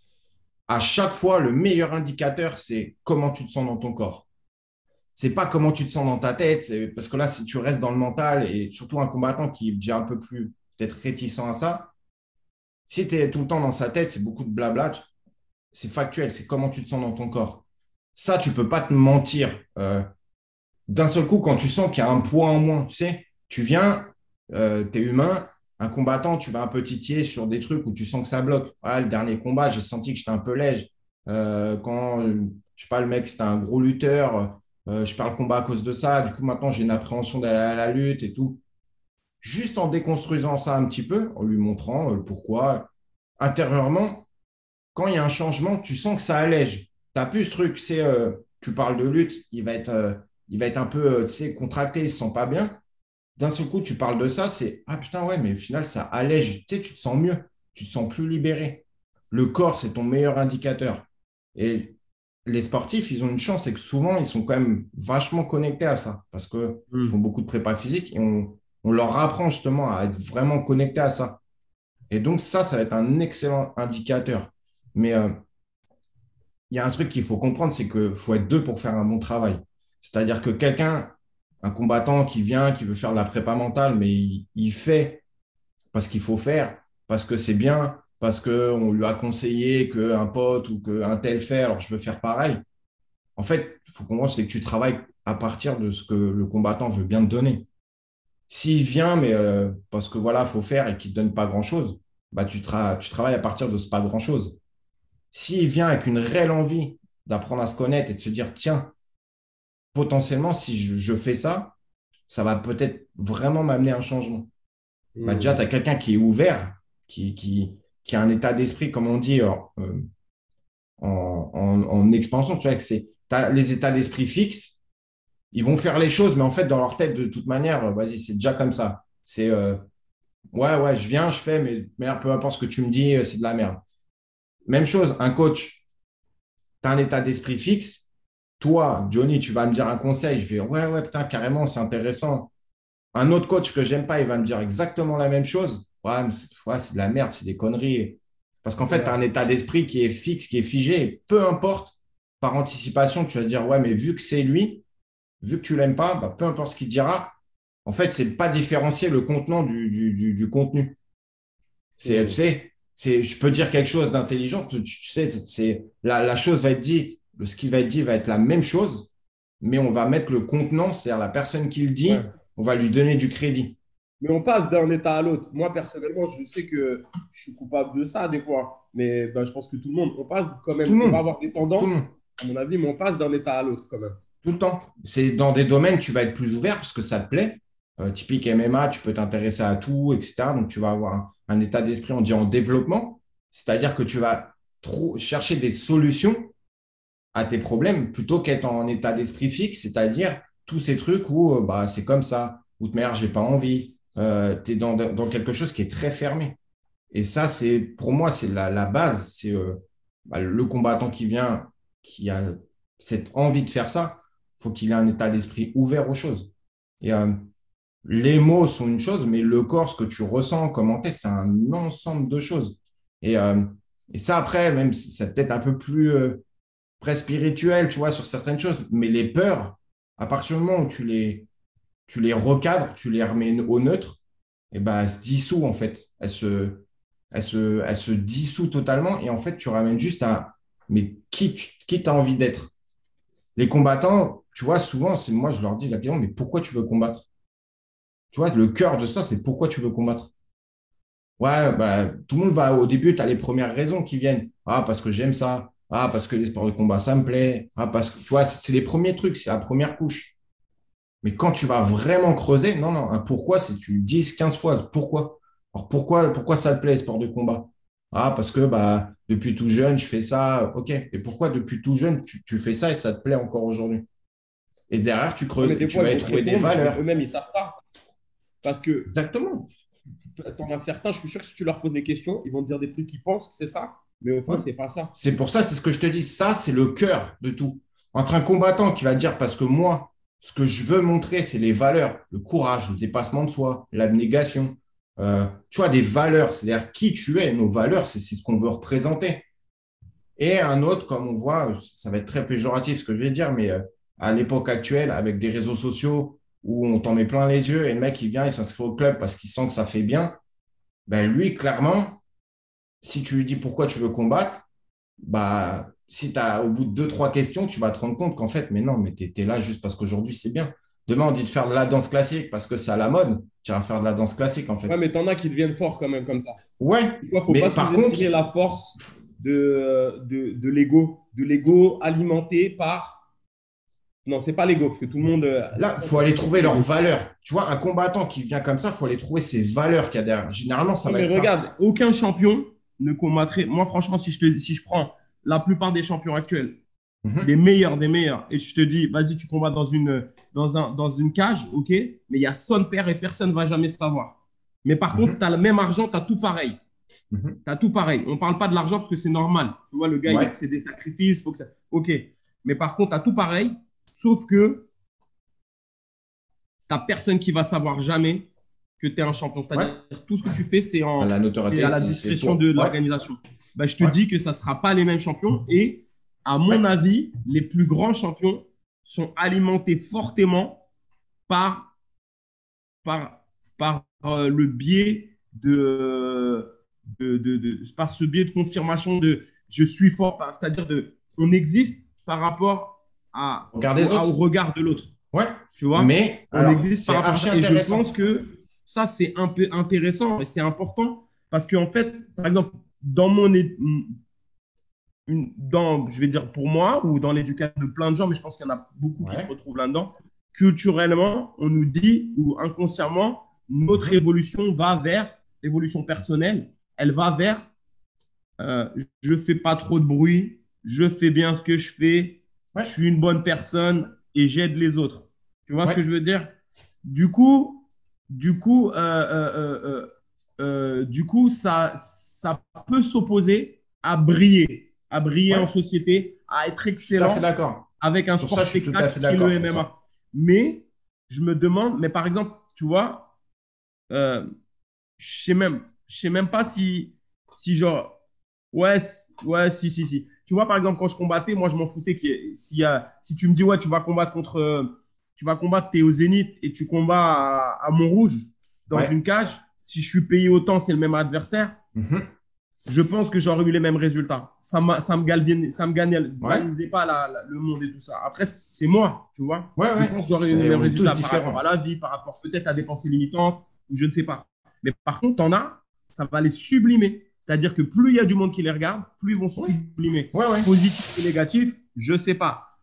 À chaque fois, le meilleur indicateur, c'est comment tu te sens dans ton corps. C'est pas comment tu te sens dans ta tête, c'est parce que là, si tu restes dans le mental, et surtout un combattant qui est déjà un peu plus peut-être réticent à ça, si tu es tout le temps dans sa tête, c'est beaucoup de blabla, c'est factuel, c'est comment tu te sens dans ton corps. Ça, tu peux pas te mentir. Euh, d'un seul coup, quand tu sens qu'il y a un poids en moins, tu sais, tu viens, euh, tu es humain, un combattant, tu vas un peu titiller sur des trucs où tu sens que ça bloque. Ah, le dernier combat, j'ai senti que j'étais un peu léger. Euh, quand, euh, je sais pas, le mec, c'était un gros lutteur, euh, je perds le combat à cause de ça, du coup, maintenant, j'ai une appréhension d'aller à la lutte et tout. Juste en déconstruisant ça un petit peu, en lui montrant euh, pourquoi, intérieurement, quand il y a un changement, tu sens que ça allège. Tu n'as plus ce truc, c'est euh, tu parles de lutte, il va être, euh, il va être un peu euh, tu sais, contracté, il ne se sent pas bien. D'un seul coup, tu parles de ça, c'est ah putain, ouais, mais au final, ça allège. Tu sais, tu te sens mieux, tu te sens plus libéré. Le corps, c'est ton meilleur indicateur. Et les sportifs, ils ont une chance, c'est que souvent, ils sont quand même vachement connectés à ça parce qu'ils font Mm. beaucoup de prépa physique et on, on leur apprend justement à être vraiment connectés à ça. Et donc, ça, ça va être un excellent indicateur. Mais euh, il y a un truc qu'il faut comprendre, c'est qu'il faut être deux pour faire un bon travail. C'est-à-dire que quelqu'un, un combattant qui vient, qui veut faire de la prépa mentale, mais il, il fait parce qu'il faut faire, parce que c'est bien, parce qu'on lui a conseillé qu'un pote ou qu'un tel fait, alors je veux faire pareil. En fait, il faut comprendre, c'est que tu travailles à partir de ce que le combattant veut bien te donner. S'il vient, mais euh, parce que voilà, il faut faire et qu'il ne te donne pas grand-chose, bah, tu, tra- tu travailles à partir de ce pas grand-chose. S'il vient avec une réelle envie d'apprendre à se connaître et de se dire, tiens, potentiellement, si je, je fais ça, ça va peut-être vraiment m'amener à un changement. Bah, déjà, tu as Mm. quelqu'un qui est ouvert, qui, qui, qui a un état d'esprit, comme on dit, euh, en, en, en expansion. Tu vois, que c'est, t'as les états d'esprit fixes, ils vont faire les choses, mais en fait, dans leur tête, de toute manière, euh, vas-y, c'est déjà comme ça. C'est, euh, ouais, ouais, je viens, je fais, mais merde, peu importe ce que tu me dis, euh, c'est de la merde. Même chose, un coach, tu as un état d'esprit fixe. Toi, Johnny, tu vas me dire un conseil. Je vais, ouais, ouais, putain, carrément, c'est intéressant. Un autre coach que j'aime pas, il va me dire exactement la même chose. Ouais, mais c'est ouais, c'est de la merde, c'est des conneries. Parce qu'en fait, tu as un Ouais. état d'esprit qui est fixe, qui est figé. Et peu importe, par anticipation, tu vas dire, ouais, mais vu que c'est lui, vu que tu l'aimes pas, bah, peu importe ce qu'il dira, en fait, c'est pas différencier le contenant du, du, du, du contenu. C'est, tu Mm. sais, c'est, je peux dire quelque chose d'intelligent, tu, tu sais, c'est, la, la chose va être dite, le, ce qui va être dit va être la même chose, mais on va mettre le contenant, c'est-à-dire la personne qui le dit, Ouais. on va lui donner du crédit. Mais on passe d'un état à l'autre. Moi, personnellement, je sais que je suis coupable de ça des fois. Mais ben, je pense que tout le monde, on passe quand Tout même, le on va monde, avoir des tout le tendances, monde. à mon avis, mais on passe d'un état à l'autre quand même. Tout le temps. C'est dans des domaines, tu vas être plus ouvert parce que ça te plaît. Euh, typique M M A, tu peux t'intéresser à tout, et cetera. Donc, tu vas avoir un, un état d'esprit, on dit en développement. C'est-à-dire que tu vas trop chercher des solutions à tes problèmes plutôt qu'être en état d'esprit fixe, c'est-à-dire tous ces trucs où euh, bah, c'est comme ça, ou de merde, j'ai pas envie. Tu es dans, dans quelque chose qui est très fermé. Et ça, c'est pour moi, c'est la, la base. C'est euh, bah, le combattant qui vient, qui a cette envie de faire ça, faut qu'il ait un état d'esprit ouvert aux choses. Et euh, les mots sont une chose, mais le corps, ce que tu ressens, commenter, c'est un ensemble de choses. Et, euh, et ça, après, même si c'est peut-être un peu plus euh, presque spirituel, tu vois, sur certaines choses, mais les peurs, à partir du moment où tu les, tu les recadres, tu les remets au neutre, et ben, elles se dissouent en fait. Elles se, elles se, elles se dissouent totalement et en fait, tu ramènes juste à mais qui tu qui t'as envie d'être? Les combattants, tu vois, souvent, c'est moi, je leur dis la question, mais pourquoi tu veux combattre? Tu vois, le cœur de ça, c'est pourquoi tu veux combattre? Ouais, bah, tout le monde va au début, tu as les premières raisons qui viennent. Ah, parce que j'aime ça. Ah, parce que les sports de combat, ça me plaît. Ah, parce que, tu vois, c'est les premiers trucs, c'est la première couche. Mais quand tu vas vraiment creuser, non, non, un pourquoi, c'est tu dix, quinze fois. Pourquoi? Alors pourquoi, pourquoi ça te plaît, sport de combat? Ah, parce que bah, depuis tout jeune, je fais ça. Ok. Et pourquoi depuis tout jeune, tu, tu fais ça et ça te plaît encore aujourd'hui? Et derrière, tu Ouais, mais creuses et des tu fois, ils vas y vont te trouver des répondre, mais valeurs. eux-mêmes, ils ne savent pas. Parce que Exactement. t'en as certains, je suis sûr que si tu leur poses des questions, ils vont te dire des trucs qu'ils pensent que c'est ça, mais au fond, Ouais. c'est pas ça. C'est pour ça, c'est ce que je te dis. Ça, c'est le cœur de tout. Entre un combattant qui va dire, parce que moi, ce que je veux montrer, c'est les valeurs, le courage, le dépassement de soi, l'abnégation. Euh, tu vois, des valeurs, c'est-à-dire qui tu es. Nos valeurs, c'est c'est ce qu'on veut représenter. Et un autre, comme on voit, ça va être très péjoratif ce que je vais dire, mais euh, à l'époque actuelle, avec des réseaux sociaux où on t'en met plein les yeux et le mec, il vient, il s'inscrit au club parce qu'il sent que ça fait bien, ben lui, clairement, si tu lui dis pourquoi tu veux combattre, bah, si tu as au bout de deux, trois questions, tu vas te rendre compte qu'en fait, mais non, mais tu es, là juste parce qu'aujourd'hui, c'est bien. Demain, on dit de faire de la danse classique parce que c'est à la mode. Tu vas faire de la danse classique, en Ouais, fait. mais t'en as qui deviennent forts quand même comme ça. Ouais, Il ne faut pas mais par contre, sous-estimer la force de, de, de l'ego, de l'ego alimenté par. Non, c'est pas l'ego, parce que tout le monde, euh, de toute là, il façon, faut c'est aller tout sauf trouver leurs l'ego. valeurs. Tu vois, un combattant qui vient comme ça, il faut aller trouver ses valeurs qu'il y a derrière. Généralement, ça Ouais, va mais être ça. regarde, aucun champion ne combattrait. Moi, franchement, si je, te, si je prends la plupart des champions actuels, des Mhm, meilleurs, des meilleurs, et je te dis, vas-y, tu combats dans une, dans un, dans une cage, ok, mais il y a son père et personne ne va jamais savoir. Mais par contre, tu mhm, as le même argent, tu as tout pareil. mhm. Tu as tout pareil. On ne parle pas de l'argent parce que c'est normal. Tu vois, le gars, il- Ouais. c'est des sacrifices. Faut que ça... Ok. Mais par contre, tu as tout pareil, sauf que tu n'as personne qui va savoir jamais que tu es un champion. Ouais. C'est-à-dire tout ce que tu fais, c'est en... La c'est notoriété, à la c'est c'est discrétion toi. de Ouais. l'organisation. Ben, je te Ouais. dis que ça ne sera pas les mêmes champions. Et à mon Ouais. avis, les plus grands champions sont alimentés fortement par, par, par euh, le biais de, de, de, de, par ce biais de confirmation de je suis fort, c'est-à-dire de on existe par rapport à, Regarde au, les à, au autres. regard de l'autre. Ouais. Tu vois, Mais, on alors, existe par c'est rapport à archi ça. Et je intéressant. pense que ça, c'est un peu intéressant et c'est important parce qu'en fait, par exemple, dans mon, une, dans, je vais dire pour moi, ou dans l'éducation de plein de gens, mais je pense qu'il y en a beaucoup qui se Ouais. retrouvent là-dedans, culturellement, on nous dit, ou inconsciemment, notre Mhm. évolution va vers, l'évolution personnelle, elle va vers, euh, je ne fais pas trop de bruit, je fais bien ce que je fais, je Ouais. suis une bonne personne et j'aide les autres. Tu vois ce que Ouais. je veux dire? Du coup, du coup, euh, euh, euh, euh, du coup, ça, ça peut s'opposer à briller, à briller en Ouais. société, à être Je suis tout à fait excellent d'accord. avec un Sur ça, sport je suis tout à spectacle fait qui est d'accord le sur ça. M M A. Mais je me demande, mais par exemple, tu vois, euh, je sais même, je sais même pas si, si genre, ouais, ouais, si, si, si. Tu vois, par exemple, quand je combattais, moi, je m'en foutais qu'il y ait- s'il y a, si tu me dis, ouais, tu vas combattre contre, euh, tu vas combattre, t'es au Zénith et tu combats à, à Montrouge dans Ouais. une cage, si je suis payé autant, c'est le même adversaire, Mhm. je pense que j'aurais eu les mêmes résultats. Ça, ça me galvanisait, ça me Ouais. galvanisait pas la, la, le monde et tout ça. Après, c'est moi, tu vois. Ouais, Je ouais. pense que j'aurais eu les C'est- mêmes on est tous résultats par rapport à différents. la vie, par rapport peut-être à des pensées limitantes, ou je ne sais pas. Mais par contre, t'en as, ça va les sublimer. C'est-à-dire que plus il y a du monde qui les regarde, plus ils vont Oui. sublimer. Ouais, ouais. Positif ou négatif, je ne sais pas.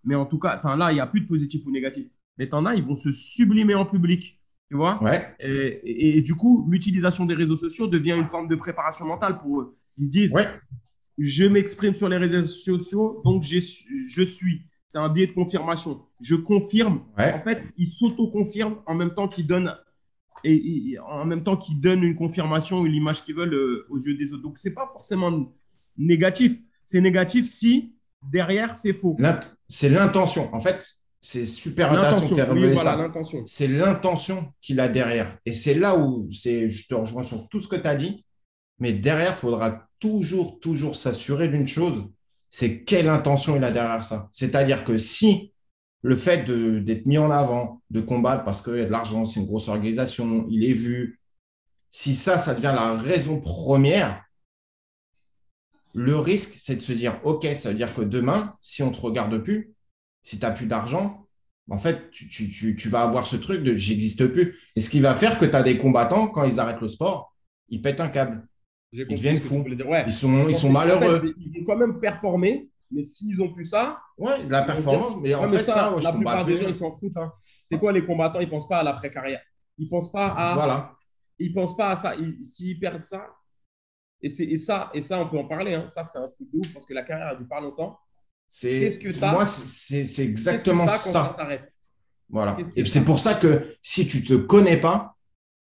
mais en tout cas, enfin là, il n'y a plus de positif ou négatif. Mais t'en as, ils vont se sublimer en public, tu vois. Ouais, Et, et- et du coup, l'utilisation des réseaux sociaux devient une forme de préparation mentale pour eux. Ils se disent, ouais, je m'exprime sur les réseaux sociaux, donc j'ai su- je suis. C'est un biais de confirmation. Je confirme. En ouais. fait, ils s'auto-confirment en même temps qu'ils donnent et, et en même temps qu'ils donnent une confirmation ou l'image qu'ils veulent euh, aux yeux des autres. Donc, c'est pas forcément négatif. C'est négatif si derrière, c'est faux. L'int- C'est l'intention. En fait, c'est super intéressant que tu aies L'intention, oui, révélé voilà, ça. l'intention. C'est l'intention qu'il a derrière. Et c'est là où c'est, je te rejoins sur tout ce que tu as dit, mais derrière, il faudra toujours, toujours s'assurer d'une chose, c'est quelle intention il a derrière ça. C'est-à-dire que si le fait de- d'être mis en avant, de combattre parce qu'il y a de l'argent, c'est une grosse organisation, il est vu, si ça, ça devient la raison première, le risque, c'est de se dire, OK, ça veut dire que demain, si on ne te regarde plus, si tu n'as plus d'argent, en fait, tu, tu- tu- tu vas avoir ce truc de j'existe plus. Et ce qui va faire que tu as des combattants, quand ils arrêtent le sport, ils pètent un câble, J'ai ils compris deviennent ce que tu fous, voulais dire. Ouais, ils sont, je ils sont pensais, en fait, malheureux. c'est- ils vont quand même performer, mais s'ils ont plus ça, Ouais, de la ils vont dire, performance, mais ouais, en mais fait, ça, ça, ouais, je la combat plupart des gens, plus. ils s'en foutent, hein. C'est quoi les combattants? Ils pensent pas à l'après-carrière. Ils pensent pas à, Voilà. ils pensent pas à ça. Ils- S'ils perdent ça, et, c'est, et ça, et ça, on peut en parler, hein. Ça, c'est un truc de ouf parce que la carrière a dure pas longtemps. Qu'est-ce C'est, que c'est- tu moi, as? c'est c'est Qu'est-ce que exactement tu as quand ça ça. s'arrête? Voilà. Qu'est-ce que Et tu c'est as? pour ça que si tu te connais pas,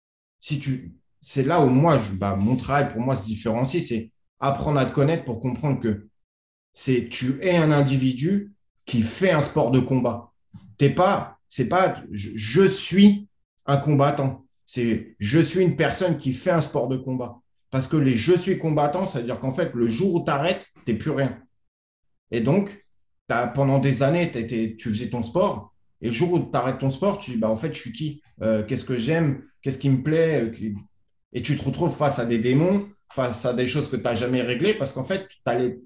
si tu, c'est là où moi, je, bah, mon travail pour moi se différencie, c'est apprendre à te connaître pour comprendre que c'est tu es un individu qui fait un sport de combat. T'es pas, c'est pas je, je suis un combattant. C'est je suis une personne qui fait un sport de combat. Parce que les je suis combattant, ça veut dire qu'en fait, le jour où tu arrêtes, tu n'es plus rien. Et donc, t'as, pendant des années, t'as été- tu faisais ton sport. Et le jour où tu arrêtes ton sport, tu dis, bah, en fait, je suis qui? Euh, qu'est-ce que j'aime? Qu'est-ce qui me plaît? Euh, qui- Et tu te retrouves face à des démons, face à des choses que tu n'as jamais réglées, parce qu'en fait, tu allais,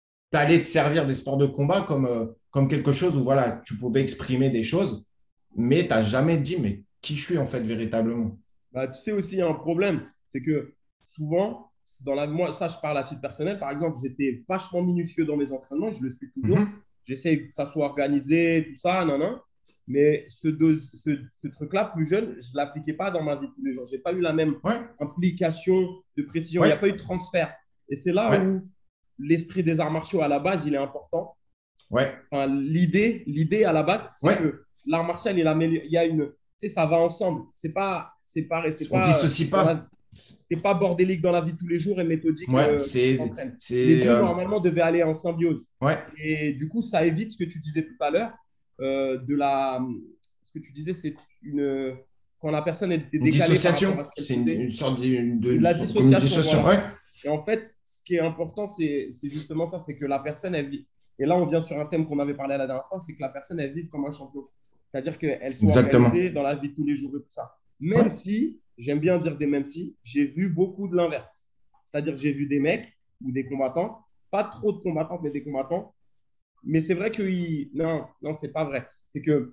te servir des sports de combat comme, euh, comme quelque chose où voilà, tu pouvais exprimer des choses, mais tu n'as jamais dit, mais qui je suis en fait véritablement? Bah, tu sais aussi, il y a un problème, c'est que souvent, dans la, moi, ça, je parle à titre personnel, par exemple, j'étais vachement minutieux dans mes entraînements, je le suis toujours. Mhm. J'essaie que ça soit organisé, tout ça, non, non. Mais ce, dose- ce, ce truc-là, plus jeune, je ne l'appliquais pas dans ma vie de tous les jours. Je n'ai pas eu la même Ouais, implication de précision. Il n'y a ouais, pas eu de transfert. Et c'est là ouais, où l'esprit des arts martiaux, à la base, il est important. ouais, Enfin, l'idée, l'idée à la base, c'est ouais. que l'art martial, il, amélio- il y a une, tu sais, ça va ensemble. C'est pas, c'est pas, c'est On pas, euh, dissocie dans la, pas. c'est pas bordélique dans la vie de tous les jours et méthodique Ouais, euh, quand tu c'est, t'entraînes. Les c'est, deux, euh, normalement, devaient aller en symbiose. ouais. Et du coup, ça évite ce que tu disais tout à l'heure, euh, de la, ce que tu disais, c'est une, quand la personne est Une décalée par rapport à dissociation, ce qu'elle c'est une, faisait, une sorte de, de- la une- comme une dissociation, dissociation. voilà. Ouais, Et en fait, ce qui est important, c'est c'est justement ça, c'est que la personne, elle vit. Et là, on vient sur un thème qu'on avait parlé la dernière fois, c'est que la personne, elle vive comme un champion. C'est-à-dire qu'elle soit exactement. organisée dans la vie de tous les jours et tout ça. Même Ouais, si, j'aime bien dire des même si, j'ai vu beaucoup de l'inverse. C'est-à-dire j'ai vu des mecs ou des combattants, pas trop de combattants, mais des combattants. Mais c'est vrai qu'ils... Non, non, c'est pas vrai. C'est que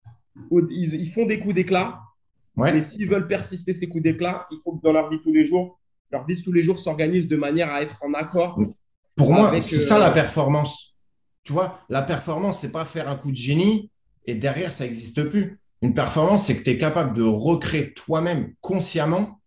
au- ils, ils font des coups d'éclat, mais ouais. s'ils veulent persister ces coups d'éclat, il faut que dans leur vie de tous les jours, leur vie de tous les jours s'organise de manière à être en accord Pour moi, avec. c'est ça la Euh, performance. Tu vois, la performance, c'est pas faire un coup de génie et derrière, ça n'existe plus. Une performance, c'est que tu es capable de recréer toi-même consciemment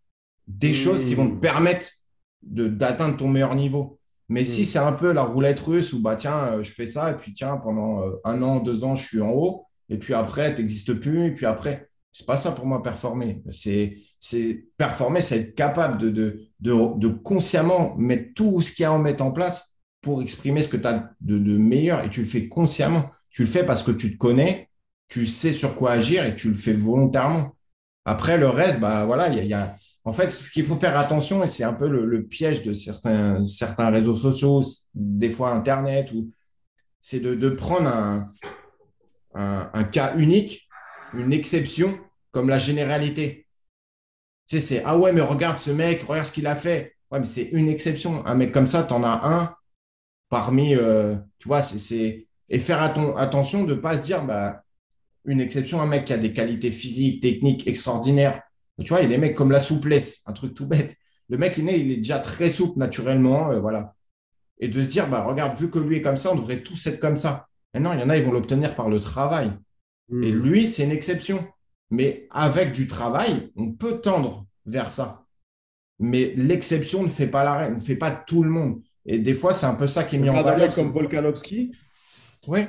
des choses qui vont te hmm, permettre de- d'atteindre ton meilleur niveau. Mais si hmm. c'est un peu la roulette russe où bah tiens, euh, je fais ça et puis tiens, pendant euh, un an, deux ans, je suis en haut et puis après, tu n'existes plus et puis après, c'est pas ça pour moi performer. C'est c'est performer, c'est être capable de, de, de, de consciemment mettre tout ce qu'il y a à en mettre en place pour exprimer ce que tu as de, de meilleur et tu le fais consciemment. Tu le fais parce que tu te connais, tu sais sur quoi agir et tu le fais volontairement. Après, le reste, bah voilà, il y a, il y a- en fait, ce qu'il faut faire attention, et c'est un peu le, le piège de certains, certains réseaux sociaux, des fois Internet, ou c'est de, de prendre un, un- un cas unique, une exception, comme la généralité. Tu sais, c'est ah ouais, mais regarde ce mec, regarde ce qu'il a fait. Ouais, mais c'est une exception. Un mec comme ça, tu en as un parmi, euh, tu vois, c'est, c'est- et faire atten- attention de ne pas se dire, bah, une exception, un mec qui a des qualités physiques, techniques extraordinaires. Mais tu vois, il y a des mecs comme la souplesse, un truc tout bête. Le mec, il est, né, il est déjà très souple naturellement, euh, voilà. Et de se dire, bah, regarde, vu que lui est comme ça, on devrait tous être comme ça. Et non, il y en a, ils vont l'obtenir par le travail. Et Hmm. lui, c'est une exception. Mais avec du travail, on peut tendre vers ça. Mais l'exception ne fait pas la règle, ne fait pas tout le monde. Et des fois, c'est un peu ça qui est Tu mis en regardes un valeur. mec C'est comme de dire, Volkanovski, ouais,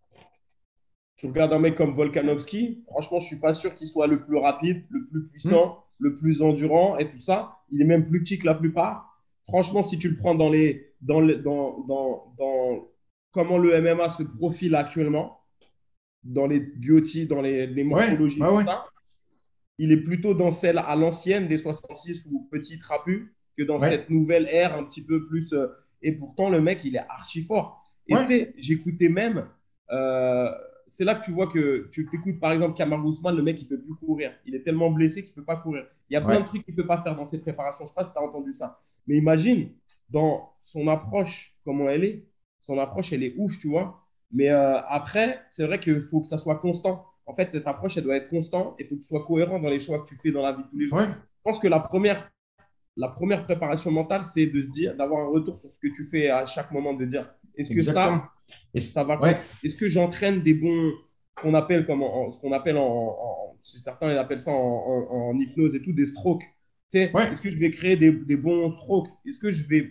tu regardes un mec comme Volkanovski, franchement, je suis pas sûr qu'il soit le plus rapide, le plus hum, puissant, le plus endurant et tout ça. Il est même plus petit que la plupart. Franchement, si tu le prends dans les, dans, le- dans, dans, dans comment le M M A se profile actuellement, dans les biotypes, dans les, les ouais, morphologies ouais, et tout ouais, ça, il est plutôt dans celle à l'ancienne des soixante-six ou petit trapu que dans ouais, cette nouvelle ère un petit peu plus. euh, et pourtant, le mec, il est archi fort. Et tu ouais, sais, j'écoutais même. euh, c'est là que tu vois que tu t'écoutes par exemple Kamar Ousmane, le mec, il peut plus courir. Il est tellement blessé qu'il peut pas courir. Il y a plein de ouais. trucs qu'il peut pas faire dans ses préparations. Je sais pas si tu as entendu ça. Mais imagine, dans son approche, comment elle est, son approche, elle est ouf, tu vois. Mais euh, après, c'est vrai qu'il faut que ça soit constant. En fait, cette approche, elle doit être constante et il faut que tu sois cohérent dans les choix que tu fais dans la vie de tous les jours. Ouais, Je pense que la première, la première préparation mentale, c'est de se dire, d'avoir un retour sur ce que tu fais à chaque moment, de dire, est-ce que exactement. ça, Et ça va, ouais, est-ce que j'entraîne des bons, qu'on appelle comme en, ce qu'on appelle en, en, certains ils appellent ça en, en, en, hypnose et tout, des strokes. Tu sais, ouais, est-ce que je vais créer des, des bons strokes? Est-ce que je vais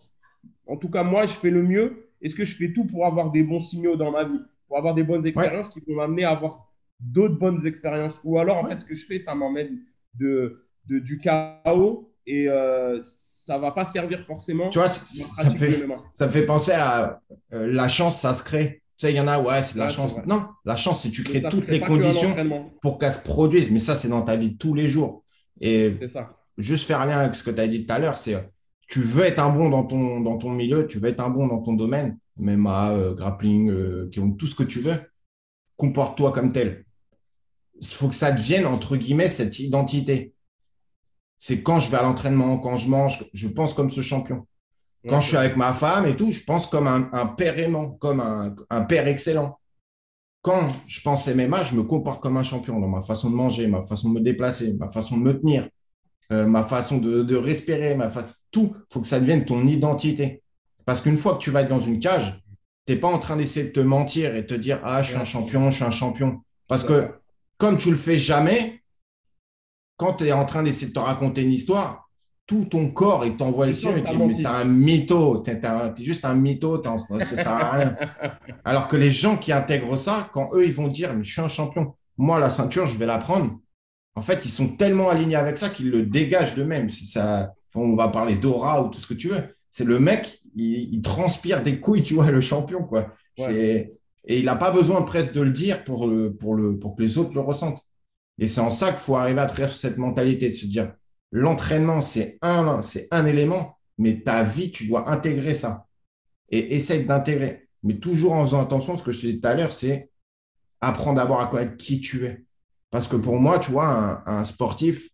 en tout cas, moi, je fais le mieux. Est-ce que je fais tout pour avoir des bons signaux dans ma vie, pour avoir des bonnes ouais, expériences qui vont m'amener à avoir d'autres bonnes expériences? Ou alors, en ouais. fait, ce que je fais, ça m'emmène de, de, du chaos et euh, ça ne va pas servir Tu forcément vois, ma ça me pratique du fait, M M A. ça me fait penser à euh, la chance, ça se crée. Tu sais, il y en a, ouais, c'est de la Ouais, c'est chance. vrai. Non, la chance, c'est que tu Mais crées ça ne se toutes crée les pas qu'un conditions entraînement. pour qu'elle se produise. Mais ça, c'est dans ta vie de tous les jours. Et C'est ça. juste faire lien avec ce que tu as dit tout à l'heure, c'est euh, tu veux être un bon dans ton, dans ton milieu, tu veux être un bon dans ton domaine, M M A, euh, grappling, euh, tout ce que tu veux, comporte-toi comme tel. Il faut que ça devienne, entre guillemets, cette identité. C'est quand je vais à l'entraînement, quand je mange, je pense comme ce champion. Quand Ouais, je c'est suis vrai. avec ma femme et tout, je pense comme un, un père aimant, comme un, un père excellent. Quand je pense M M A, je me comporte comme un champion dans ma façon de manger, ma façon de me déplacer, ma façon de me tenir, euh, ma façon de, de respirer, ma fa... tout. Il faut que ça devienne ton identité. Parce qu'une fois que tu vas être dans une cage, tu n'es pas en train d'essayer de te mentir et de te dire, ah, je suis un Ouais, c'est vrai. champion, je suis un champion. Je suis Parce que d'accord. comme tu le fais jamais, quand tu es en train d'essayer de te raconter une histoire, tout ton corps, il t'envoie le Tu sens signal que et tu te as dit, mais t'es menti. un mytho, t'es es juste un mytho, t'es en- ça sert à rien. Alors que les gens qui intègrent ça, quand eux, ils vont dire, mais je suis un champion, moi, la ceinture, je vais la prendre. En fait, ils sont tellement alignés avec ça qu'ils le dégagent d'eux-mêmes. Si ça, on va parler d'aura ou tout ce que tu veux. C'est le mec, il, il transpire des couilles, tu vois, le champion, quoi. Ouais. C'est, et il n'a pas besoin presque de le dire pour, le, pour, le, pour que les autres le ressentent. Et c'est en ça qu'il faut arriver à travers cette mentalité de se dire, l'entraînement, c'est un, c'est un élément, mais ta vie, tu dois intégrer ça. Et essaye d'intégrer. Mais toujours en faisant attention, ce que je te disais tout à l'heure, c'est apprendre d'abord à connaître qui tu es. Parce que pour Mhm. moi, tu vois, un, un sportif,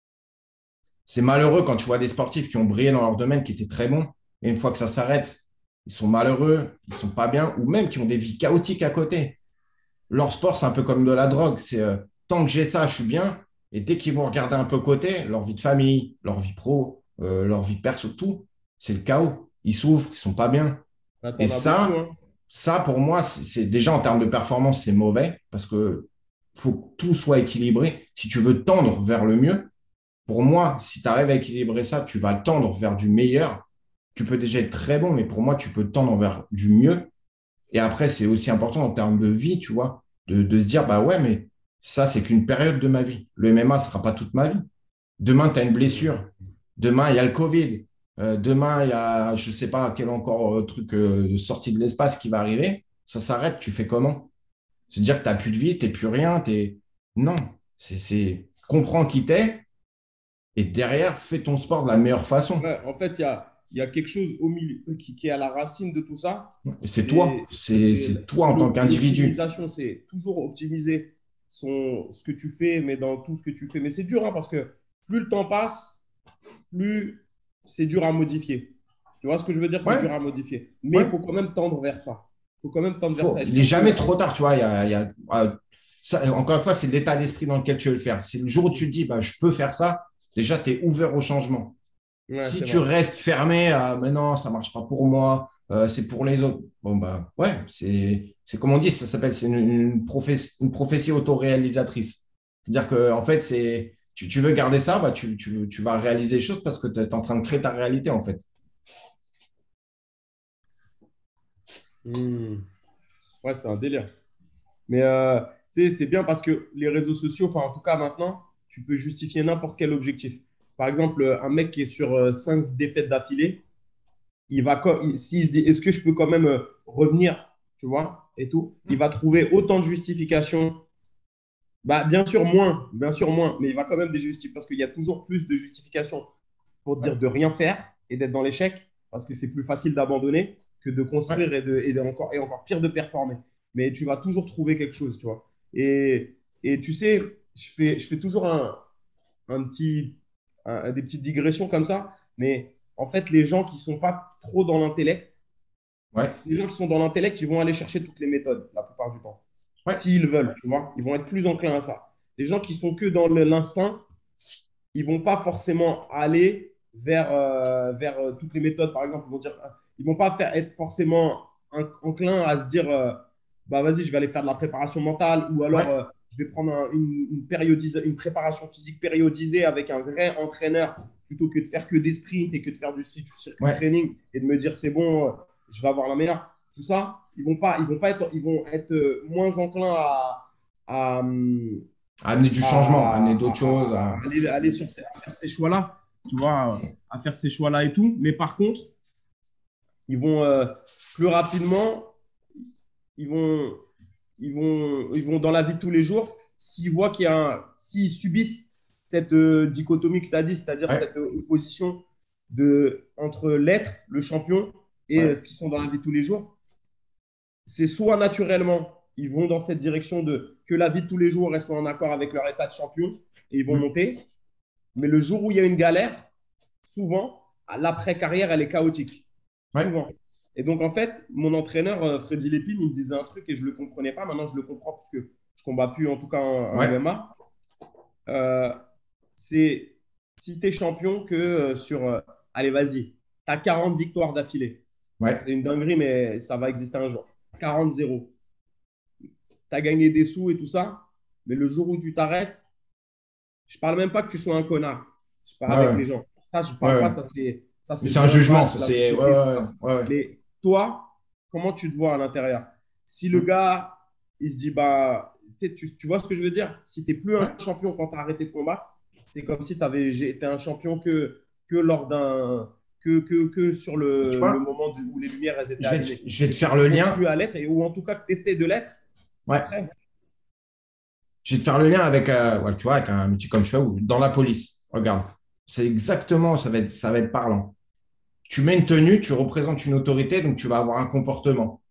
c'est malheureux quand tu vois des sportifs qui ont brillé dans leur domaine, qui étaient très bons, et une fois que ça s'arrête, ils sont malheureux, ils sont pas bien, ou même qui ont des vies chaotiques à côté. Leur sport, c'est un peu comme de la drogue. C'est euh, tant que j'ai ça, je suis bien. Et dès qu'ils vont regarder un peu côté, leur vie de famille, leur vie pro, euh, leur vie perso, tout, c'est le chaos. Ils souffrent, ils sont pas bien. Là, Et t'en as beaucoup, ça, hein. ça pour moi, c'est c'est- déjà en termes de performance, c'est mauvais parce que faut que tout soit équilibré. Si tu veux tendre vers le mieux, pour moi, si tu arrives à équilibrer ça, tu vas tendre vers du meilleur. Tu peux déjà être très bon, mais pour moi, tu peux tendre vers du mieux. Et après, c'est aussi important en termes de vie, tu vois, de, de se dire, bah ouais, mais ça, c'est qu'une période de ma vie. Le M M A, ce ne sera pas toute ma vie. Demain, tu as une blessure. Mhm. Demain, il y a le Covid. Euh, demain, il y a, je ne sais pas quel encore euh, truc euh, de sortie de l'espace qui va arriver. Ça s'arrête, tu fais comment? Se dire que tu n'as plus de vie, tu n'es plus rien. T'es... Non, c'est, c'est... comprends qui t'es et derrière, fais ton sport de la meilleure façon. Ouais, en fait, il y a, il y a quelque chose au milieu qui, qui est à la racine de tout ça. Et c'est toi, C'est c'est, c'est c'est toi c'est en tant l'op- qu'individu. l'optimisation. C'est toujours optimiser son, ce que tu fais, mais dans tout ce que tu fais. Mais c'est dur, hein, parce que plus le temps passe, plus c'est dur à modifier. Tu vois ce que je veux dire? C'est Ouais, dur à modifier. Mais il ouais. faut quand même tendre vers ça. Il faut quand même tendre vers Faut, ça. Et je il n'est pense jamais que. trop tard, tu vois. Il y a, il y a, euh, ça, encore une fois, c'est l'état d'esprit dans lequel tu veux le faire. C'est le jour où tu te dis, bah, je peux faire ça, déjà, tu es ouvert au changement. Ouais, Si c'est tu vrai. restes fermé à, mais non, ça ne marche pas pour moi, euh, c'est pour les autres. Bon, bah, ouais, c'est, c'est comme on dit, ça s'appelle, c'est une, une, prophétie, une prophétie autoréalisatrice. C'est-à-dire que, en fait, c'est, tu, tu veux garder ça, bah, tu, tu, tu vas réaliser les choses parce que tu es en train de créer ta réalité, en fait. Hmm. Ouais, c'est un délire. Mais euh, tu sais, c'est bien parce que les réseaux sociaux, enfin, en tout cas maintenant, tu peux justifier n'importe quel objectif. Par exemple, euh, un mec qui est sur euh, cinq défaites d'affilée, il va, co- il- s'il se dit, est-ce que je peux quand même euh, revenir, tu vois, et tout, il va trouver autant de justifications. Bah, bien sûr, moins, bien sûr, moins, mais il va quand même des justifications parce qu'il y a toujours plus de justifications pour Ouais, dire de rien faire et d'être dans l'échec parce que c'est plus facile d'abandonner que de ouais, construire et, de, et, de encore, et encore pire de performer. Mais tu vas toujours trouver quelque chose, tu vois. Et, et tu sais, je fais, je fais toujours un, un petit, un- des petites digressions comme ça, mais en fait, les gens qui sont pas trop dans l'intellect, ouais, les gens qui sont dans l'intellect, ils vont aller chercher toutes les méthodes la plupart du temps. ouais, S'ils veulent, tu vois, ils vont être plus enclins à ça. Les gens qui sont que dans le- l'instinct, ils vont pas forcément aller vers, euh, vers euh, toutes les méthodes. Par exemple, ils vont dire, euh, ils vont pas faire, être forcément enclins à se dire, euh, bah vas-y, je vais aller faire de la préparation mentale ou alors ouais, euh, je vais prendre un- une, une, périodise- une préparation physique périodisée avec un vrai entraîneur plutôt que de faire que des sprints et que de faire du circuit ouais. training et de me dire c'est bon, euh, je vais avoir la meilleure. Tout ça, ils vont pas, ils vont pas être, ils vont être euh, moins enclins à, à, hum, Amener du changement, amener à, d'autres choses. à- à- à aller, aller sur ces- à faire ces choix-là, tu vois, à faire ces choix-là et tout. Mais par contre, ils vont euh, plus rapidement, ils vont, ils vont, ils vont dans la vie de tous les jours, s'ils voient qu'il y a un, s'ils subissent cette euh, dichotomie que tu as dit, c'est-à-dire Ouais, cette euh, opposition de, entre l'être, le champion, et euh, ouais. ce qu'ils sont dans la vie de tous les jours, c'est soit naturellement, ils vont dans cette direction de que la vie de tous les jours reste en accord avec leur état de champion et ils vont Mm. monter. Mais le jour où il y a une galère, souvent, l'après-carrière, elle est chaotique. Ouais, Souvent. Et donc, en fait, mon entraîneur, euh, Freddy Lépine, il me disait un truc et je ne le comprenais pas. Maintenant, je le comprends parce que je ne combats plus, en tout cas en, en ouais, M M A. Euh, c'est si tu es champion que euh, sur, euh, allez, vas-y, tu as quarante victoires d'affilée. ouais, C'est une dinguerie, mais ça va exister un jour. quarante zéro. Tu as gagné des sous et tout ça. Mais le jour où tu t'arrêtes, je parle même pas que tu sois un connard. Je parle ouais, avec ouais, les gens. Ça, je ouais, parle pas, ouais. ça c'est ça Mais c'est c'est un bien jugement, bas, ça c'est la c'est. Ouais, société, tout ouais, ça. ouais, ouais. Mais toi, comment tu te vois à l'intérieur? Si le Mm. gars, il se dit, bah, tu, tu tu vois ce que je veux dire? Si tu n'es plus un Ouais, champion quand tu as arrêté de combattre, c'est comme si tu avais été un champion que, que lors d'un. Que, que, que sur tu le, le vois, moment de- où les lumières elles étaient je vais te, allumées. je vais te Mais que faire tu le lien. continues à l'être, et, ou en tout cas que tu essaies de l'être Ouais, après. je vais te faire le lien avec, euh, ouais, tu vois, avec un métier comme je fais, ou dans la police. Regarde, c'est exactement, ça va être, ça va être parlant. Tu mets une tenue, tu représentes une autorité, donc tu vas avoir un comportement.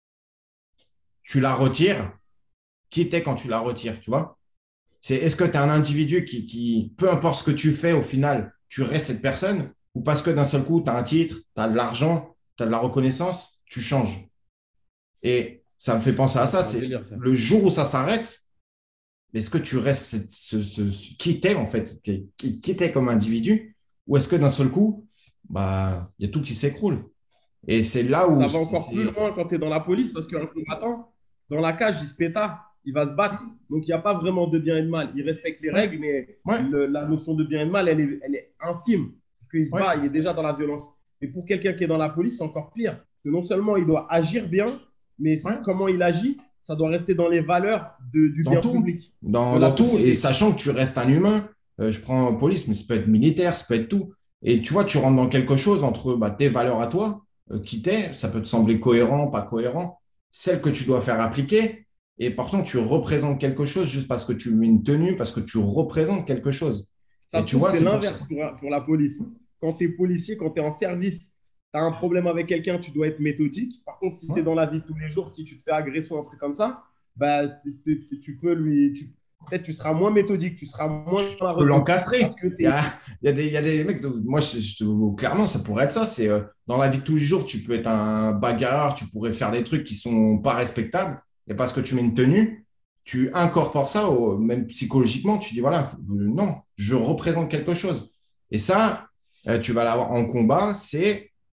Tu la retires, qui t'es quand tu la retires, tu vois? C'est est-ce que tu es un individu qui, qui, peu importe ce que tu fais, au final, tu restes cette personne, ou parce que d'un seul coup, tu as un titre, tu as de l'argent, tu as de la reconnaissance, tu changes. Et ça me fait penser à Ouais, ça, c'est un c'est délire, ça. le jour où ça s'arrête, est-ce que tu restes cette- ce, ce, ce- qui t'es en fait, qui, qui qui t'es comme individu, ou est-ce que d'un seul coup, bah, il y a tout qui s'écroule. Et c'est là où Ça va encore plus c'est. loin quand tu es dans la police parce qu'un combattant, dans la cage, il se péta, il va se battre. Donc, il n'y a pas vraiment de bien et de mal. Il respecte les Ouais, règles, mais ouais, le- la notion de bien et de mal, elle est, elle est infime. Parce qu'il se ouais, bat, il est déjà dans la violence. Et pour quelqu'un qui est dans la police, c'est encore pire. Parce que non seulement il doit agir bien, mais ouais, comment il agit, ça doit rester dans les valeurs de- du dans bien tout, public, de dans, la dans tout, et société. sachant que tu restes un humain, euh, je prends police, mais ça peut être militaire, ça peut être tout. Et tu vois, tu rentres dans quelque chose entre bah, tes valeurs à toi, euh, qui t'es, ça peut te sembler cohérent, pas cohérent, celles que tu dois faire appliquer, et pourtant tu représentes quelque chose juste parce que tu mets une tenue, parce que tu représentes quelque chose. Ça Et se tu trouve, vois, c'est c'est pour ça. l'inverse pour, pour la police. Quand tu es policier, quand tu es en service, tu as un problème avec quelqu'un, tu dois être méthodique. Par contre, si Ouais, c'est dans la vie de tous les jours, si tu te fais agresser ou un truc comme ça, bah, tu, tu- tu peux lui. Tu- peut-être tu seras moins méthodique, tu seras moins dans la peux retenue. Parce l'encastrer. que Il y tu a, il y a des, il y a des mecs, de- moi, je, je te- clairement, ça pourrait être ça. C'est euh, dans la vie de tous les jours, tu peux être un bagarreur, tu pourrais faire des trucs qui sont pas respectables. Et parce que tu mets une tenue, tu incorpores ça, au- même psychologiquement, tu dis, voilà, euh, non, je représente quelque chose. Et ça, euh, tu vas l'avoir en combat, c'est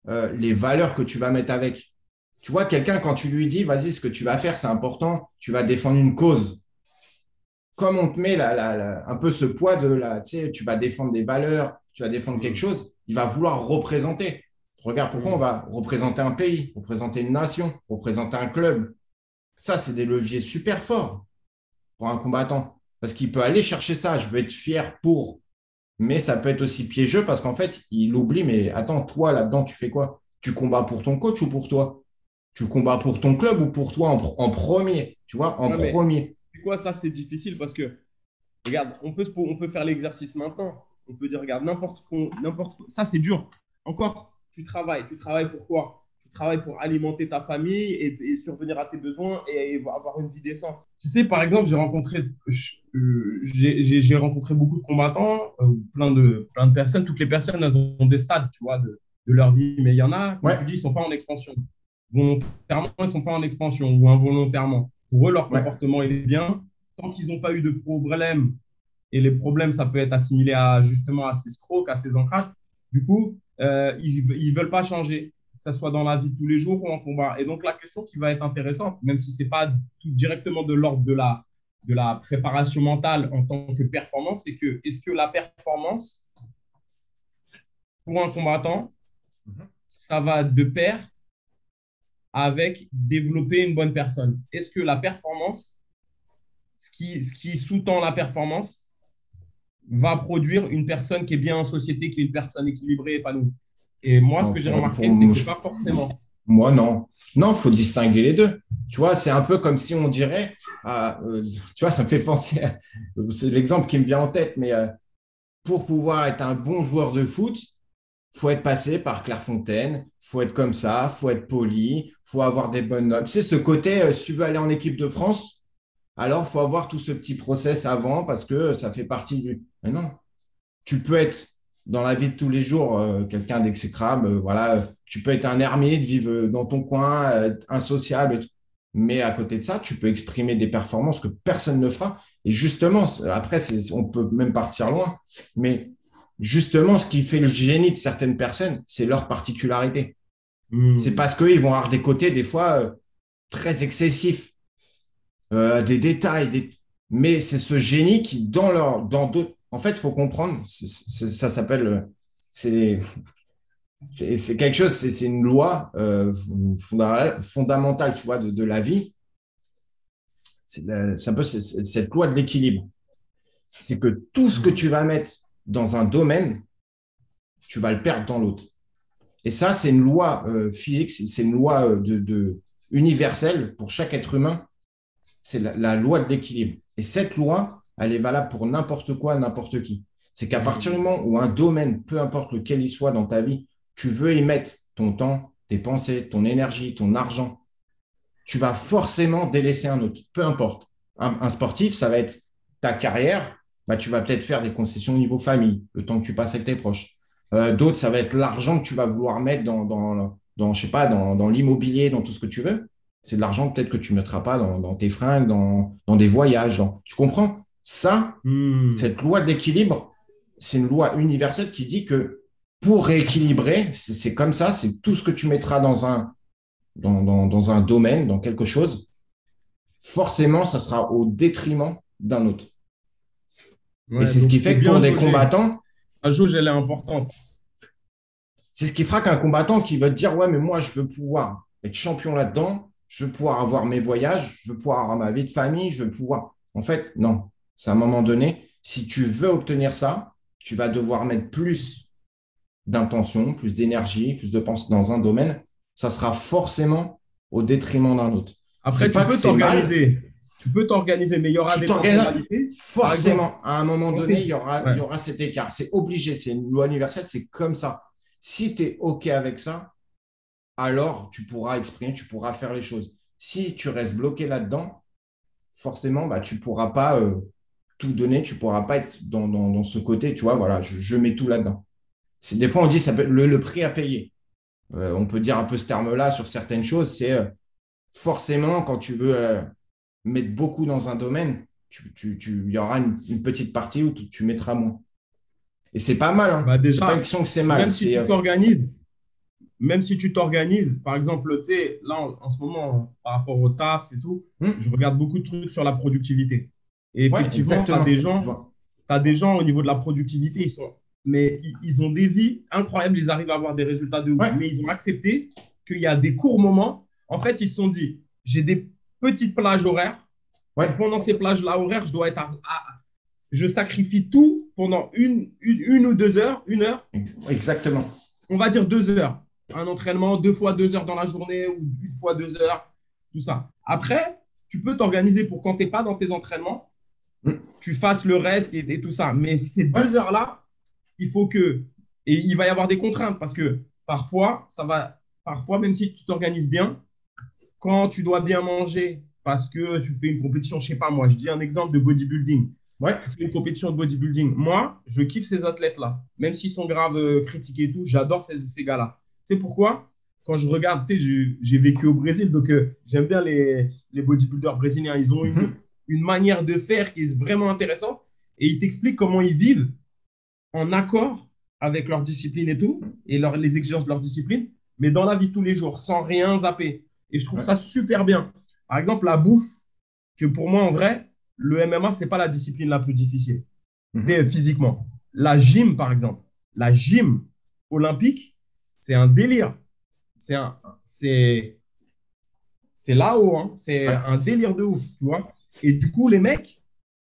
euh, les valeurs que tu vas mettre avec. Tu vois, quelqu'un, quand tu lui dis, vas-y, ce que tu vas faire, c'est important, tu vas défendre une cause. Comme on te met la, la- la- un peu ce poids de la, tu sais, tu vas défendre des valeurs, tu vas défendre quelque Mm. chose, il va vouloir représenter. Regarde pourquoi on Mm. va représenter un pays, représenter une nation, représenter un club. Ça, c'est des leviers super forts pour un combattant. Parce qu'il peut aller chercher ça. Je veux être fier pour. Mais ça peut être aussi piégeux parce qu'en fait, il oublie, mais attends, toi, là-dedans, tu fais quoi? Tu combats pour ton coach ou pour toi? Tu combats pour ton club ou pour toi en, pr- en premier? Tu vois, en Ouais, mais premier. c'est quoi ça? C'est difficile parce que, regarde, on peut, se- on peut faire l'exercice maintenant. On peut dire, regarde, n'importe quoi, n'importe quoi. Ça, c'est dur. Encore, tu travailles. Tu travailles pour quoi? Tu travailles pour alimenter ta famille et, et survenir à tes besoins et, et avoir une vie décente. Tu sais, par exemple, j'ai rencontré, je- euh, j'ai j'ai- j'ai rencontré beaucoup de combattants, euh, plein de, plein de personnes. Toutes les personnes, elles ont des stades, tu vois, de, de leur vie. Mais il y en a, comme tu Ouais, dis, ils ne sont pas en expansion. Volontairement, ils ne sont pas en expansion ou involontairement. Pour eux, leur ouais. comportement est bien. Tant qu'ils n'ont pas eu de problème, et les problèmes, ça peut être assimilé à, justement à ces strokes, à ces ancrages, du coup, euh, ils ne veulent pas changer, que ce soit dans la vie de tous les jours ou en combat. Et donc, la question qui va être intéressante, même si ce n'est pas tout directement de l'ordre de la, de la préparation mentale en tant que performance, c'est que est-ce que la performance, pour un combattant, ça va de pair avec développer une bonne personne? Est-ce que la performance, ce qui, ce qui sous-tend la performance, va produire une personne qui est bien en société, qui est une personne équilibrée, épanouie? Et moi, ce Non, que j'ai pour, remarqué, pour- c'est moi, que je- pas forcément. moi, non. Non, il faut distinguer les deux. Tu vois, c'est un peu comme si on dirait, à, euh, tu vois, ça me fait penser, à- c'est l'exemple qui me vient en tête, mais euh, pour pouvoir être un bon joueur de foot, faut être passé par Clairefontaine, faut être comme ça, faut être poli, faut avoir des bonnes notes. Tu sais, ce côté, euh, si tu veux aller en équipe de France, alors faut avoir tout ce petit process avant parce que ça fait partie du. Mais non, tu peux être dans la vie de tous les jours euh, quelqu'un d'exécrable, euh, voilà, euh, tu peux être un ermite, vivre euh, dans ton coin, euh, insociable, mais à côté de ça, tu peux exprimer des performances que personne ne fera. Et justement, après, c'est- on peut même partir loin, mais justement, ce qui fait le génie de certaines personnes, c'est leur particularité. C'est Hmm. parce qu'ils vont avoir des côtés, des fois, euh, très excessifs, euh, des détails, des... mais c'est ce génie qui, dans leur, dans d'autres, en fait, il faut comprendre, c'est- c'est- ça s'appelle, euh, c'est c'est c'est quelque chose, c'est c'est une loi euh, fonda- fondamentale, tu vois, de, de la vie. C'est la- c'est un peu c'est- c'est cette loi de l'équilibre. C'est que tout ce que tu vas mettre dans un domaine, tu vas le perdre dans l'autre. Et ça, c'est une loi euh, physique, c'est c'est une loi euh, de, de universelle pour chaque être humain. C'est la, la loi de l'équilibre. Et cette loi, elle est valable pour n'importe quoi, n'importe qui. C'est qu'à partir du Hmm. moment où un domaine, peu importe lequel il soit dans ta vie, tu veux y mettre ton temps, tes pensées, ton énergie, ton argent, tu vas forcément délaisser un autre, peu importe. Un, un sportif, ça va être ta carrière, bah, tu vas peut-être faire des concessions au niveau famille, le temps que tu passes avec tes proches. Euh, D'autres, ça va être l'argent que tu vas vouloir mettre dans, dans, dans je sais pas, dans, dans l'immobilier, dans tout ce que tu veux. C'est de l'argent peut-être que tu ne mettras pas dans, dans tes fringues, dans, dans des voyages. Dans... Tu comprends? Ça, Hmm. cette loi de l'équilibre, c'est une loi universelle qui dit que pour rééquilibrer, c'est comme ça, c'est tout ce que tu mettras dans un, dans, dans, dans un domaine, dans quelque chose, forcément, ça sera au détriment d'un autre. Et Ouais, c'est ce donc qui il faut fait que bien pour des jauger. combattants, La jauge, elle est importante. c'est ce qui fera qu'un combattant qui va te dire, ouais, mais moi, je veux pouvoir être champion là-dedans, je veux pouvoir avoir mes voyages, je veux pouvoir avoir ma vie de famille, je veux pouvoir. En fait, non. C'est à un moment donné, si tu veux obtenir ça, tu vas devoir mettre plus d'intention, plus d'énergie, plus de pensée dans un domaine. Ça sera forcément au détriment d'un autre. Après, C'est tu pas que peux c'est mal, t'organiser. Tu peux t'organiser, mais il y aura tu des t'organises temporalités. Par exemple, forcément, à un moment quand donné, il y t'es... aura, il Ouais. y aura cet écart. C'est obligé, c'est une loi universelle, c'est comme ça. Si tu es OK avec ça, alors tu pourras exprimer, tu pourras faire les choses. Si tu restes bloqué là-dedans, forcément, bah, tu ne pourras pas euh, tout donner, tu ne pourras pas être dans, dans, dans, ce côté, tu vois, voilà, je, je mets tout là-dedans. C'est, des fois, on dit ça peut, le, le prix à payer. Euh, on peut dire un peu ce terme-là sur certaines choses, c'est euh, forcément quand tu veux euh, mettre beaucoup dans un domaine, tu, tu, tu, il y aura une, une petite partie où tu, tu mettras moins. Et c'est pas mal, hein. Bah C'est pas une déjà, question que c'est même mal. si C'est tu euh, t'organises, même si tu t'organises, par exemple, tu sais, là, en, en ce moment, par rapport au taf et tout, Hmm. je regarde beaucoup de trucs sur la productivité. Et Ouais, effectivement, tu as des exactement. Je gens, vois. tu des gens au niveau de la productivité, ils sont, mais ils, ils ont des vies incroyables, ils arrivent à avoir des résultats de ouf. Ouais, Mais ils ont accepté qu'il y a des courts moments. En fait, ils se sont dit, j'ai des petites plages horaires. Et ouais, pendant ces plages-là horaires, je dois être à, à- je sacrifie tout pendant une, une, une ou deux heures, une heure, ex- exactement. on va dire deux heures. Un entraînement, deux fois deux heures dans la journée ou une fois deux heures, tout ça. Après, tu peux t'organiser pour quand tu n'es pas dans tes entraînements, Hmm. tu fasses le reste et, et tout ça. Mais ces Ouais, deux heures-là, il faut que. Et il va y avoir des contraintes parce que parfois, ça va. Parfois, même si tu t'organises bien, quand tu dois bien manger parce que tu fais une compétition, je ne sais pas moi, je dis un exemple de bodybuilding. ouais, Tu fais une compétition de bodybuilding. Moi, je kiffe ces athlètes-là. Même s'ils sont graves euh, critiqués et tout, j'adore ces, ces gars-là. Tu sais pourquoi? Quand je regarde, tu sais, j'ai j'ai vécu au Brésil, donc euh, j'aime bien les, les bodybuilders brésiliens. Ils ont une, mhm, une manière de faire qui est vraiment intéressante et ils t'expliquent comment ils vivent en accord avec leur discipline et tout, et leur, les exigences de leur discipline, mais dans la vie de tous les jours, sans rien zapper. Et je trouve ouais, ça super bien. Par exemple, la bouffe, que pour moi, en vrai, le M M A, ce n'est pas la discipline la plus difficile. Tu sais, mhm, physiquement. La gym, par exemple, la gym olympique, c'est un délire. C'est un, c'est, c'est là-haut, hein. C'est ouais, un délire de ouf, tu vois. Et du coup, les mecs,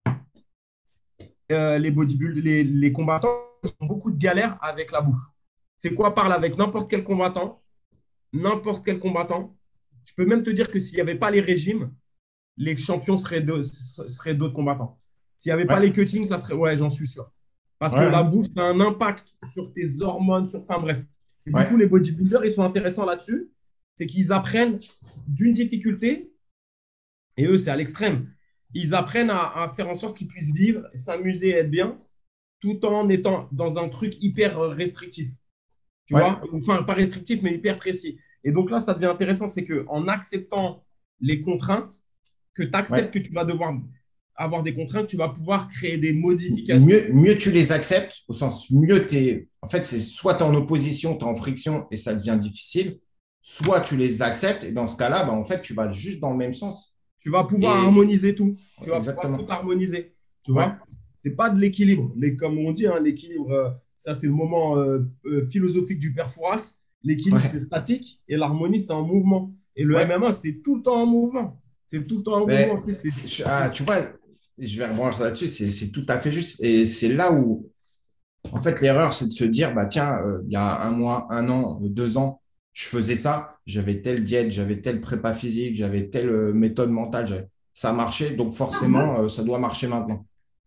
euh, les bodybuilders, les, les combattants, ils ont beaucoup de galères avec la bouffe. C'est quoi parle avec n'importe quel combattant, n'importe quel combattant. Je peux même te dire que s'il n'y avait pas les régimes, les champions seraient, de, seraient d'autres combattants. S'il n'y avait pas ouais, les cuttings, ça serait. Ouais, j'en suis sûr. Parce que ouais, la bouffe, ça a un impact sur tes hormones, sur. Enfin bref. Et du coup, ouais. les bodybuilders, ils sont intéressants là-dessus. C'est qu'ils apprennent d'une difficulté, et eux, c'est à l'extrême. Ils apprennent à, à faire en sorte qu'ils puissent vivre, s'amuser, être bien, tout en étant dans un truc hyper restrictif. Tu Ouais. vois, enfin, pas restrictif, mais hyper précis. Et donc là, ça devient intéressant, c'est qu'en acceptant les contraintes, que tu acceptes Ouais. que tu vas devoir avoir des contraintes, tu vas pouvoir créer des modifications. Mieux, mieux tu les acceptes, au sens mieux tu es. En fait, c'est soit tu es en opposition, tu es en friction et ça devient difficile, soit tu les acceptes et dans ce cas-là, bah, en fait, tu vas juste dans le même sens. Tu vas pouvoir Et harmoniser tout. Tu vas pouvoir tout exactement. harmoniser. Tu Ouais, vois, c'est pas de l'équilibre. Les, comme on dit, hein, l'équilibre, euh, ça, c'est le moment euh, euh, philosophique du père Fouras. L'équilibre, c'est ouais, statique et l'harmonie, c'est en mouvement. Et le ouais. M M A, c'est tout le temps en mouvement. C'est tout le temps en mouvement. Mais, Tu sais, je- c'est- ah, c'est- tu vois, je vais rebondir là-dessus, c'est c'est tout à fait juste. Et c'est là où, en fait, l'erreur, c'est de se dire, bah tiens, euh, il y a un mois, un an, euh, deux ans, je faisais ça, j'avais telle diète, j'avais telle prépa physique, j'avais telle euh, méthode mentale, j'avais- ça marchait, donc forcément, euh, ça doit marcher maintenant.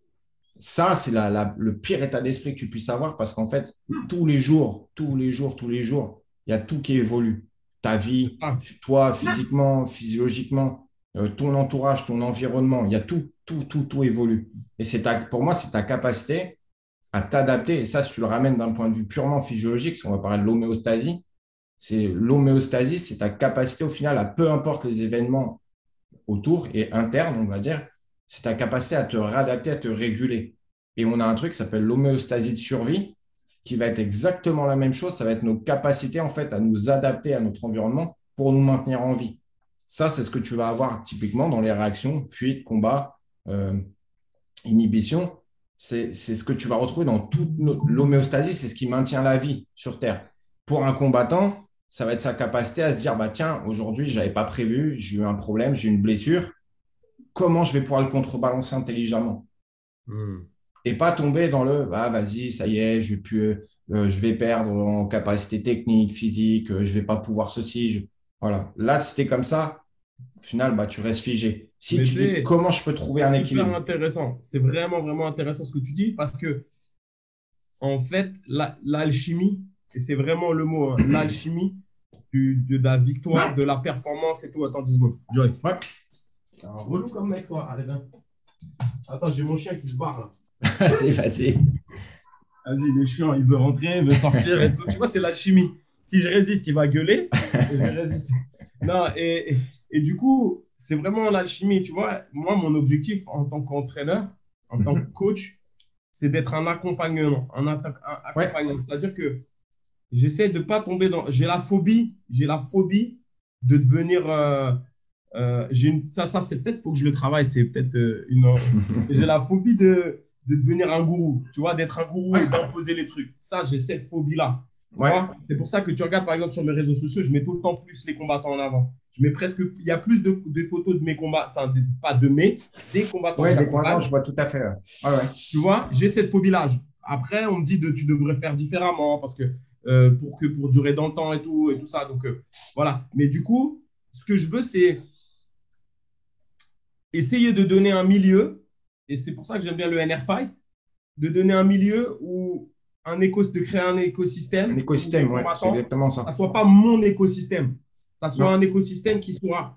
Ça, c'est la, la- le pire état d'esprit que tu puisses avoir parce qu'en fait, tous les jours, tous les jours, tous les jours, il y a tout qui évolue. Ta vie, ah, toi, physiquement, physiologiquement, euh, ton entourage, ton environnement, il y a tout, tout, tout, tout évolue. Et c'est ta, pour moi, c'est ta capacité à t'adapter. Et ça, si tu le ramènes d'un point de vue purement physiologique, parce qu'on va parler de l'homéostasie, c'est l'homéostasie, c'est ta capacité au final à peu importe les événements autour et internes, on va dire, c'est ta capacité à te réadapter, à te réguler. Et on a un truc qui s'appelle l'homéostasie de survie, qui va être exactement la même chose. Ça va être nos capacités en fait à nous adapter à notre environnement pour nous maintenir en vie. Ça, c'est ce que tu vas avoir typiquement dans les réactions, fuite, combat, euh, inhibition. C'est c'est ce que tu vas retrouver dans toute no- l'homéostasie, c'est ce qui maintient la vie sur Terre. Pour un combattant, ça va être sa capacité à se dire, bah tiens, aujourd'hui, je n'avais pas prévu, j'ai eu un problème, j'ai eu une blessure, comment je vais pouvoir le contrebalancer intelligemment hmm. et pas tomber dans le ah vas-y, ça y est, je vais plus, euh, je vais perdre en capacité technique, physique, euh, je vais pas pouvoir ceci. je- Voilà. Là, si tu es comme ça, au final, bah, tu restes figé. Si Mais tu tu dis sais, comment je peux trouver c'est un hyper équilibre. intéressant. C'est vraiment, vraiment intéressant ce que tu dis parce que, en fait, la- l'alchimie, et c'est vraiment le mot, hein, l'alchimie du- de la victoire, de la performance et tout. Attends dix secondes. Joy. Ouais, C'est un relou comme mec, toi. Allez, viens. Attends, j'ai mon chien qui se barre là. vas-y, vas-y. Vas-y, il est chiant, il veut rentrer, il veut sortir et tout. Tu vois, c'est l'alchimie. Si je résiste, il va gueuler et je vais résister. Non, et, et, et du coup, c'est vraiment l'alchimie. Tu vois, moi, mon objectif en tant qu'entraîneur, en tant que Mhm. coach, c'est d'être un accompagnant. Un, atta- un Ouais, accompagnant. C'est-à-dire que j'essaie de ne pas tomber dans. J'ai la phobie, j'ai la phobie de devenir. euh, euh, j'ai une... Ça, ça c'est peut-être, il faut que je le travaille, c'est peut-être euh, une. J'ai la phobie de, de devenir un gourou, tu vois, d'être un gourou et Ouais, d'imposer les trucs. Ça, j'ai cette phobie-là. Tu ouais, vois, c'est pour ça que tu regardes, par exemple, sur mes réseaux sociaux, je mets tout le temps plus les combattants en avant. Je mets presque. Il y a plus de, de photos de mes combats, enfin, de- pas de mes, des combattants que ouais, des croisants, je j'accompagne. vois tout à fait. Ouais, ouais. Ouais. Tu vois, j'ai cette phobie-là. Après, on me dit que tu devrais faire différemment parce que euh, pour que pour durer dans le temps et tout et tout ça. Donc euh, voilà. Mais du coup, ce que je veux, c'est essayer de donner un milieu, et c'est pour ça que j'aime bien le N R Fight, de donner un milieu où un éco, de créer un Un écosystème où les écosystème, ouais, c'est combattants, exactement ça ça. soit pas mon écosystème, ça soit un Non, écosystème qui soit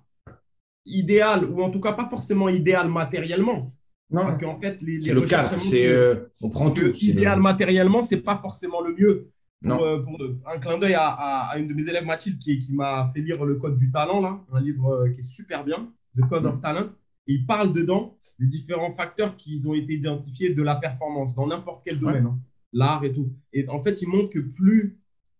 idéal ou en tout cas pas forcément idéal matériellement. Parce non, qu'en fait, les, c'est les le recherches cadre, elles montrent c'est, que euh, on prend tout, que c'est idéal le, matériellement, c'est pas forcément le mieux. Pour, non, euh, pour de- un clin d'œil à, à- à une de mes élèves, Mathilde, qui, qui m'a fait lire Le Code du Talent, là, un livre euh, qui est super bien, The Code of Hmm. Talent. Et il parle dedans des différents facteurs qui ont été identifiés de la performance dans n'importe quel Ouais, domaine, hein, l'art et tout. Et en fait, il montre que plus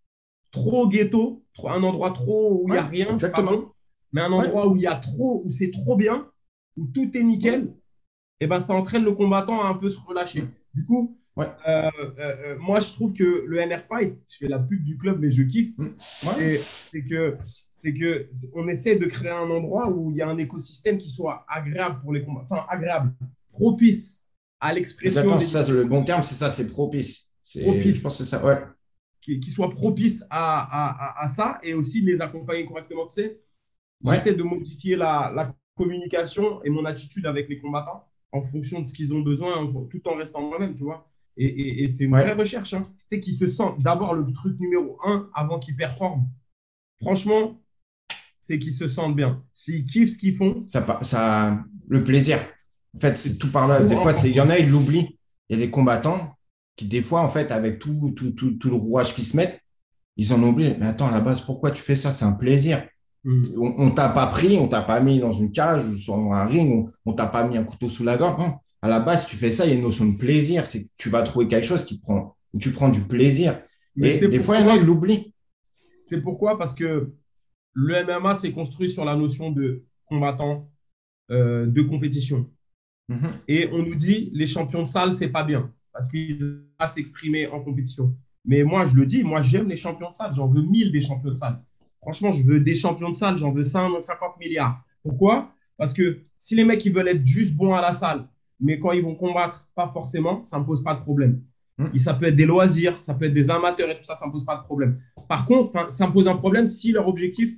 trop ghetto, trop, un endroit trop où il n'y a ouais, rien, c'est pas exactement. bon, mais un Ouais, endroit où il y a trop, où c'est trop bien, où tout est oui, nickel, et ben, ça entraîne le combattant à un peu se hmm. relâcher. Du coup, Ouais, euh, euh, euh, moi, je trouve que le N R Fight, je fais la pub du club, mais je kiffe, hmm. Ouais, c'est c'est que c'est que on essaie de créer un endroit où il y a un écosystème qui soit agréable pour les combats, enfin agréable, propice à l'expression exactement, des c'est ça, le différents bon terme, milieux, c'est ça, c'est propice. C'est, je pense propice, que c'est ça, ouais. qui, qui soit propice à, à, à, à, ça et aussi les accompagner correctement. Tu sais, j'essaie Ouais, de modifier la, la communication et mon attitude avec les combattants en fonction de ce qu'ils ont besoin, tout en restant moi-même, tu vois. Et, et, et c'est une vraie ouais. recherche. Hein. Tu sais, qu'ils se sentent d'abord le truc numéro un avant qu'ils performent. Franchement, c'est qu'ils se sentent bien. S'ils kiffent ce qu'ils font, Ça, pa- ça, le plaisir. En fait, c'est c'est tout par là. trop Des fois, c'est, il y en important. a, ils l'oublient. Il y a des combattants qui, des fois, en fait, avec tout, tout, tout, tout le rouage qui se mettent, ils en oublient. Mais attends, à la base, pourquoi tu fais ça? C'est un plaisir. Mm. On, on t'a pas pris, on t'a pas mis dans une cage ou sur un ring, on, on t'a pas mis un couteau sous la gorge. Non. À la base, si tu fais ça, il y a une notion de plaisir. C'est que tu vas trouver quelque chose qui te prend, où tu prends du plaisir. Mais tu Et sais des fois, il y en a, ils pourquoi? l'oublient. C'est pourquoi? Parce que le M M A s'est construit sur la notion de combattant, euh, de compétition. Mhm. Et on nous dit, les champions de salle, c'est pas bien parce qu'ils ne savent pas s'exprimer en compétition. Mais moi, je le dis, moi, j'aime les champions de salle. J'en veux mille des champions de salle. Franchement, je veux des champions de salle. J'en veux cinquante milliards. Pourquoi? Parce que si les mecs, ils veulent être juste bons à la salle, mais quand ils vont combattre, pas forcément, ça ne me pose pas de problème. Et Mhm. ça peut être des loisirs, ça peut être des amateurs et tout ça, ça ne me pose pas de problème. Par contre, ça me pose un problème si leur objectif,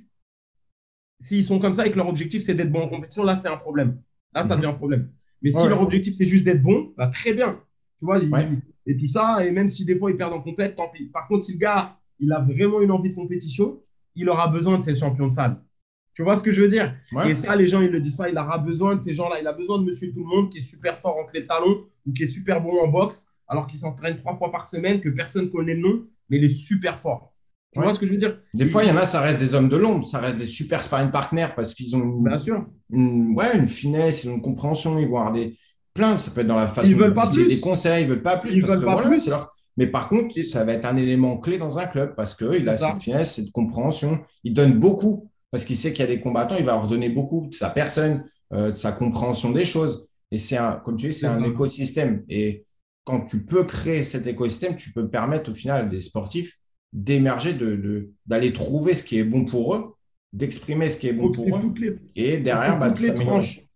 s'ils sont comme ça et que leur objectif, c'est d'être bon en compétition, là, c'est un problème. Là, ça devient un Mhm. problème. Mais Ouais, si leur ouais. objectif, c'est juste d'être bon, bah, très bien. Tu vois, Ouais. il- et tout ça, et même si des fois, ils perdent en compète, tant pis. Par contre, si le gars, il a vraiment une envie de compétition, il aura besoin de ces champions de salle. Tu vois ce que je veux dire? Ouais. Et ça, les gens, ils ne le disent pas. Il aura besoin de ces gens-là. Il a besoin de monsieur tout le monde qui est super fort en clé de talon ou qui est super bon en boxe, alors qu'il s'entraîne trois fois par semaine, que personne ne connaît le nom, mais il est super fort. Tu Ouais. vois ce que je veux dire? Des fois, il y en Et, a, ça reste des hommes de l'ombre, ça reste des super sparring partners parce qu'ils ont bien une, sûr. une- ouais, une finesse, ils ont une compréhension, ils vont avoir des plein, ça peut être dans la Ils façon de veulent pas distiller des plus. conseils, ils veulent pas plus Ils parce que veulent pas voilà, c'est plus. leur. Mais par contre, Et ça va être un élément clé dans un club parce qu'il c'est a cette ça. finesse, cette compréhension, il donne beaucoup parce qu'il sait qu'il y a des combattants, il va leur donner beaucoup de sa personne, euh, de sa compréhension des choses. Et c'est un, comme tu dis, c'est C'est un ça. écosystème. Et quand tu peux créer cet écosystème, tu peux permettre au final des sportifs d'émerger, de, de- d'aller trouver ce qui est bon pour eux, d'exprimer ce qui est Il bon faut que pour eux, toutes les, et faut que derrière, bah, de toutes les s'améliorer. tranches.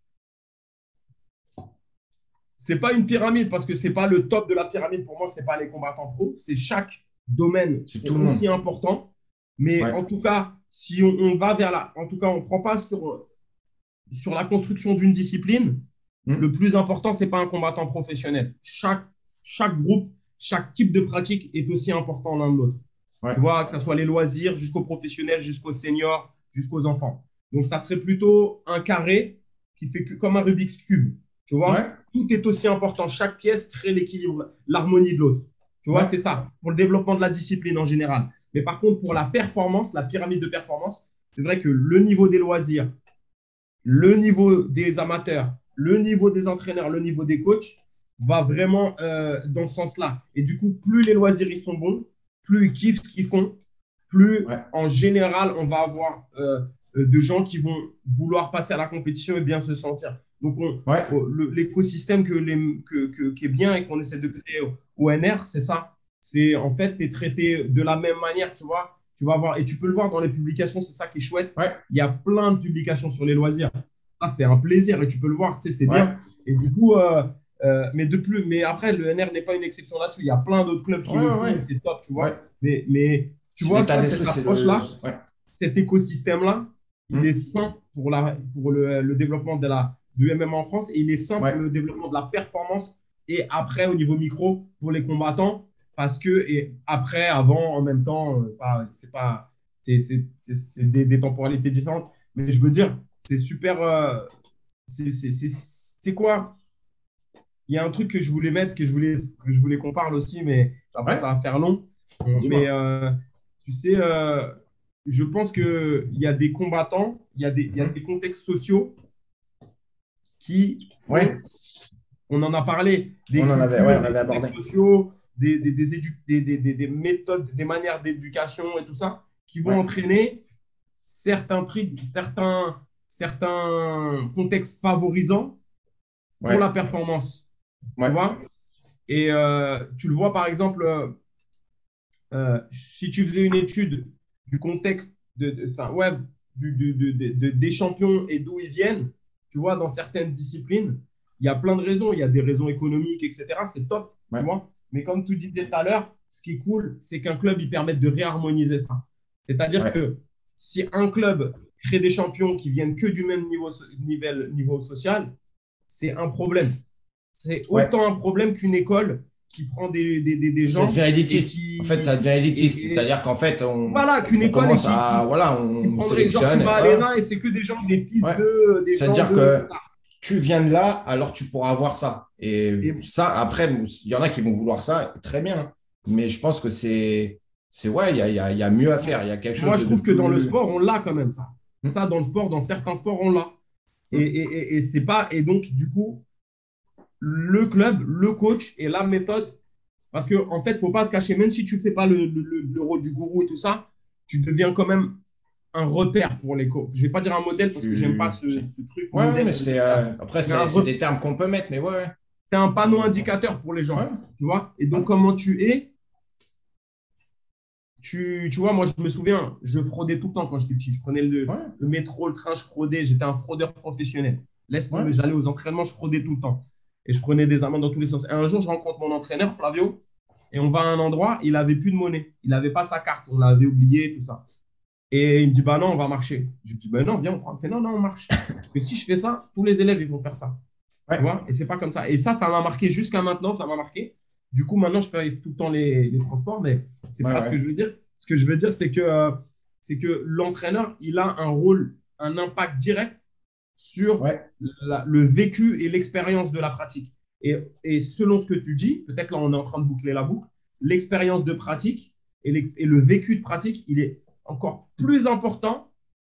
C'est pas une pyramide parce que c'est pas le top de la pyramide. Pour moi, c'est pas les combattants pro. C'est chaque domaine C'est sont tout le aussi monde. importants. Mais Ouais. en tout cas, si on, on va vers là, en tout cas, on prend pas sur, sur la construction d'une discipline. Le Hmm. plus important, c'est pas un combattant professionnel. Chaque, chaque groupe, chaque type de pratique est aussi important l'un de l'autre. Ouais. Tu vois, que ce soit les loisirs jusqu'aux professionnels, jusqu'aux seniors, jusqu'aux enfants. Donc, ça serait plutôt un carré qui fait que, comme un Rubik's Cube. Tu vois, Ouais. tout est aussi important. Chaque pièce crée l'équilibre, l'harmonie de l'autre. Tu vois, c'est Ouais. ça, pour le développement de la discipline en général. Mais par contre, pour la performance, la pyramide de performance, c'est vrai que le niveau des loisirs, le niveau des amateurs, le niveau des entraîneurs, le niveau des coachs va vraiment euh, dans ce sens-là. Et du coup, plus les loisirs ils sont bons, plus ils kiffent ce qu'ils font, plus Ouais, en général, on va avoir euh, euh, de gens qui vont vouloir passer à la compétition et bien se sentir. Donc, on, ouais, on- le- l'écosystème que les, que, que- qui est bien et qu'on essaie de créer au, au N R, c'est ça. C'est en fait, tu es traité de la même manière, tu vois. Tu vas voir, et tu peux le voir dans les publications, c'est ça qui est chouette. ouais, Il y a plein de publications sur les loisirs. Ça, c'est un plaisir et tu peux le voir, tu sais, c'est ouais, bien. Et du coup, euh, euh, mais de plus, mais après, le N R n'est pas une exception là-dessus. Il y a plein d'autres clubs qui ouais, le ouais, font ouais. et c'est top, tu Ouais. vois. Mais, mais tu C'est vois, l'état ça, cette d'esprit, c'est le. approche-là, Ouais. cet écosystème-là, il est Hmm. sain pour, la, pour le, le développement de la, du M M A en France et il est sain pour Ouais, le développement de la performance et après, au niveau micro, pour les combattants. Parce que, et après, avant, en même temps, euh, pas- c'est pas, c'est c'est- c'est- c'est des, des temporalités différentes. Mais je veux dire, c'est super. euh, c'est c'est- c'est- c'est quoi? Il y a un truc que je voulais mettre, que je voulais, que je voulais qu'on parle aussi, mais après, ça ouais, va faire long. On- Mais dis-moi. euh, tu sais, euh, je pense qu'il y a des combattants, il y a des, il y a Mhm. des contextes sociaux qui Ouais, font, on en a parlé, des on en avait, ouais, cultures, on des avait abordé. contextes sociaux, des, des, des, édu- des, des, des- des méthodes, des manières d'éducation et tout ça, qui vont Ouais, entraîner certains trucs, certains, certains contextes favorisants pour ouais, la performance. Tu ouais, vois? Et euh, tu le vois, par exemple, euh, euh, si tu faisais une étude du contexte de, de, enfin, ouais, du, du- de- de- de- des champions et d'où ils viennent, tu vois, dans certaines disciplines, il y a plein de raisons. Il y a des raisons économiques, et cetera. C'est top, tu ouais, vois. Mais comme tu disais tout à l'heure, ce qui est cool, c'est qu'un club, il permette de réharmoniser ça. C'est-à-dire ouais, que si un club crée des champions qui viennent que du même niveau, so- niveau, niveau social, c'est un problème. C'est ouais. autant un problème qu'une école qui prend des, des, des, des Ça devient gens et élitiste. En fait, ça qui. devient élitiste. Et, et C'est-à-dire qu'en fait, on, voilà, qu'une on école et commence qui, à, qui, voilà, qui on prendrait. Genre, tu sélectionne. vas à Voilà. l'E N A et c'est que des gens, des fils Ouais. de. Des gens C'est-à-dire de. que tu viens de là, alors tu pourras avoir ça. Et Et ça, après, il y en a qui vont vouloir ça, très bien. Mais je pense que c'est, c'est ouais, il y a, il y a- il y a mieux à faire. Il y a quelque chose moi, je de, de trouve que dans le plus. sport, on l'a quand même, ça. Hmm, Ça, dans le sport, dans certains sports, on l'a. Et, hmm. et, et, et c'est pas. Et donc, du coup, le club, le coach et la méthode. Parce qu'en en fait, il ne faut pas se cacher, même si tu ne fais pas le, le, le, rôle du gourou et tout ça, tu deviens quand même un repère pour les coachs. Je ne vais pas dire un modèle parce que j'aime pas Tu- ce, c'est- ce truc Ouais, ouais, modèle, mais ça veut dire c'est qu'il y a. euh, après, Mais un c'est c'est re- des termes qu'on peut mettre, mais ouais, ouais. tu es un panneau On- on- indicateur pour les ouais, gens, tu vois. Et ouais, donc, comment tu es, tu, tu vois, moi, je me souviens, je fraudais tout le temps quand j'étais petit. Je prenais le, ouais, le métro, le train, je fraudais. J'étais un fraudeur professionnel. Laisse tomber, ouais. j'allais aux entraînements, je fraudais tout le temps. Et je prenais des amendes dans tous les sens. Et un jour, je rencontre mon entraîneur, Flavio, et on va à un endroit, il n'avait plus de monnaie. Il n'avait pas sa carte, on l'avait oublié, tout ça. Et il me dit, bah non, on va marcher. Je lui dis, bah non, viens, on prend. Il me fait, non, non, on marche. Parce que si je fais ça, tous les élèves, ils vont faire ça. Tu Ouais, vois? Et c'est pas comme ça. Et ça, ça m'a marqué jusqu'à maintenant, ça m'a marqué. Du coup, maintenant, je fais tout le temps les, les transports, mais c'est ouais, pas ce que ouais, je veux dire. Ce que je veux dire, c'est que, euh, c'est que l'entraîneur, il a un rôle, un impact direct sur ouais, la- le vécu et l'expérience de la pratique. Et, et selon ce que tu dis, peut-être là, on est en train de boucler la boucle, l'expérience de pratique et, l'ex- et le vécu de pratique, il est encore plus important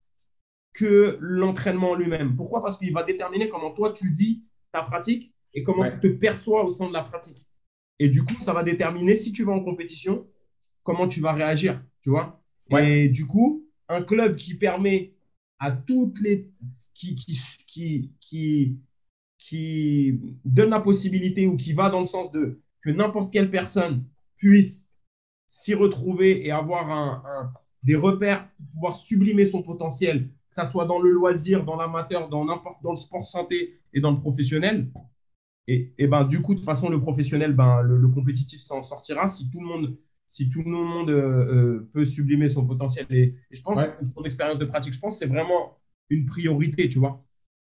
que l'entraînement lui-même. Pourquoi? Parce qu'il va déterminer comment toi tu vis ta pratique et comment tu ouais, te perçois au sein de la pratique. Et du coup, ça va déterminer si tu vas en compétition, comment tu vas réagir, tu vois. ouais, Et du coup, un club qui permet à toutes les qui qui qui qui, qui donne la possibilité ou qui va dans le sens de que n'importe quelle personne puisse s'y retrouver et avoir un, un- des repères pour pouvoir sublimer son potentiel, que ça soit dans le loisir, dans l'amateur, dans n'importe dans le sport santé et dans le professionnel. Et, et ben du coup, de toute façon, le professionnel, ben le, le compétitif s'en sortira si tout le monde, si tout le monde euh, euh, peut sublimer son potentiel. Et, et je pense, ouais, son expérience de pratique, je pense que c'est vraiment une priorité, tu vois.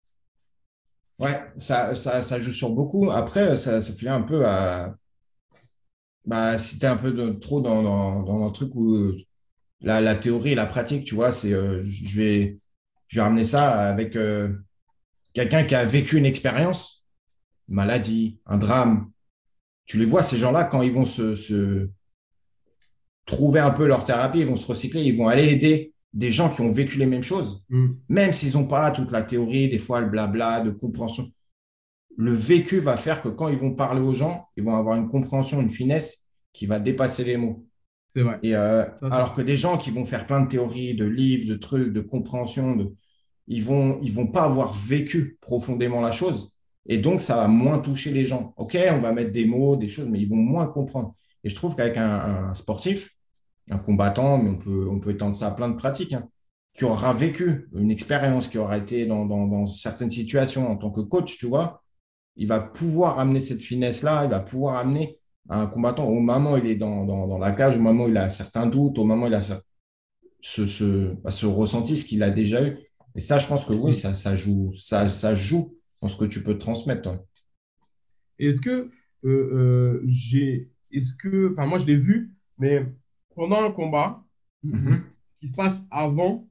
ouais. Ça, ça, ça joue sur beaucoup. Après, ça, ça fait un peu à. Bah, si tu es un peu de- trop dans, dans, dans un truc où euh, la, la théorie et la pratique, tu vois, c'est, euh, je vais, je vais ramener ça avec euh, quelqu'un qui a vécu une expérience, une maladie, un drame. Tu les vois, ces gens-là, quand ils vont se, se trouver un peu leur thérapie, ils vont se recycler, ils vont aller aider des gens qui ont vécu les mêmes choses, Mm. même s'ils n'ont pas toute la théorie, des fois le blabla de compréhension. Le vécu va faire que quand ils vont parler aux gens, ils vont avoir une compréhension, une finesse qui va dépasser les mots. C'est vrai. Et euh, Ça, c'est alors que vrai. des gens qui vont faire plein de théories, de livres, de trucs, de compréhension, de, ils vont, ils vont pas avoir vécu profondément la chose. Et donc, ça va moins toucher les gens. OK, on va mettre des mots, des choses, mais ils vont moins comprendre. Et je trouve qu'avec un, un sportif, un combattant, mais on peut, on peut étendre ça à plein de pratiques, hein, qui aura vécu une expérience, qui aura été dans, dans, dans certaines situations en tant que coach, tu vois, il va pouvoir amener cette finesse-là, il va pouvoir amener un combattant au moment où il est dans, dans, dans la cage, au moment où il a certains doutes, au moment où il a cer- ce, ce, bah, ce ressenti, ce qu'il a déjà eu. Et ça, je pense que oui, Mm. ça, ça joue, ça, ça joue dans ce que tu peux transmettre, toi. Est-ce que euh, euh, j'ai, est-ce que, enfin moi je l'ai vu, mais pendant un combat, ce Mhm. qui se passe avant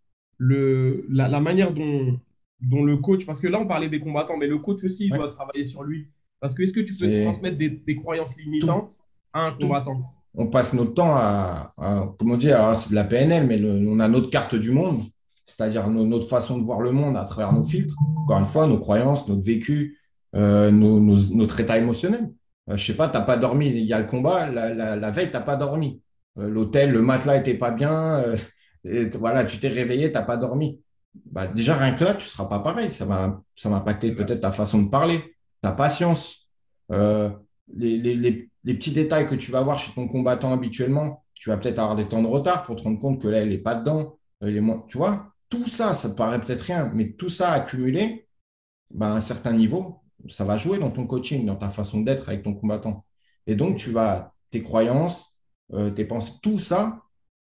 le, la, la manière dont, dont le coach, parce que là on parlait des combattants, mais le coach aussi il Ouais, doit travailler sur lui. Parce que est-ce que tu peux c'est transmettre des, des croyances tout, limitantes à un tout. combattant? On passe notre temps à, à- comment dire, alors c'est de la P N L, mais le- on a notre carte du monde, c'est-à-dire no- notre façon de voir le monde à travers nos filtres. Encore une fois, nos croyances, notre vécu, euh, nos- nos- notre état émotionnel. Euh, je sais pas, tu n'as pas dormi, il y a le combat, la, la- la veille, tu n'as pas dormi. Euh, l'hôtel, le matelas était pas bien, euh, et t- voilà, tu t'es réveillé, tu n'as pas dormi. Bah, déjà, rien que là, tu ne seras pas pareil. Ça va, ça va impacter C'est vrai. peut-être ta façon de parler, ta patience. Euh, les, les- les- les petits détails que tu vas voir chez ton combattant habituellement, tu vas peut-être avoir des temps de retard pour te rendre compte que là, il n'est pas dedans. euh, il est moins- tu vois, tout ça, ça te paraît peut-être rien, mais tout ça accumulé, ben, à un certain niveau, ça va jouer dans ton coaching, dans ta façon d'être avec ton combattant. Et donc, tu vas, tes croyances, euh, tes pensées, tout ça,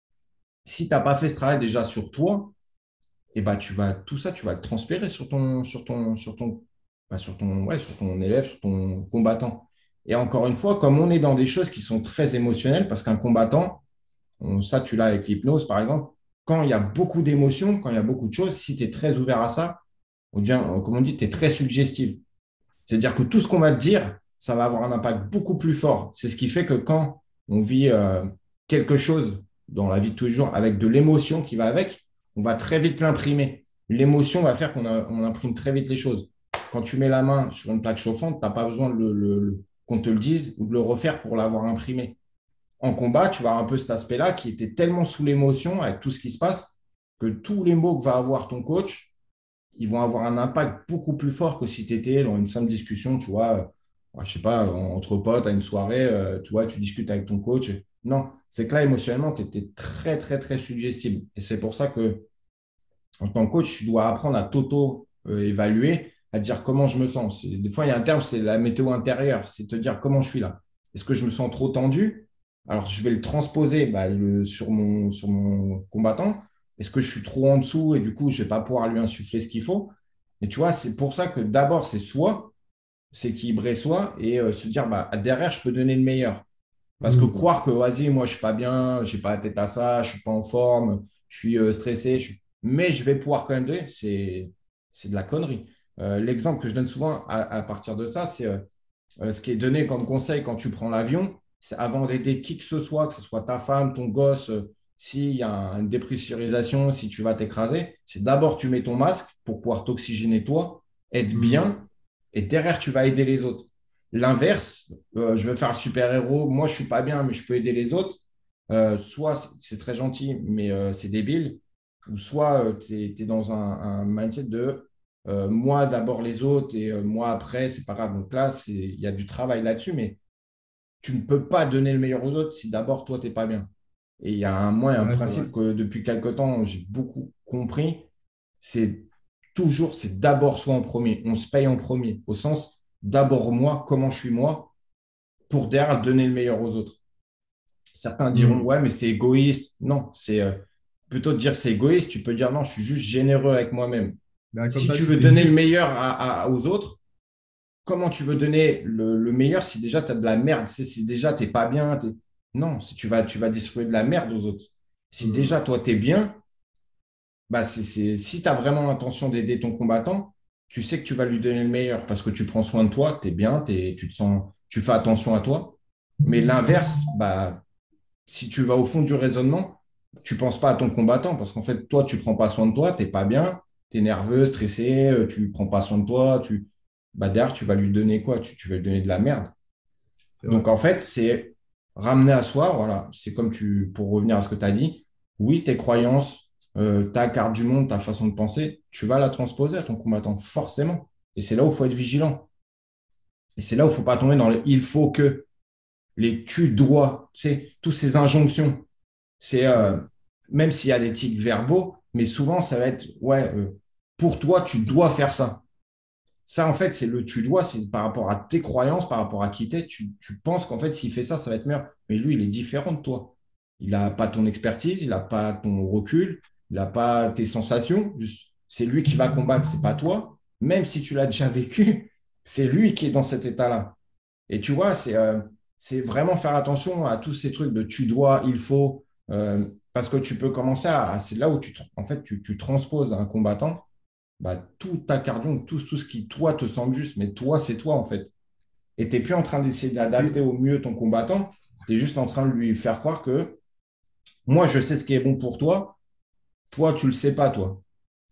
si tu n'as pas fait ce travail déjà sur toi, et ben, tu vas, tout ça, tu vas le transférer sur ton, sur ton, sur ton, bah, sur ton, ouais, sur ton élève, sur ton combattant. Et encore une fois, comme on est dans des choses qui sont très émotionnelles, parce qu'un combattant, on- ça, tu l'as avec l'hypnose, par exemple, quand il y a beaucoup d'émotions, quand il y a beaucoup de choses, si tu es très ouvert à ça, on devient, euh, comme on dit, tu es très suggestif. C'est-à-dire que tout ce qu'on va te dire, ça va avoir un impact beaucoup plus fort. C'est ce qui fait que quand on vit euh, quelque chose dans la vie de tous les jours avec de l'émotion qui va avec, on va très vite l'imprimer. L'émotion va faire qu'on a- on imprime très vite les choses. Quand tu mets la main sur une plaque chauffante, tu n'as pas besoin de le- le- le- qu'on te le dise ou de le refaire pour l'avoir imprimé. En combat, tu vas avoir un peu cet aspect-là qui était tellement sous l'émotion avec tout ce qui se passe que tous les mots que va avoir ton coach, ils vont avoir un impact beaucoup plus fort que si tu étais dans une simple discussion, tu vois, euh, je sais pas, entre potes à une soirée, euh, tu vois, tu discutes avec ton coach. Non, c'est que là, émotionnellement, tu étais très, très, très suggestible. Et c'est pour ça que, en tant que coach, tu dois apprendre à t'auto-évaluer, à dire comment je me sens. C'est- Des fois, il y a un terme, c'est la météo intérieure, c'est te dire comment je suis là. Est-ce que je me sens trop tendu? Alors, je vais le transposer bah, le- sur mon, sur mon combattant. Est-ce que je suis trop en dessous et du coup, je ne vais pas pouvoir lui insuffler ce qu'il faut? Et tu vois, c'est pour ça que d'abord, c'est soi, s'équilibrer soi et euh, se dire, bah, derrière, je peux donner le meilleur. Parce que Mm. croire que, vas-y, moi, je suis pas bien, je n'ai pas la tête à ça, je suis pas en forme, je suis euh, stressé, je suis- mais je vais pouvoir quand même donner, c'est, c'est de la connerie. Euh, l'exemple que je donne souvent à, à partir de ça, c'est euh, euh, ce qui est donné comme conseil quand tu prends l'avion, c'est avant d'aider qui que ce soit, que ce soit ta femme, ton gosse, euh, s'il y a un- une dépressurisation, si tu vas t'écraser, c'est d'abord tu mets ton masque pour pouvoir t'oxygéner toi, être Mm. bien, et derrière tu vas aider les autres. L'inverse, euh, je veux faire le super-héros, moi je suis pas bien, mais je peux aider les autres. Euh, soit c'est c'est très gentil, mais euh, c'est débile, ou soit tu es, dans un, un mindset de euh, moi d'abord les autres et euh, moi après, c'est pas grave. Donc là, c'est, il y a du travail là-dessus, mais tu ne peux pas donner le meilleur aux autres si d'abord toi, tu n'es pas bien. Et il y a un, moi, un Ouais, c'est vrai. principe que depuis quelque temps, j'ai beaucoup compris, c'est toujours, c'est d'abord soi en premier. On se paye en premier, au sens d'abord moi, comment je suis moi, pour derrière donner le meilleur aux autres. Certains diront, Mm. ouais, mais c'est égoïste. Non, c'est euh, plutôt de dire c'est égoïste, tu peux dire non, je suis juste généreux avec moi-même. Ben, comme Si tu as tu dit, veux c'est donner le juste. meilleur à- à- aux autres, comment tu veux donner le, le meilleur si déjà tu as de la merde, si, si déjà tu n'es pas bien, t'es- non, si tu vas, tu vas distribuer de la merde aux autres. Si déjà Mm. toi tu es bien, bah c'est, c'est- si tu as vraiment l'intention d'aider ton combattant, tu sais que tu vas lui donner le meilleur parce que tu prends soin de toi, tu es bien, t'es- tu te sens, tu fais attention à toi. Mais l'inverse, bah, si tu vas au fond du raisonnement, tu ne penses pas à ton combattant parce qu'en fait, toi, tu ne prends pas soin de toi, tu n'es pas bien, tu es nerveux, stressé, euh, tu ne prends pas soin de toi, tu... bah, derrière, tu vas lui donner quoi? Tu, tu vas lui donner de la merde. C'est vrai. Donc, en fait, c'est. ramener à soi, voilà, c'est comme tu, pour revenir à ce que tu as dit, oui, tes croyances, euh, ta carte du monde, ta façon de penser, tu vas la transposer à ton combattant, forcément. Et c'est là où il faut être vigilant. Et c'est là où il ne faut pas tomber dans le il faut que, les tu dois, tu sais, toutes ces injonctions. C'est euh, Mm. même s'il y a des tics verbaux, mais souvent ça va être ouais, euh, pour toi, tu dois faire ça. Ça, en fait, c'est le tu dois, c'est par rapport à tes croyances, par rapport à qui t'es. Tu, tu penses qu'en fait, s'il fait ça, ça va être meilleur. Mais lui, il est différent de toi. Il n'a pas ton expertise, il n'a pas ton recul, il n'a pas tes sensations. Juste, c'est lui qui va combattre, c'est pas toi. Même si tu l'as déjà vécu, c'est lui qui est dans cet état-là. Et tu vois, c'est euh, c'est vraiment faire attention à tous ces trucs de tu dois, il faut, euh, parce que tu peux commencer à, c'est là où tu, tr- en fait, tu, tu transposes à un combattant bah, tout ta cardio, tout, tout ce qui, toi, te semble juste, mais toi, c'est toi, en fait. Et tu n'es plus en train d'essayer d'adapter C'est- au mieux ton combattant, tu es juste en train de lui faire croire que moi, je sais ce qui est bon pour toi, toi, tu le sais pas, toi.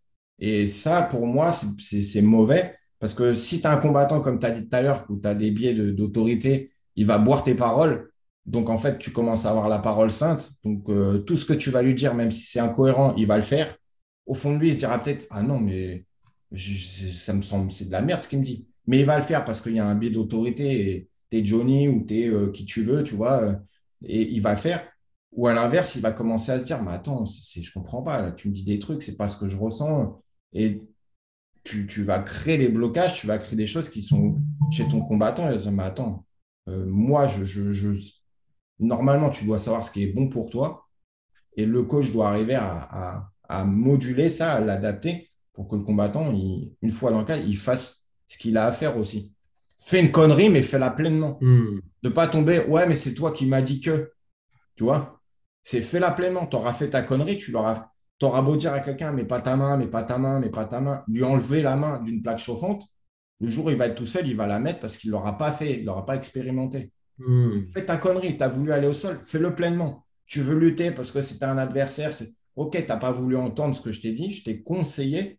Et ça, pour moi, c'est c'est- c'est mauvais, parce que si tu as un combattant, comme tu as dit tout à l'heure, où tu as des biais de- d'autorité, il va boire tes paroles. Donc, en fait, tu commences à avoir la parole sainte. Donc, euh, tout ce que tu vas lui dire, même si c'est incohérent, il va le faire. Au fond de lui, il se dira peut-être, ah non, mais je- je- ça me semble, c'est de la merde ce qu'il me dit. Mais il va le faire parce qu'il y a un biais d'autorité et tu es Johnny ou tu es qui tu veux, tu vois, euh, et il va le faire. Ou à l'inverse, il va commencer à se dire, mais attends, c'est, c'est- je comprends pas, là, tu me dis des trucs, c'est pas ce que je ressens. Et tu, tu vas créer les blocages, tu vas créer des choses qui sont chez ton combattant. Et il va se dire, mais attends, euh, moi, je, je, je- normalement, tu dois savoir ce qui est bon pour toi. Et le coach doit arriver à, à- à moduler ça, à l'adapter pour que le combattant, il- une fois dans le cas, il fasse ce qu'il a à faire aussi. Fais une connerie, mais fais-la pleinement. Mm. Ne pas tomber, ouais, mais c'est toi qui m'as dit que, tu vois. C'est fais-la pleinement. Tu auras fait ta connerie, tu l'auras. T'auras beau dire à quelqu'un, mais pas ta main, mais pas ta main, mais pas ta main, lui enlever la main d'une plaque chauffante, le jour où il va être tout seul, il va la mettre parce qu'il ne l'aura pas fait, il ne l'aura pas expérimenté. Mm. Fais ta connerie, tu as voulu aller au sol, fais-le pleinement. Tu veux lutter parce que c'était un adversaire, c'est OK, tu n'as pas voulu entendre ce que je t'ai dit, je t'ai conseillé,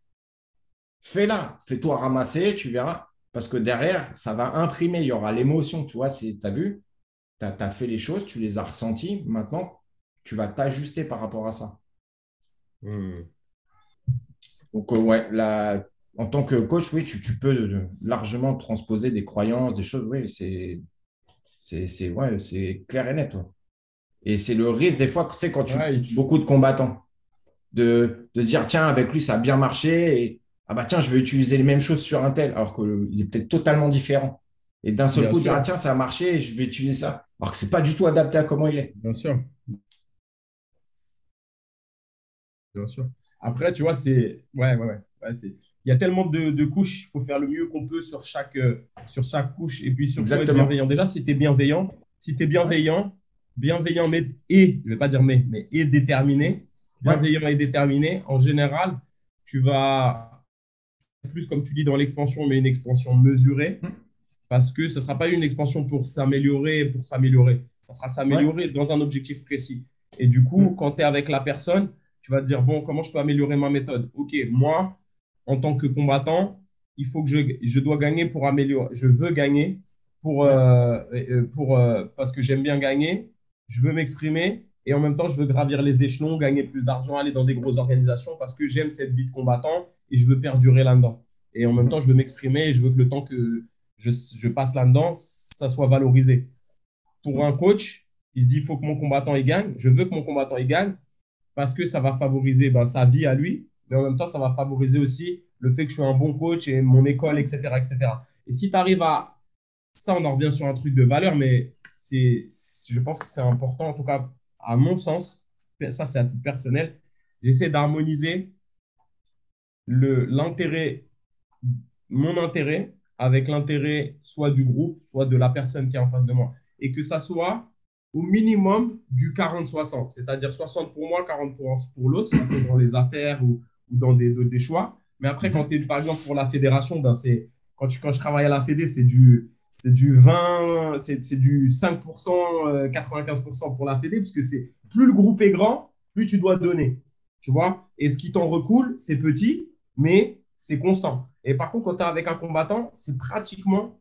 fais-la, fais-toi ramasser, tu verras. Parce que derrière, ça va imprimer, il y aura l'émotion, tu vois, tu as vu, tu as, fait les choses, tu les as ressenties, maintenant, tu vas t'ajuster par rapport à ça. Mm. Donc, euh, ouais, la- en tant que coach, oui, tu, tu peux euh, largement transposer des croyances, des choses, oui, c'est c'est c'est- ouais, c'est clair et net. Ouais. Et c'est le risque, des fois, tu sais, quand tu Ouais, et coaches tu- beaucoup de combattants, de, de se dire, tiens, avec lui, ça a bien marché, et ah bah tiens, je vais utiliser les mêmes choses sur un tel, alors qu'il est peut-être totalement différent. Et d'un seul bien coup, dire, ah sûr, tiens, ça a marché, je vais utiliser ça, alors que c'est pas du tout adapté à comment il est. bien sûr, bien sûr. Après, tu vois, c'est. Ouais, ouais, ouais. Ouais, c'est... Il y a tellement de, de couches, il faut faire le mieux qu'on peut sur chaque, euh, sur chaque couche et puis surtout être Exactement. bienveillant. Déjà, si tu es bienveillant, si tu es Ouais, bienveillant, bienveillant mais, et, je ne vais pas dire mais, mais et déterminé, ouais. bienveillant et déterminé, en général, tu vas plus, comme tu dis, dans l'expansion, mais une expansion mesurée Hum, parce que ce ne sera pas une expansion pour s'améliorer, pour s'améliorer. Ça sera ouais. s'améliorer dans un objectif précis. Et du coup, Hum, quand tu es avec la personne, tu vas te dire, bon, comment je peux améliorer ma méthode? OK, moi, en tant que combattant, il faut que je, je dois gagner pour améliorer. Je veux gagner pour, ouais. euh, euh, pour, euh, parce que j'aime bien gagner. Je veux m'exprimer et en même temps, je veux gravir les échelons, gagner plus d'argent, aller dans des grosses organisations parce que j'aime cette vie de combattant et je veux perdurer là-dedans. Et en même temps, Mhm. je veux m'exprimer et je veux que le temps que je, je passe là-dedans, ça soit valorisé. Pour un coach, il se dit, il faut que mon combattant il gagne. Je veux que mon combattant il gagne parce que ça va favoriser ben, sa vie à lui, mais en même temps, ça va favoriser aussi le fait que je suis un bon coach et mon école, Ouais. et cetera, et cetera. Et si tu arrives à... Ça, on en revient sur un truc de valeur, mais c'est, je pense que c'est important, en tout cas, à mon sens, ça c'est à titre personnel, j'essaie d'harmoniser le, l'intérêt mon intérêt avec l'intérêt soit du groupe, soit de la personne qui est en face de moi. Et que ça soit au minimum du quarante soixante, c'est-à-dire soixante pour moi, quarante pour, pour l'autre. Ça, c'est dans les affaires ou, ou dans des, des choix. Mais après, quand Mhm. tu es, par exemple, pour la fédération, ben c'est, quand, tu, quand je travaille à la Fédé, c'est du, c'est du vingt, c'est, c'est du cinq pour cent, euh, quatre-vingt-quinze pour cent pour la Fédé, parce que c'est plus le groupe est grand, plus tu dois donner. Tu vois? Et ce qui t'en recoule, c'est petit, mais c'est constant. Et par contre, quand tu es avec un combattant, c'est pratiquement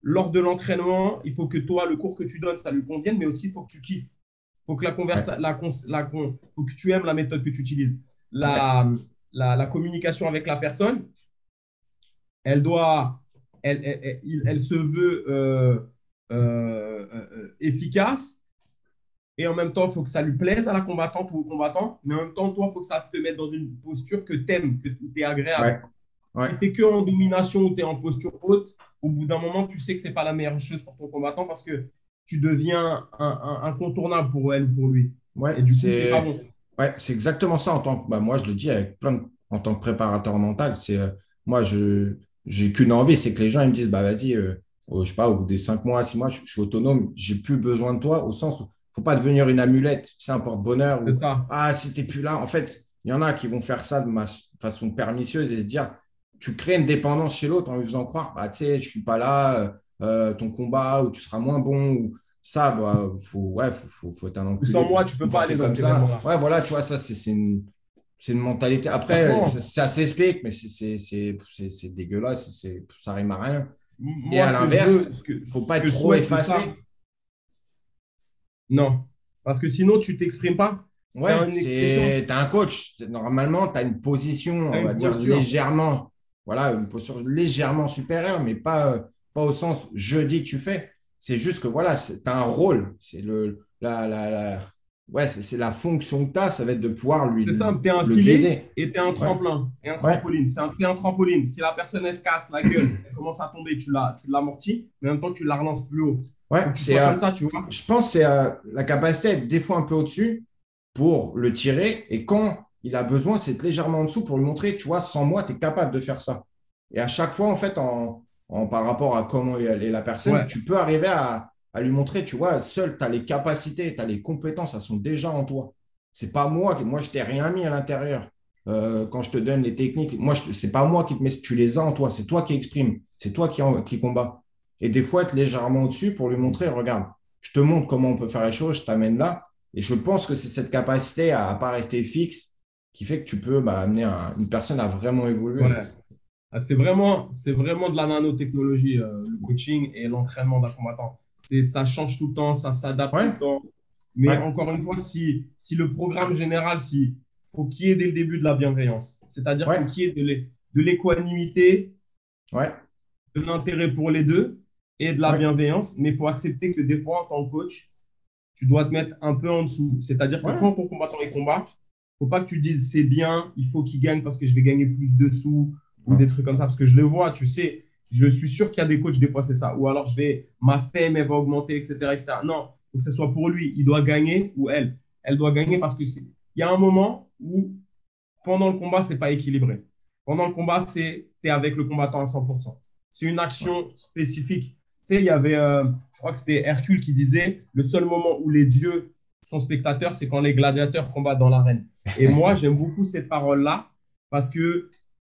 lors de l'entraînement, il faut que toi, le cours que tu donnes, ça lui convienne, mais aussi il faut que tu kiffes. Il faut que la conversa, Ouais, la, cons- la con- faut que tu aimes la méthode que tu utilises. ouais, La, la, la communication avec la personne, elle doit, elle, elle, elle- il- elle se veut euh, euh, euh, euh, efficace et en même temps, il faut que ça lui plaise à la combattante ou au combattant, mais en même temps, toi, il faut que ça te mette dans une posture que tu aimes, que tu es agréable. ouais, ouais. Si tu es que en domination ou tu es en posture haute, au bout d'un moment, tu sais que ce n'est pas la meilleure chose pour ton combattant parce que tu deviens un, un, incontournable pour elle ou pour lui. Ouais, Et du coup, c'est pas c'est bon. ouais, c'est exactement ça en tant que bah, moi je le dis avec plein de- en tant que préparateur mental, c'est euh, moi je j'ai qu'une envie, c'est que les gens ils me disent bah vas-y euh, au- je sais pas au bout des cinq mois, six mois, je, je suis autonome, j'ai plus besoin de toi au sens où faut pas devenir une amulette, c'est un porte-bonheur C'est ou ça. ah si t'es plus là, en fait, il y en a qui vont faire ça de ma façon pernicieuse et se dire tu crées une dépendance chez l'autre en lui faisant croire bah tu sais, je suis pas là euh, euh, ton combat ou tu seras moins bon ça, bah, faut, ouais, faut, faut, faut être un Ou sans enculé moi, pour tu se peux pas aller comporter dans comme cet ça. événement-là. Ouais, voilà, tu vois, ça, c'est c'est une, c'est une mentalité. Après, ça, Franchement, ça s'explique, mais c'est c'est- c'est- c'est- c'est dégueulasse, c'est, ça rime à rien. Et moi, à ce que je veux, l'inverse, ce que, faut ce pas que être je trop souhaite de ça, effacé. non. Parce que sinon, tu t'exprimes pas. C'est Ouais, une expression. c'est, t'as un coach. Normalement, tu as une position, Tu as on va une dire, posture. légèrement, voilà, une posture légèrement supérieure, mais pas, euh, pas au sens je dis, tu fais. C'est juste que, voilà, tu as un rôle. C'est le, la, la, la- ouais, c'est c'est la fonction que tu as, ça va être de pouvoir lui, C'est simple, tu es un le filet guider. et tu es un Ouais, tremplin et un ouais. trampoline. C'est un, t'es un trampoline. Si la personne elle se casse la gueule, elle commence à tomber, tu la, tu l'amortis, mais en même temps, tu la relances plus haut. Il Ouais, faut que tu c'est, sois euh, comme ça, tu vois. je pense que c'est euh, la capacité à être des fois un peu au-dessus pour le tirer. Et quand il a besoin, c'est être légèrement en dessous pour lui montrer, tu vois, sans moi, tu es capable de faire ça. Et à chaque fois, en fait, en, en- par rapport à comment est est la personne, Ouais, tu peux arriver à, à lui montrer, tu vois, seul, tu as les capacités, tu as les compétences, elles sont déjà en toi. C'est pas moi, qui- moi, je t'ai rien mis à l'intérieur. Euh, quand je te donne les techniques, moi, je, c'est pas moi qui te mets, tu les as en toi, c'est toi qui exprime, c'est toi qui, en- qui combat. Et des fois, être légèrement au-dessus pour lui montrer, regarde, je te montre comment on peut faire les choses, je t'amène là. Et je pense que c'est cette capacité à ne pas rester fixe qui fait que tu peux bah, amener un- une personne à vraiment évoluer. ouais. Ah, C'est vraiment, c'est vraiment de la nanotechnologie, euh, le coaching et l'entraînement d'un combattant. C'est, ça change tout le temps, ça s'adapte tout Ouais, le temps. Mais ouais, encore une fois, si, si le programme général, si faut qu'il y ait dès le début de la bienveillance, c'est-à-dire faut ouais, qu'il y ait de l'é- de l'équanimité, ouais, de l'intérêt pour les deux et de la ouais, bienveillance, mais il faut accepter que des fois, en tant que coach, tu dois te mettre un peu en dessous. C'est-à-dire que ouais, quand ton combattant est combat, il ne faut pas que tu dises c'est bien, il faut qu'il gagne parce que je vais gagner plus de sous ou des non, trucs comme ça. Parce que je le vois, tu sais, je suis sûr qu'il y a des coachs, des fois, c'est ça. Ou alors, je vais, ma fame, elle va augmenter, et cetera, et cetera. Non, il faut que ce soit pour lui. Il doit gagner ou elle. Elle doit gagner parce que c'est. Il y a un moment où, pendant le combat, c'est pas équilibré. Pendant le combat, c'est tu es avec le combattant à cent pour cent. C'est une ouais. action spécifique. Tu sais, il y avait, euh, je crois que c'était Hercule qui disait, le seul moment où les dieux sont spectateurs, c'est quand les gladiateurs combattent dans l'arène. Et moi, j'aime beaucoup cette parole-là parce que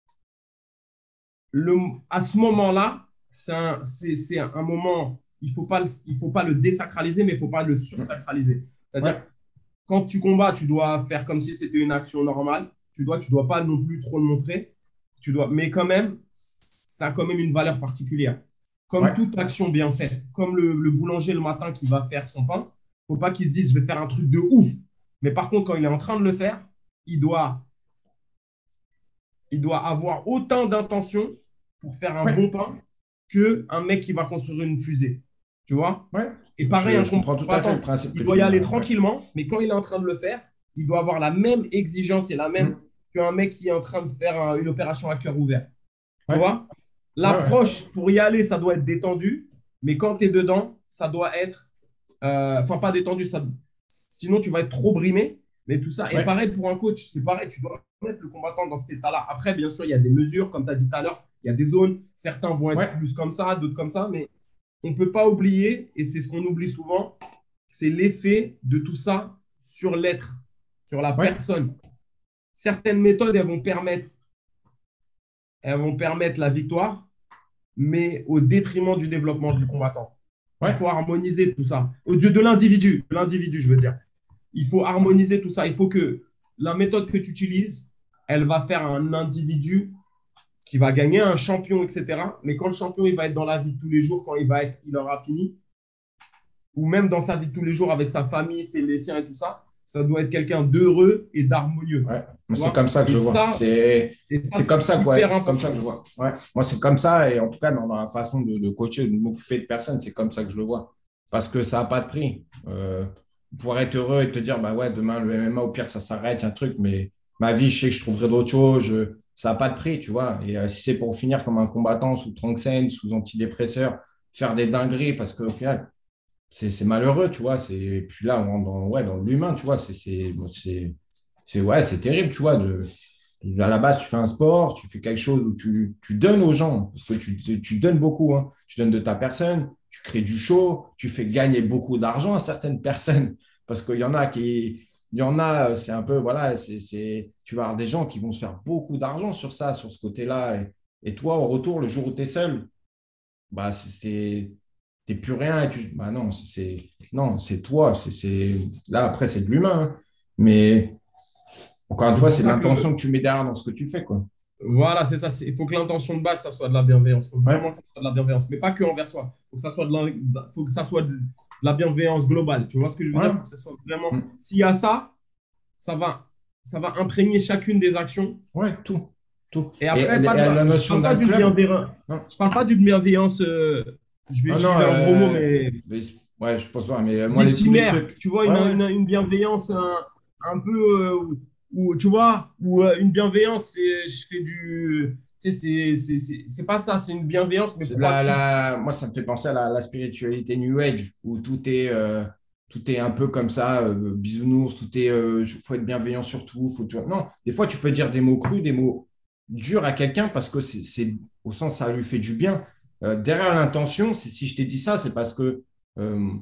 le, à ce moment-là, c'est un, c'est, c'est un moment, il ne faut, pas le- il faut pas le désacraliser, mais il ne faut pas le sursacraliser. C'est-à-dire, Ouais, quand tu combats, tu dois faire comme si c'était une action normale. Tu dois, tu dois pas non plus trop le montrer. Tu dois, mais quand même, ça a quand même une valeur particulière. Comme ouais, toute action bien faite, comme le, le boulanger le matin qui va faire son pain, faut pas qu'il se dise je vais faire un truc de ouf. Mais par contre, quand il est en train de le faire, il doit, il doit avoir autant d'intention pour faire un ouais, bon pain qu'un mec qui va construire une fusée. Tu vois? ouais. Et pareil, Je, un je comprends tout à fait le combattant, principe il que doit tu y dis aller là. Ouais. tranquillement, mais quand il est en train de le faire, il doit avoir la même exigence et la même Mm. qu'un mec qui est en train de faire euh, une opération à cœur ouvert. Tu Ouais, vois? ouais, ouais, L'approche pour y aller, ça doit être détendu, mais quand tu es dedans, ça doit être, euh, enfin pas détendu, ça, sinon tu vas être trop brimé. Mais tout ça, et ouais, pareil pour un coach, c'est pareil, tu dois mettre le combattant dans cet état-là. Après, bien sûr, il y a des mesures, comme tu as dit tout à l'heure, il y a des zones, certains vont être ouais, plus comme ça, d'autres comme ça, mais on ne peut pas oublier, et c'est ce qu'on oublie souvent, c'est l'effet de tout ça sur l'être, sur la ouais, personne. Certaines méthodes, elles vont permettre, elles vont permettre la victoire, mais au détriment du développement du combattant. Il ouais, faut harmoniser tout ça. Au dieu de l'individu, de l'individu, je veux dire. Il faut harmoniser tout ça. Il faut que la méthode que tu utilises, elle va faire un individu qui va gagner un champion, et cetera. Mais quand le champion, il va être dans la vie de tous les jours, quand il va être, il aura fini, ou même dans sa vie de tous les jours avec sa famille, ses les siens et tout ça, ça doit être quelqu'un d'heureux et d'harmonieux. Ouais, moi, Tu c'est vois? comme ça que je Et le vois. ça, C'est, et ça c'est comme c'est ça, quoi. Ouais, hyper c'est comme ça que important. je le vois. Ouais. Moi, c'est comme ça, et en tout cas, dans, dans la façon de, de coacher, de m'occuper de personnes, c'est comme ça que je le vois. Parce que ça n'a pas de prix. Euh, pour être heureux et te dire, bah ouais, demain, le M M A, au pire, ça s'arrête, un truc, mais ma vie, je sais que je trouverai d'autres choses. Je- ça n'a pas de prix, tu vois. Et euh, si c'est pour finir comme un combattant sous Tranxène, sous antidépresseur, faire des dingueries, parce qu'au final, c'est c'est malheureux, tu vois. C'est, et puis là, on rentre dans, ouais, dans l'humain, tu vois. C'est, c'est, bon, c'est, c'est, ouais, c'est terrible, tu vois. De, à la base, tu fais un sport, tu fais quelque chose où tu, tu donnes aux gens, parce que tu, tu tu donnes beaucoup, hein. Tu donnes de ta personne, tu crées du show, tu fais gagner beaucoup d'argent à certaines personnes, parce qu'il y en a qui, il y en a, c'est un peu, voilà, c'est, c'est, tu vas avoir des gens qui vont se faire beaucoup d'argent sur ça, sur ce côté-là. Et, et toi, au retour, le jour où tu es seul, bah, c'est, t'es plus rien. Et tu, bah non, c'est, non, c'est toi. C'est, c'est- là, après, c'est de l'humain, hein. Mais encore une C'est fois, pour c'est ça l'intention que, que tu mets derrière dans ce que tu fais, quoi. voilà, c'est ça. c'est- Il faut que l'intention de base, ça soit de la bienveillance. Il faut Ouais, vraiment que ça soit de la bienveillance, mais pas que envers soi. Il faut que ça soit de la, faut que ça soit de la bienveillance globale. Tu vois ce que je veux dire? Il ouais, faut que ça soit vraiment. mm, S'il y a ça, ça va, ça va imprégner chacune des actions. ouais, tout, tout. Et Et, après, et pas de la la, je notion parle pas d'un d'une club, bienveillance. non, Je parle pas d'une bienveillance. euh, je vais non, non, utiliser un gros mot, euh, mais mais- ouais, je pense pas, mais moi, les, tous les victimaire. trucs, Tu vois, ouais, une, ouais, une, une bienveillance un, un peu, euh, où, tu vois, où euh, une bienveillance, c'est, je fais du, tu sais, c'est, c'est, c'est, c'est pas ça, c'est une bienveillance, mais c'est de la, proactive. la, moi, ça me fait penser à la, la spiritualité New Age, où tout est, euh, tout est un peu comme ça, euh, bisounours, tout est, il faut être bienveillant sur tout, faut, tu vois. Non, des fois, tu peux dire des mots crus, des mots durs à quelqu'un parce que c'est, c'est- au sens, ça lui fait du bien. Euh, derrière l'intention, c'est- si je t'ai dit ça, c'est parce que euh,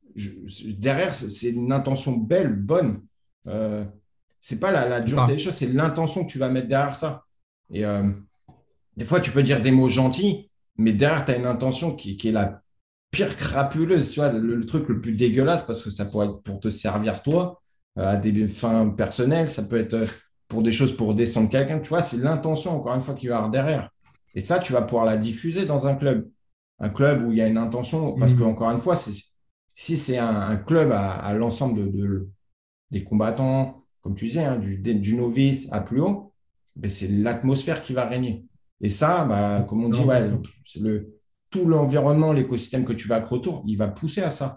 je- derrière, c'est c'est une intention belle, bonne. Euh, c'est pas la, la C'est dureté ça. des choses, c'est l'intention que tu vas mettre derrière ça. Et, euh, des fois, tu peux dire des mots gentils, mais derrière, tu as une intention qui, qui est la pire crapuleuse, tu vois, le, le truc le plus dégueulasse, parce que ça pourrait être pour te servir toi, euh, à des fins personnelles, ça peut être euh, pour des choses pour descendre quelqu'un, tu vois, c'est l'intention, encore une fois, qu'il va y avoir derrière. Et ça, tu vas pouvoir la diffuser dans un club. Un club où il y a une intention, parce que, Mhm. encore une fois, c'est, si c'est un, un club à, à l'ensemble de, de- des combattants, comme tu disais, hein, du, du novice à plus haut, ben, c'est l'atmosphère qui va régner. Et ça, bah, comme on C'est dit, ouais, important. c'est le, tout l'environnement, l'écosystème que tu vas créer autour, il va pousser à ça.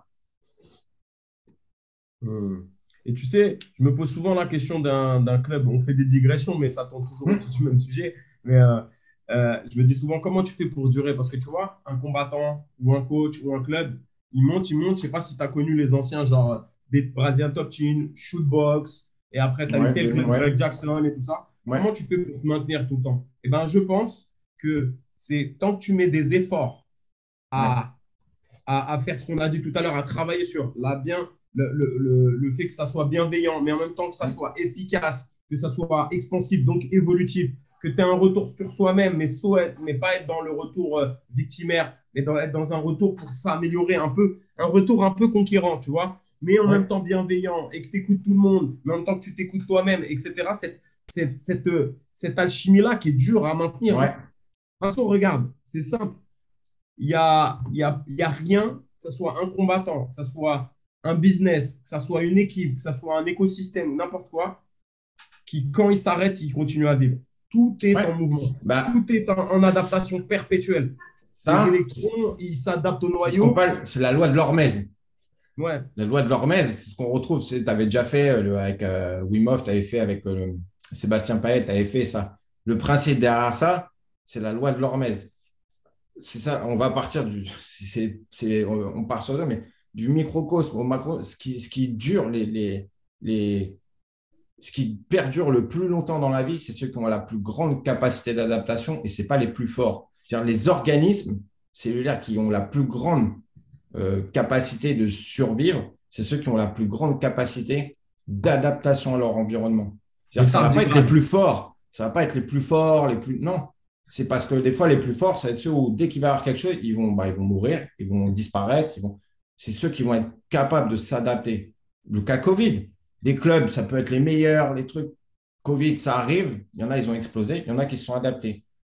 Mhm. Et tu sais, je me pose souvent la question d'un d'un club. On fait des digressions, mais ça tourne toujours Hum, autour du même sujet. Mais euh, euh, je me dis souvent, comment tu fais pour durer? Parce que tu vois, un combattant ou un coach ou un club, il monte, il monte. Je sais pas si tu as connu les anciens, genre euh, des Brazilian Top Team, Shootbox, et après, tu as eu ouais, tel de- club, ouais, Greg Jackson et tout ça. ouais, Comment tu fais pour te maintenir tout le temps? Eh ben, je pense que c'est tant que tu mets des efforts ouais. à à, à faire ce qu'on a dit tout à l'heure, à travailler sur la bien, le, le, le, le fait que ça soit bienveillant, mais en même temps que ça Hum, soit efficace, que ça soit expansif, donc évolutif, que tu aies un retour sur soi-même, mais, soit, mais pas être dans le retour euh, victimaire, mais dans, être dans un retour pour s'améliorer un peu, un retour un peu conquérant, tu vois, mais en même ouais, temps bienveillant et que tu écoutes tout le monde, mais en même temps que tu t'écoutes toi-même, et cetera. Cette, cette, cette, euh, cette alchimie-là qui est dure à maintenir. Hein. ouais, De toute façon, regarde, c'est simple il n'y a, il y a, il y a rien, que ce soit un combattant, que ce soit un business, que ce soit une équipe, que ce soit un écosystème, n'importe quoi, qui, quand il s'arrête, il continue à vivre. Tout est ouais. en mouvement. Bah, Tout est en, en adaptation perpétuelle. Les ça, électrons, ils s'adaptent au c'est ce qu'on noyau. parle, c'est la loi de l'hormèse. Ouais, La loi de l'hormèse, c'est ce qu'on retrouve. Tu avais déjà fait euh, le- avec euh, Wim Hof, tu avais fait avec euh, Sébastien Payet, tu avais fait ça. Le principe derrière ça, c'est la loi de l'hormèse. C'est ça, on va partir du. c'est- c'est- on on part sur ça, mais du microcosme au macro, ce qui, ce qui dure, les, les, les, ce qui perdure le plus longtemps dans la vie, c'est ceux qui ont la plus grande capacité d'adaptation et ce n'est pas les plus forts. C'est-à-dire les organismes cellulaires qui ont la plus grande euh, capacité de survivre, c'est ceux qui ont la plus grande capacité d'adaptation à leur environnement. C'est-à-dire le que ça ne va pas être les tardigrade. plus forts, ça ne va pas être les plus forts, les plus. Non, c'est parce que des fois, les plus forts, ça va être ceux où dès qu'il va y avoir quelque chose, ils vont, bah, ils vont mourir, ils vont disparaître. Ils vont... C'est ceux qui vont être capables de s'adapter. Le cas Covid, des clubs, ça peut être les meilleurs, les trucs. Covid, ça arrive, il y en a, ils ont explosé, il y en a qui se sont adaptés.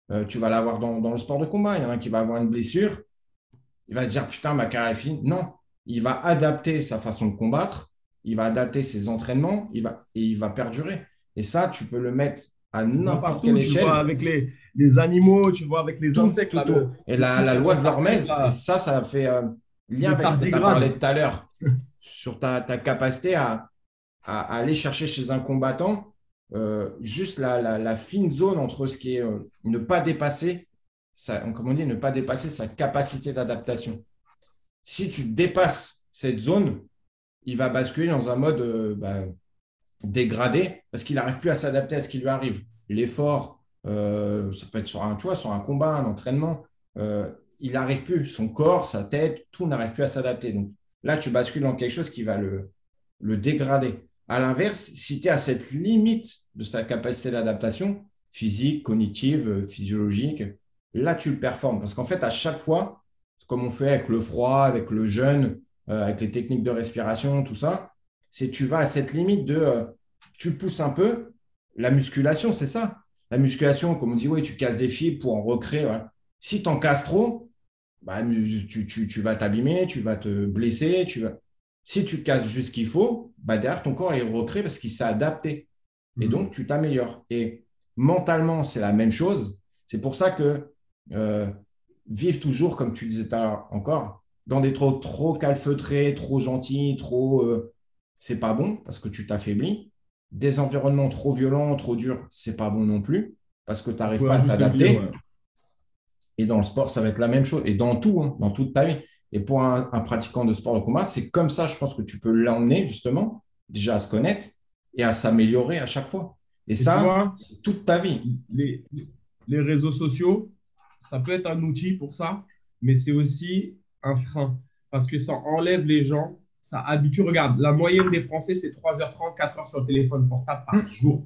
Euh, tu vas l'avoir dans, dans le sport de combat. Il y en a un qui va avoir une blessure. Il va se dire, putain, ma carrière est finie. Non, il va adapter sa façon de combattre. Il va adapter ses entraînements. Il va, et il va perdurer. Et ça, tu peux le mettre à Tu le vois n'importe quelle partout, tu le vois échelle. avec les, les animaux, tu le vois avec les Tout, insectes, tout, là, tout. le, Et le la, truc la là, dans loi de Star Trek, l'hormèse, et là, ça, ça fait euh, lien le avec ce que tu as parlé tardigrade. tout à l'heure sur ta, ta capacité à, à, à aller chercher chez un combattant euh, juste la, la, la fine zone entre ce qui est euh, ne pas dépasser, sa, comme on dit, ne pas dépasser sa capacité d'adaptation. Si tu dépasses cette zone, il va basculer dans un mode euh, bah, dégradé parce qu'il n'arrive plus à s'adapter à ce qui lui arrive. L'effort, euh, ça peut être sur un, tu vois, sur un combat, un entraînement, euh, il n'arrive plus. Son corps, sa tête, tout n'arrive plus à s'adapter. Donc là, tu bascules dans quelque chose qui va le, le dégrader. À l'inverse, si tu es à cette limite de sa capacité d'adaptation, physique, cognitive, euh, physiologique, là, tu le performes. Parce qu'en fait, à chaque fois, comme on fait avec le froid, avec le jeûne, euh, avec les techniques de respiration, tout ça, c'est tu vas à cette limite de, euh, tu pousses un peu. La musculation, c'est ça. La musculation, comme on dit, oui, tu casses des fibres pour en recréer. Voilà. Si tu en casses trop, bah, tu, tu, tu vas t'abîmer, tu vas te blesser. Tu vas... Si tu casses juste ce qu'il faut, bah, derrière, ton corps, il recrée parce qu'il s'est adapté. Et Mhm. donc, tu t'améliores. Et mentalement, c'est la même chose. C'est pour ça que euh, vivre toujours, comme tu disais tout à l'heure encore, dans des trop, trop calfeutrés, trop gentils, trop. Euh, c'est pas bon parce que tu t'affaiblis. Des environnements trop violents, trop durs, c'est pas bon non plus parce que tu Il n'arrives faut pas un à juste milieu, t'adapter. ouais. Et dans le sport, ça va être la même chose. Et dans tout, hein, dans toute ta vie. Et pour un, un pratiquant de sport de combat, c'est comme ça, je pense que tu peux l'emmener justement, déjà à se connaître et à s'améliorer à chaque fois. Et Et tu ça, vois, c'est toute ta vie. les, les réseaux sociaux, ça peut être un outil pour ça, mais c'est aussi un frein parce que ça enlève les gens, ça habitue. Regarde, la moyenne des Français, c'est trois heures trente, quatre heures sur le téléphone portable par Hum, jour.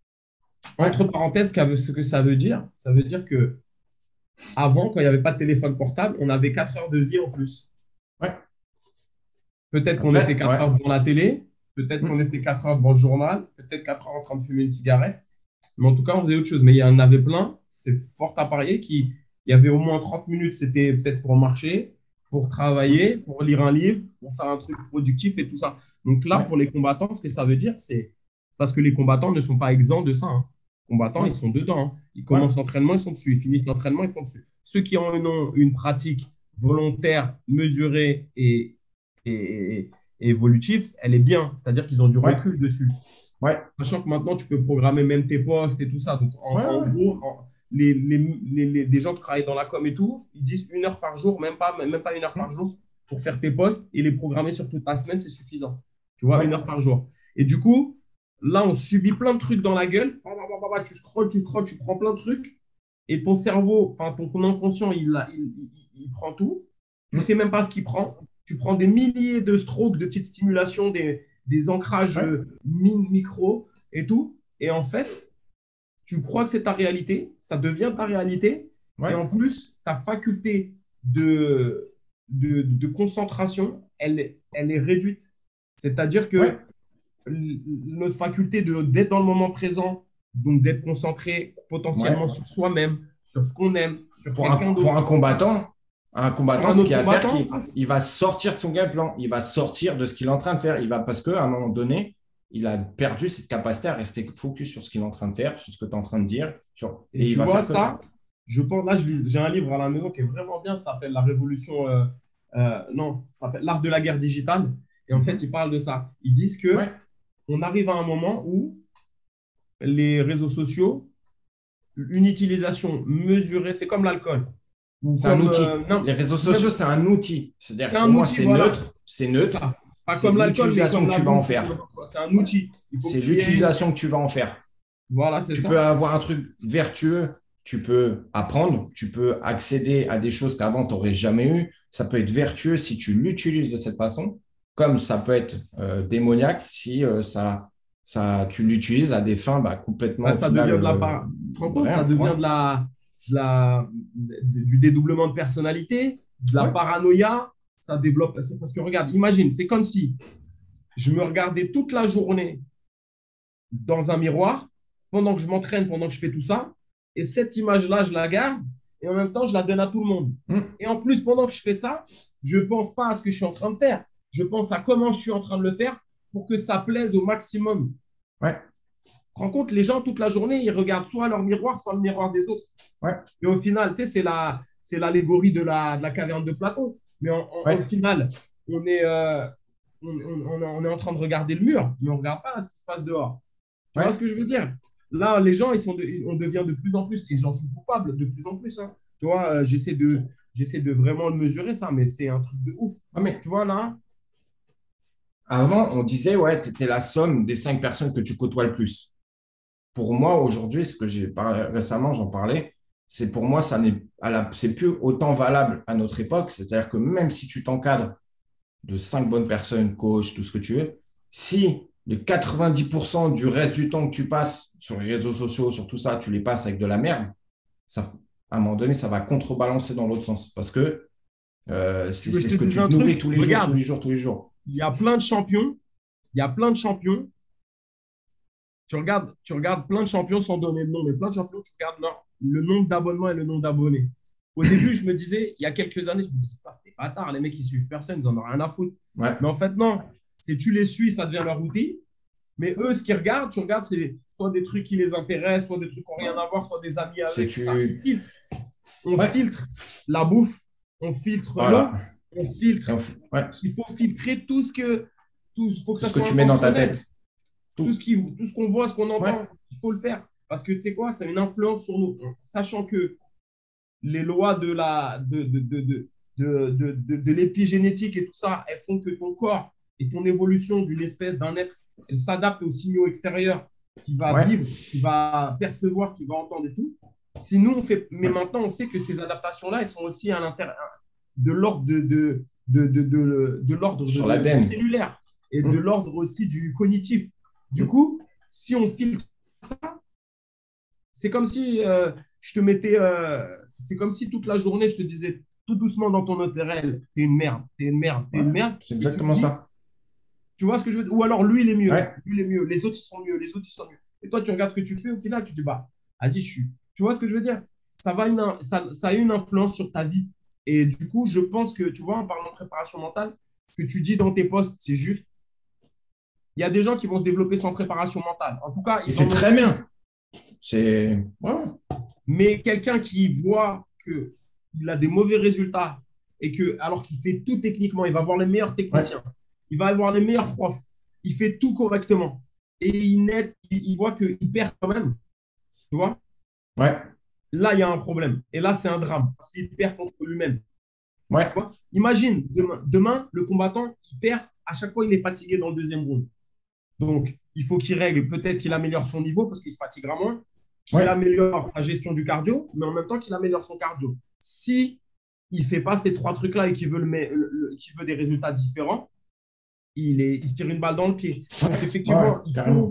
ouais, Entre parenthèses, ce que ça veut dire, ça veut dire que avant, quand il n'y avait pas de téléphone portable, on avait quatre heures de vie en plus. ouais. Peut-être qu'on était Après, quatre ouais. heures devant la télé, peut-être qu'on Hum, était quatre heures devant le journal, peut-être quatre heures en train de fumer une cigarette. Mais en tout cas, on faisait autre chose. Mais il y en avait plein, c'est fort à parier, qui, il y avait au moins trente minutes, c'était peut-être pour marcher, pour hum, travailler, pour lire un livre, pour faire un truc productif et tout ça. Donc là, ouais, pour les combattants, ce que ça veut dire, c'est parce que les combattants ne sont pas exempts de ça, hein. Les combattants, ils non, sont dedans, hein. Ils ouais, commencent l'entraînement, ils sont dessus. Ils finissent l'entraînement, ils sont dessus. Ceux qui ont une, une pratique volontaire, mesurée et, et, et évolutive, elle est bien. C'est-à-dire qu'ils ont du ouais, recul dessus. ouais, Sachant que maintenant, tu peux programmer même tes postes et tout ça. Donc, en, ouais, en ouais. gros, en- les, les, les, les- des gens qui travaillent dans la com et tout, ils disent une heure par jour, même pas, même pas une heure par Hum, jour, pour faire tes postes et les programmer sur toute la semaine, c'est suffisant. Tu vois, ouais, une heure par jour. Et du coup, là, on subit plein de trucs dans la gueule. Bah, bah, bah, bah, bah, Tu scrolles, tu scrolles, tu prends plein de trucs. Et ton cerveau, enfin, ton, ton inconscient, il, a- il, il- il prend tout. Tu sais hum, même pas ce qu'il prend. Tu prends des milliers de strokes, de petites stimulations, des, des ancrages ouais, euh, min- micro et tout. Et en fait, tu crois que c'est ta réalité, ça devient ta réalité. Et ouais, en plus, ta faculté de, de, de concentration, elle, elle est réduite. C'est-à-dire ouais. que notre faculté de, d'être dans le moment présent, donc d'être concentré Ouais. potentiellement sur soi-même, sur ce qu'on aime, sur Pour un, quelqu'un pour d'autre, un passe combattant, un sur combattant, un ce autre qu'il va faire, combattant, qu'il passe. il va sortir de son game plan, il va sortir de ce qu'il est en train de faire. Il va, parce qu'à un moment donné, il a perdu cette capacité à rester focus sur ce qu'il est en train de faire, sur ce que tu es en train de dire, sur, Et et il tu va vois faire que ça. ça, je pense, là, je lis- j'ai un livre à la maison qui est vraiment bien, ça s'appelle La Révolution, euh, euh, non, ça s'appelle L'Art de la guerre digitale. Et en fait, Mhm. ils parlent de ça. Ils disent que Ouais, on arrive à un moment où les réseaux sociaux, une utilisation mesurée, c'est comme l'alcool ou c'est un comme outil. euh, non, Les réseaux sociaux, même c'est un outil. c'est C'est-à-dire, pour un moi, outil, c'est voilà, neutre, c'est c'est neutre. ça. Pas C'est comme l'alcool, mais l'utilisation comme que la tu vas en bouffe ou comme faire. n'importe quoi. C'est un outil. Il faut que C'est tu y aies. l'utilisation que tu vas en faire. Voilà, c'est Tu peux ça. avoir un truc vertueux, tu peux apprendre, tu peux accéder à des choses qu'avant tu n'aurais jamais eu. Ça peut être vertueux si tu l'utilises de cette façon, comme ça peut être euh, démoniaque si euh, ça, ça, tu l'utilises à des fins bah, complètement Bah, au ça final devient de la euh, par... Tu te rends compte, ça rien. Ouais, devient de la, de la, de- du dédoublement de personnalité, de la ouais, paranoïa. Ça développe. C'est parce que regarde, imagine, c'est comme si je me regardais toute la journée dans un miroir pendant que je m'entraîne, pendant que je fais tout ça. Et cette image-là, je la garde et en même temps, je la donne à tout le monde. Hum, Et en plus, pendant que je fais ça, je ne pense pas à ce que je suis en train de faire. Je pense à comment je suis en train de le faire pour que ça plaise au maximum. ouais, Tu te rends compte, les gens, toute la journée, ils regardent soit leur miroir, soit le miroir des autres. ouais, Et au final, tu sais, c'est la, c'est l'allégorie de la, de la caverne de Platon. Mais en- en- au ouais, final, on est, euh, on, on- on est en train de regarder le mur, mais on ne regarde pas ce qui se passe dehors. Tu vois ce ouais. que je veux dire? Là, les gens, ils sont de- on devient de plus en plus, et j'en suis coupable de plus en plus, hein. Tu vois, euh, j'essaie de, j'essaie de vraiment le mesurer, ça, mais c'est un truc de ouf. Ah, mais Tu vois, là, avant, on disait, ouais, tu étais la somme des cinq personnes que tu côtoies le plus. Pour moi, aujourd'hui, ce que j'ai parlé récemment, j'en parlais, c'est pour moi, ça n'est à la- c'est plus autant valable à notre époque. C'est-à-dire que même si tu t'encadres de cinq bonnes personnes, coach, tout ce que tu veux, si les quatre-vingt-dix pour cent du reste du temps que tu passes sur les réseaux sociaux, sur tout ça, tu les passes avec de la merde, ça, à un moment donné, ça va contrebalancer dans l'autre sens. Parce que euh, tu c'est veux que c'est je ce te que dise tu un te nourris truc? tous les jours, tous Regarde, les jours, tous les jours. il y a plein de champions, il y a plein de champions. Tu regardes, tu regardes plein de champions sans donner de nom, mais plein de champions, tu regardes leur- le nombre d'abonnements et le nombre d'abonnés. Au début, je me disais, il y a quelques années, je me disais, ah, c'est des bâtards, les mecs, ils suivent personne, ils en ont rien à foutre. Ouais. Mais en fait, non, c'est tu les suis, ça devient leur outil. Mais eux, ce qu'ils regardent, tu regardes, c'est soit des trucs qui les intéressent, soit des trucs qui n'ont rien à voir, soit des amis C'est avec, tout ça. Ils tu. filtrent. On Ouais, filtre la bouffe, on filtre voilà. l'eau, on Et filtre. on fait- ouais, Il faut filtrer tout ce que. Tout, il faut que tout ça ce que soit tu mets dans ta intentionnel. tête. Tout Tout. ce qui, tout ce qu'on voit, ce qu'on Ouais, entend, il faut le faire. Parce que tu sais quoi, c'est une influence sur nous. Sachant que les lois de la de, de, de, de, de, de, de, de l'épigénétique et tout ça, elles font que ton corps et ton évolution d'une espèce, d'un être, elle s'adapte aux signaux extérieurs qui va ouais, vivre, qui va percevoir, qui va entendre et tout. Si nous, on fait, mais ouais. maintenant, on sait que ces adaptations-là, elles sont aussi à l'intérieur de l'ordre de, de, de, de, de, de l'ordre de, Sur de, du l'A D N. cellulaire et de Hum, l'ordre aussi du cognitif. Du hum. coup, si on filtre ça, c'est comme si euh, je te mettais, euh, c'est comme si toute la journée, je te disais tout doucement dans ton ORL, t'es une merde, t'es une merde, t'es Ouais, une merde, c'est et tu me exactement dis, ça. tu vois ce que je veux dire? Ou alors lui, il est mieux, Ouais, lui, il est mieux, les autres, ils sont mieux, les autres, ils sont mieux. Et toi, tu regardes ce que tu fais, au final, tu te dis, bah, vas-y, je suis. Tu vois ce que je veux dire? Ça, va une, ça, ça a une influence sur ta vie. Et du coup, je pense que, tu vois, en parlant de préparation mentale, ce que tu dis dans tes posts, c'est juste. Il y a des gens qui vont se développer sans préparation mentale. En tout cas, et ils c'est en ont très une. bien. C'est. Ouais, Mais quelqu'un qui voit qu'il a des mauvais résultats et que, alors qu'il fait tout techniquement, il va voir les meilleurs ouais, techniciens, il va avoir les meilleurs profs, il fait tout correctement et il, net, il, il voit qu'il perd quand même, tu vois, ouais, là, il y a un problème. Et là, c'est un drame parce qu'il perd contre lui-même. ouais, Tu vois. Imagine, demain, demain, le combattant, il perd, à chaque fois, il est fatigué dans le deuxième round. Donc, il faut qu'il règle, peut-être qu'il améliore son niveau parce qu'il se fatiguera moins, qu'il ouais. améliore sa gestion du cardio, mais en même temps qu'il améliore son cardio. Si il ne fait pas ces trois trucs-là et qu'il veut, le, le, le, qu'il veut des résultats différents, il, est, il se tire une balle dans le pied. Donc, Ouais, effectivement, il carrément. faut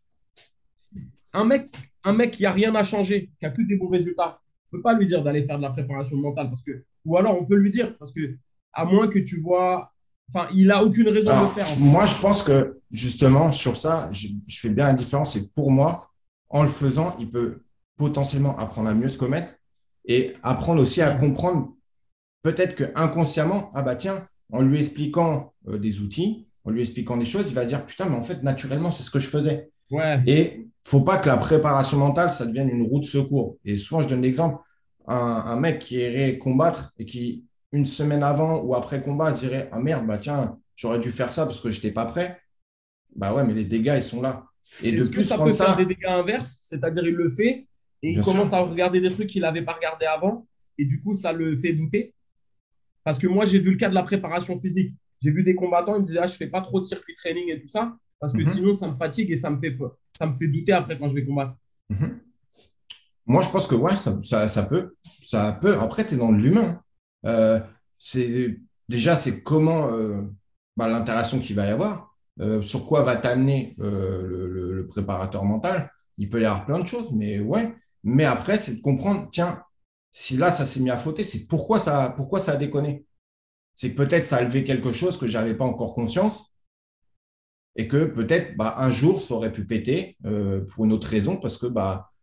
un mec, un mec qui n'a rien à changer, qui a que des bons résultats. On ne peut pas lui dire d'aller faire de la préparation mentale parce que, ou alors on peut lui dire parce que, à moins que tu vois, enfin, il n'a aucune raison de le Alors, faire en fait. moi, je pense que justement, sur ça, je, je fais bien la différence. Et pour moi, en le faisant, il peut potentiellement apprendre à mieux se commettre et apprendre aussi à Oui. comprendre, peut-être que inconsciemment, ah bah tiens, en lui expliquant euh, des outils, en lui expliquant des choses, il va dire putain, mais en fait, naturellement, c'est ce que je faisais. Ouais. Et il ne faut pas que la préparation mentale, ça devienne une roue de secours. Et souvent, je donne l'exemple, un, un mec qui irait combattre et qui, une semaine avant ou après combat, se dirait, ah merde, bah tiens, j'aurais dû faire ça parce que je n'étais pas prêt. Bah ouais, mais les dégâts, ils sont là. Et de Est-ce que plus ça prendre peut faire des ça, dégâts inverses? C'est-à-dire, il le fait et il bien sûr. commence à regarder des trucs qu'il n'avait pas regardé avant et du coup, ça le fait douter. Parce que moi, j'ai vu le cas de la préparation physique. J'ai vu des combattants, ils me disaient, ah, je ne fais pas trop de circuit training et tout ça parce que Mhm, sinon, ça me fatigue et ça me fait peur. Ça me fait douter après quand je vais combattre. mhm. Moi, je pense que ouais, ça, ça, ça peut. Ça peut. Après, tu es dans l'humain. Euh, c'est, déjà, c'est comment euh, bah, l'interaction qu'il va y avoir, euh, sur quoi va t'amener euh, le, le- le préparateur mental. Il peut y avoir plein de choses, mais ouais. Mais après, c'est de comprendre, tiens, si là, ça s'est mis à fauter, c'est pourquoi ça, pourquoi ça a déconné. C'est que peut-être ça a levé quelque chose que je n'avais pas encore conscience et que peut-être bah, un jour, ça aurait pu péter euh, pour une autre raison parce que bah,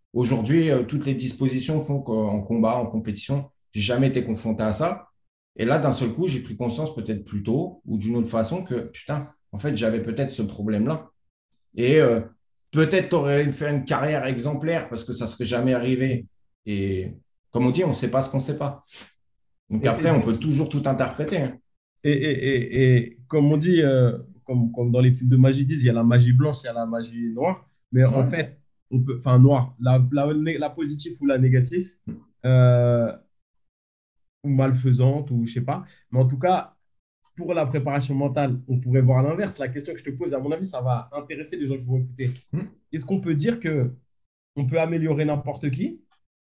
Aujourd'hui, euh, toutes les dispositions font qu'en combat, en compétition, j'ai jamais été confronté à ça. Et là, d'un seul coup, j'ai pris conscience peut-être plus tôt ou d'une autre façon que, putain, en fait, j'avais peut-être ce problème-là. Et euh, peut-être tu aurais fait une carrière exemplaire parce que ça ne serait jamais arrivé. Et comme on dit, on ne sait pas ce qu'on ne sait pas. Donc Et, et, après, on tu peut sais, toujours tout interpréter, hein. et, et, et- et comme on dit, euh, comme, comme dans les films de magie disent, il y a la magie blanche, il y a la magie noire. Mais en Ouais. fait, on peut, enfin, noire, la, la, la positive ou la négative, euh, ou malfaisante, ou je sais pas. Mais en tout cas, pour la préparation mentale, on pourrait voir l'inverse. La question que je te pose, à mon avis, ça va intéresser les gens qui vont écouter. Hmm. Est-ce qu'on peut dire que on peut améliorer n'importe qui,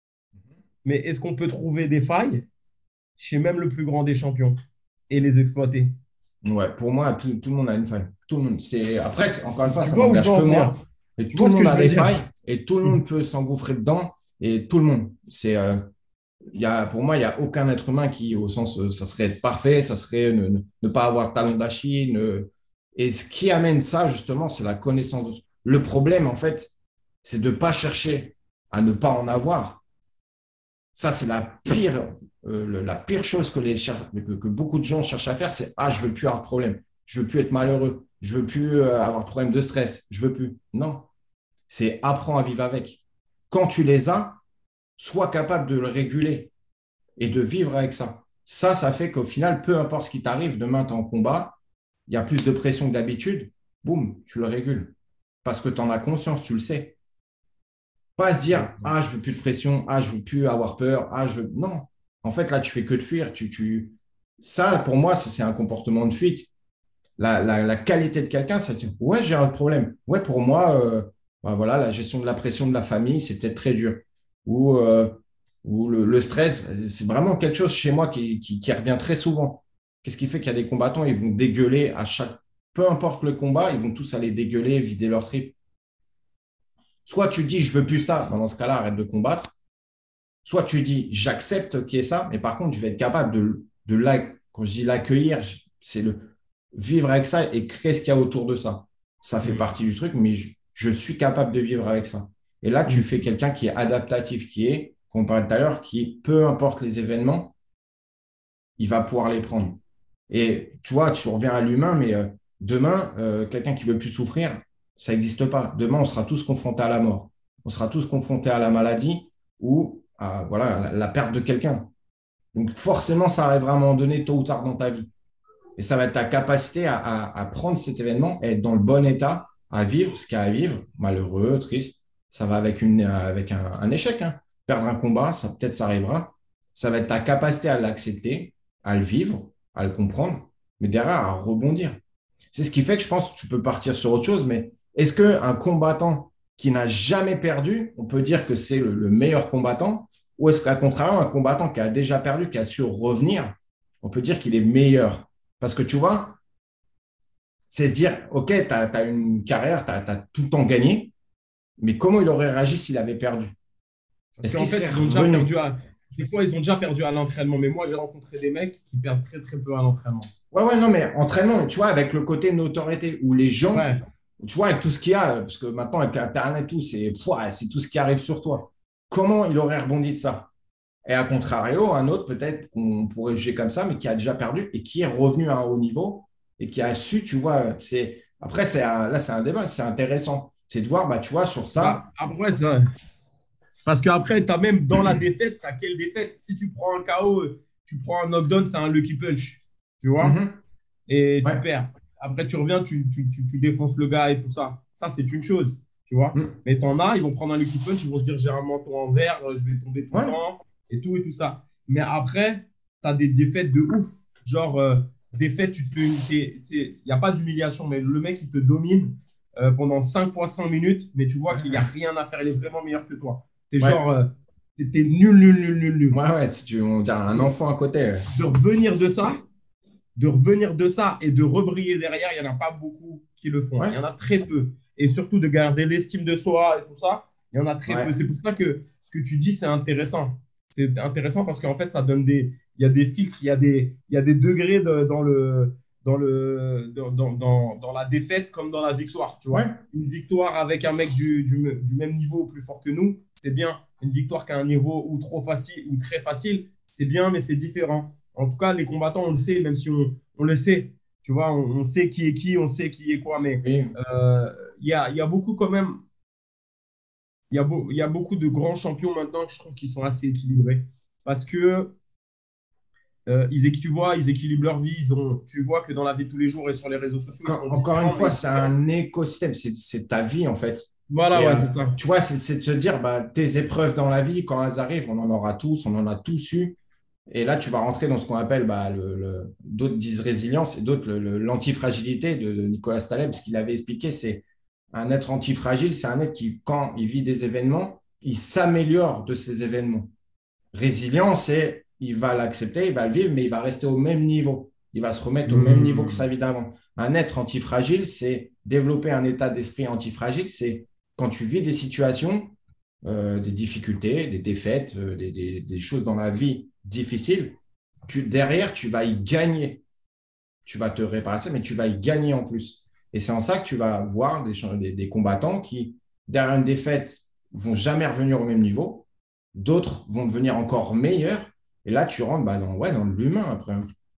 mais est-ce qu'on peut trouver des failles chez même le plus grand des champions et les exploiter? Ouais, pour moi, tout, tout le monde a une faille. Tout le monde. C'est... Après, c'est- encore une fois, Tu ça vois où je veux n'engage que en venir? moi. Et Tu tout vois le ce que monde je a veux des dire? failles et tout le monde peut s'engouffrer dedans. Et tout le monde. C'est, euh, il y a, pour moi, il n'y a aucun être humain qui, au sens, euh, ça serait être parfait, ça serait ne, ne- ne pas avoir de talon d'Achille. ne- Et ce qui amène ça, justement, c'est la connaissance de soi. Le problème, en fait, c'est de ne pas chercher à ne pas en avoir. Ça, c'est la pire, euh, le- la pire chose que, les cher- que, que beaucoup de gens cherchent à faire, c'est ah, je veux plus avoir de problème, je veux plus être malheureux, je veux plus euh, avoir de problème de stress, je veux plus. Non, c'est apprends à vivre avec. Quand tu les as, sois capable de le réguler et de vivre avec ça. Ça, ça fait qu'au final, peu importe ce qui t'arrive, demain, tu es en combat, il y a plus de pression que d'habitude, boum, tu le régules. Parce que tu en as conscience, tu le sais. Pas se dire, ah, je veux plus de pression, ah, je veux plus avoir peur, ah, je veux. Non. En fait, là, tu fais que de fuir. Tu, tu... Ça, pour moi, c'est c'est un comportement de fuite. La, la, la qualité de quelqu'un, c'est de dire, ouais, j'ai un problème. Ouais, pour moi, euh, bah, voilà, la gestion de la pression de la famille, c'est peut-être très dur. Ou, euh, ou le, le stress, c'est vraiment quelque chose chez moi qui, qui, qui revient très souvent. Qu'est-ce qui fait qu'il y a des combattants, ils vont dégueuler à chaque. Peu importe le combat, ils vont tous aller dégueuler, vider leur trip. Soit tu dis, je veux plus ça, ben, dans ce cas-là, arrête de combattre. Soit tu dis, j'accepte qu'il y ait ça, mais par contre, je vais être capable de, de la, quand je dis l'accueillir, c'est le vivre avec ça et créer ce qu'il y a autour de ça. Ça fait Mm. partie du truc, mais je, je suis capable de vivre avec ça. Et là, tu fais Mm. quelqu'un qui est adaptatif, qui est, comme on parlait tout à l'heure, qui, peu importe les événements, il va pouvoir les prendre. Et tu vois, tu reviens à l'humain, mais euh, demain, euh, quelqu'un qui veut plus souffrir, ça n'existe pas. Demain, on sera tous confrontés à la mort. On sera tous confrontés à la maladie ou à voilà, la, la perte de quelqu'un. Donc forcément, ça arrivera à un moment donné, tôt ou tard dans ta vie. Et ça va être ta capacité à, à- à prendre cet événement et être dans le bon état, à vivre ce qu'il y a à vivre, malheureux, triste. Ça va avec, une, avec un, un échec, hein. Perdre un combat, ça peut-être ça arrivera. Ça va être ta capacité à l'accepter, à le vivre, à le comprendre, mais derrière à rebondir. C'est ce qui fait que je pense que tu peux partir sur autre chose, mais est-ce qu'un combattant qui n'a jamais perdu, on peut dire que c'est le, le meilleur combattant, ou est-ce qu'à contrario, un combattant qui a déjà perdu, qui a su revenir, on peut dire qu'il est meilleur? Parce que tu vois, c'est se dire, OK, tu as, une carrière, tu as, tout le temps gagné, mais comment il aurait réagi s'il avait perdu? Parce Est-ce qu'en qu'il fait, serait ils ont déjà revenu? perdu à... Des fois, ils ont déjà perdu à l'entraînement. Mais moi, j'ai rencontré des mecs qui perdent très, très peu à l'entraînement. Ouais, ouais, non, mais entraînement, tu vois, avec le côté notoriété, où les gens, Ouais. tu vois, avec tout ce qu'il y a, parce que maintenant, avec Internet, tout, c'est pouah, c'est tout ce qui arrive sur toi. Comment il aurait rebondi de ça? Et à contrario, un autre, peut-être qu'on pourrait juger comme ça, mais qui a déjà perdu et qui est revenu à un haut niveau et qui a su, tu vois, c'est. Après, c'est un- là, c'est un débat, c'est intéressant. C'est de voir, bah, tu vois, sur ça. Bah, après, ça... Parce qu'après, tu as même dans la défaite, tu as quelle défaite? Si tu prends un K O, tu prends un knockdown, c'est un lucky punch. Tu vois? Mhm. Et tu Ouais. perds. Après, tu reviens, tu, tu, tu, tu défonces le gars et tout ça. Ça, c'est une chose. Tu vois? Mhm. Mais t'en as, ils vont prendre un lucky punch, ils vont se dire j'ai un menton en verre, je vais tomber tout le Ouais. temps et tout et tout ça. Mais après, tu as des défaites de ouf. Genre, euh, défaite, tu te fais une. Il n'y a pas d'humiliation, mais le mec, il te domine euh, pendant cinq fois cent minutes, mais tu vois qu'il n'y a rien à faire, il est vraiment meilleur que toi. C'est genre, Ouais. euh, t'es nul, nul, nul, nul, nul. Ouais, ouais, si tu on dirait un enfant à côté. Ouais. De revenir de ça, de revenir de ça et de rebriller derrière, il n'y en a pas beaucoup qui le font. Il y Ouais. en a très peu. Et surtout de garder l'estime de soi et tout ça, il y en a très peu. Ouais. C'est pour ça que ce que tu dis, c'est intéressant. C'est intéressant parce qu'en fait, ça donne des. Il y a des filtres, il y a des, il y a des degrés de- dans, le, dans, le, dans, dans, dans, dans la défaite comme dans la victoire, tu Ouais, vois. Une victoire avec un mec du, du, du même niveau ou plus fort que nous, c'est bien. Une victoire qui a un niveau ou trop facile ou très facile, c'est bien, mais c'est différent. En tout cas, les combattants, on le sait, même si on, on le sait, tu vois, on, on sait qui est qui, on sait qui est quoi, mais oui. euh, il y a, il y a beaucoup quand même, il y a, beau- il y a beaucoup de grands champions maintenant que je trouve qui sont assez équilibrés. Parce que euh, ils, équ- tu vois, ils équilibrent leur vie. Ils ont, tu vois que dans la vie de tous les jours et sur les réseaux sociaux, ils Encore sont encore une différents, mais fois, ils sont c'est bien. un écosystème, c'est c'est ta vie en fait. Voilà, Et ouais, euh, c'est ça. tu vois, c'est c'est de se dire, bah, tes épreuves dans la vie, quand elles arrivent, on en aura tous, on en a tous eu. Et là, tu vas rentrer dans ce qu'on appelle, bah, le, le- d'autres disent résilience et d'autres le- le- l'antifragilité de, de Nicolas Taleb. Ce qu'il avait expliqué, c'est un être antifragile, c'est un être qui, quand il vit des événements, il s'améliore de ces événements. Résilient, c'est il va l'accepter, il va le vivre, mais il va rester au même niveau. Il va se remettre au même niveau que sa Hmm. vie d'avant. Un être antifragile, c'est développer un état d'esprit antifragile, c'est quand tu vis des situations, euh, des difficultés, des défaites, euh, des, des- des choses dans la vie difficiles, tu, derrière, tu vas y gagner. Tu vas te réparer ça, mais tu vas y gagner en plus. Et c'est en ça que tu vas voir des, des, des combattants qui, derrière une défaite, vont jamais revenir au même niveau. D'autres vont devenir encore meilleurs. Et là, tu rentres bah, dans, ouais, dans l'humain après.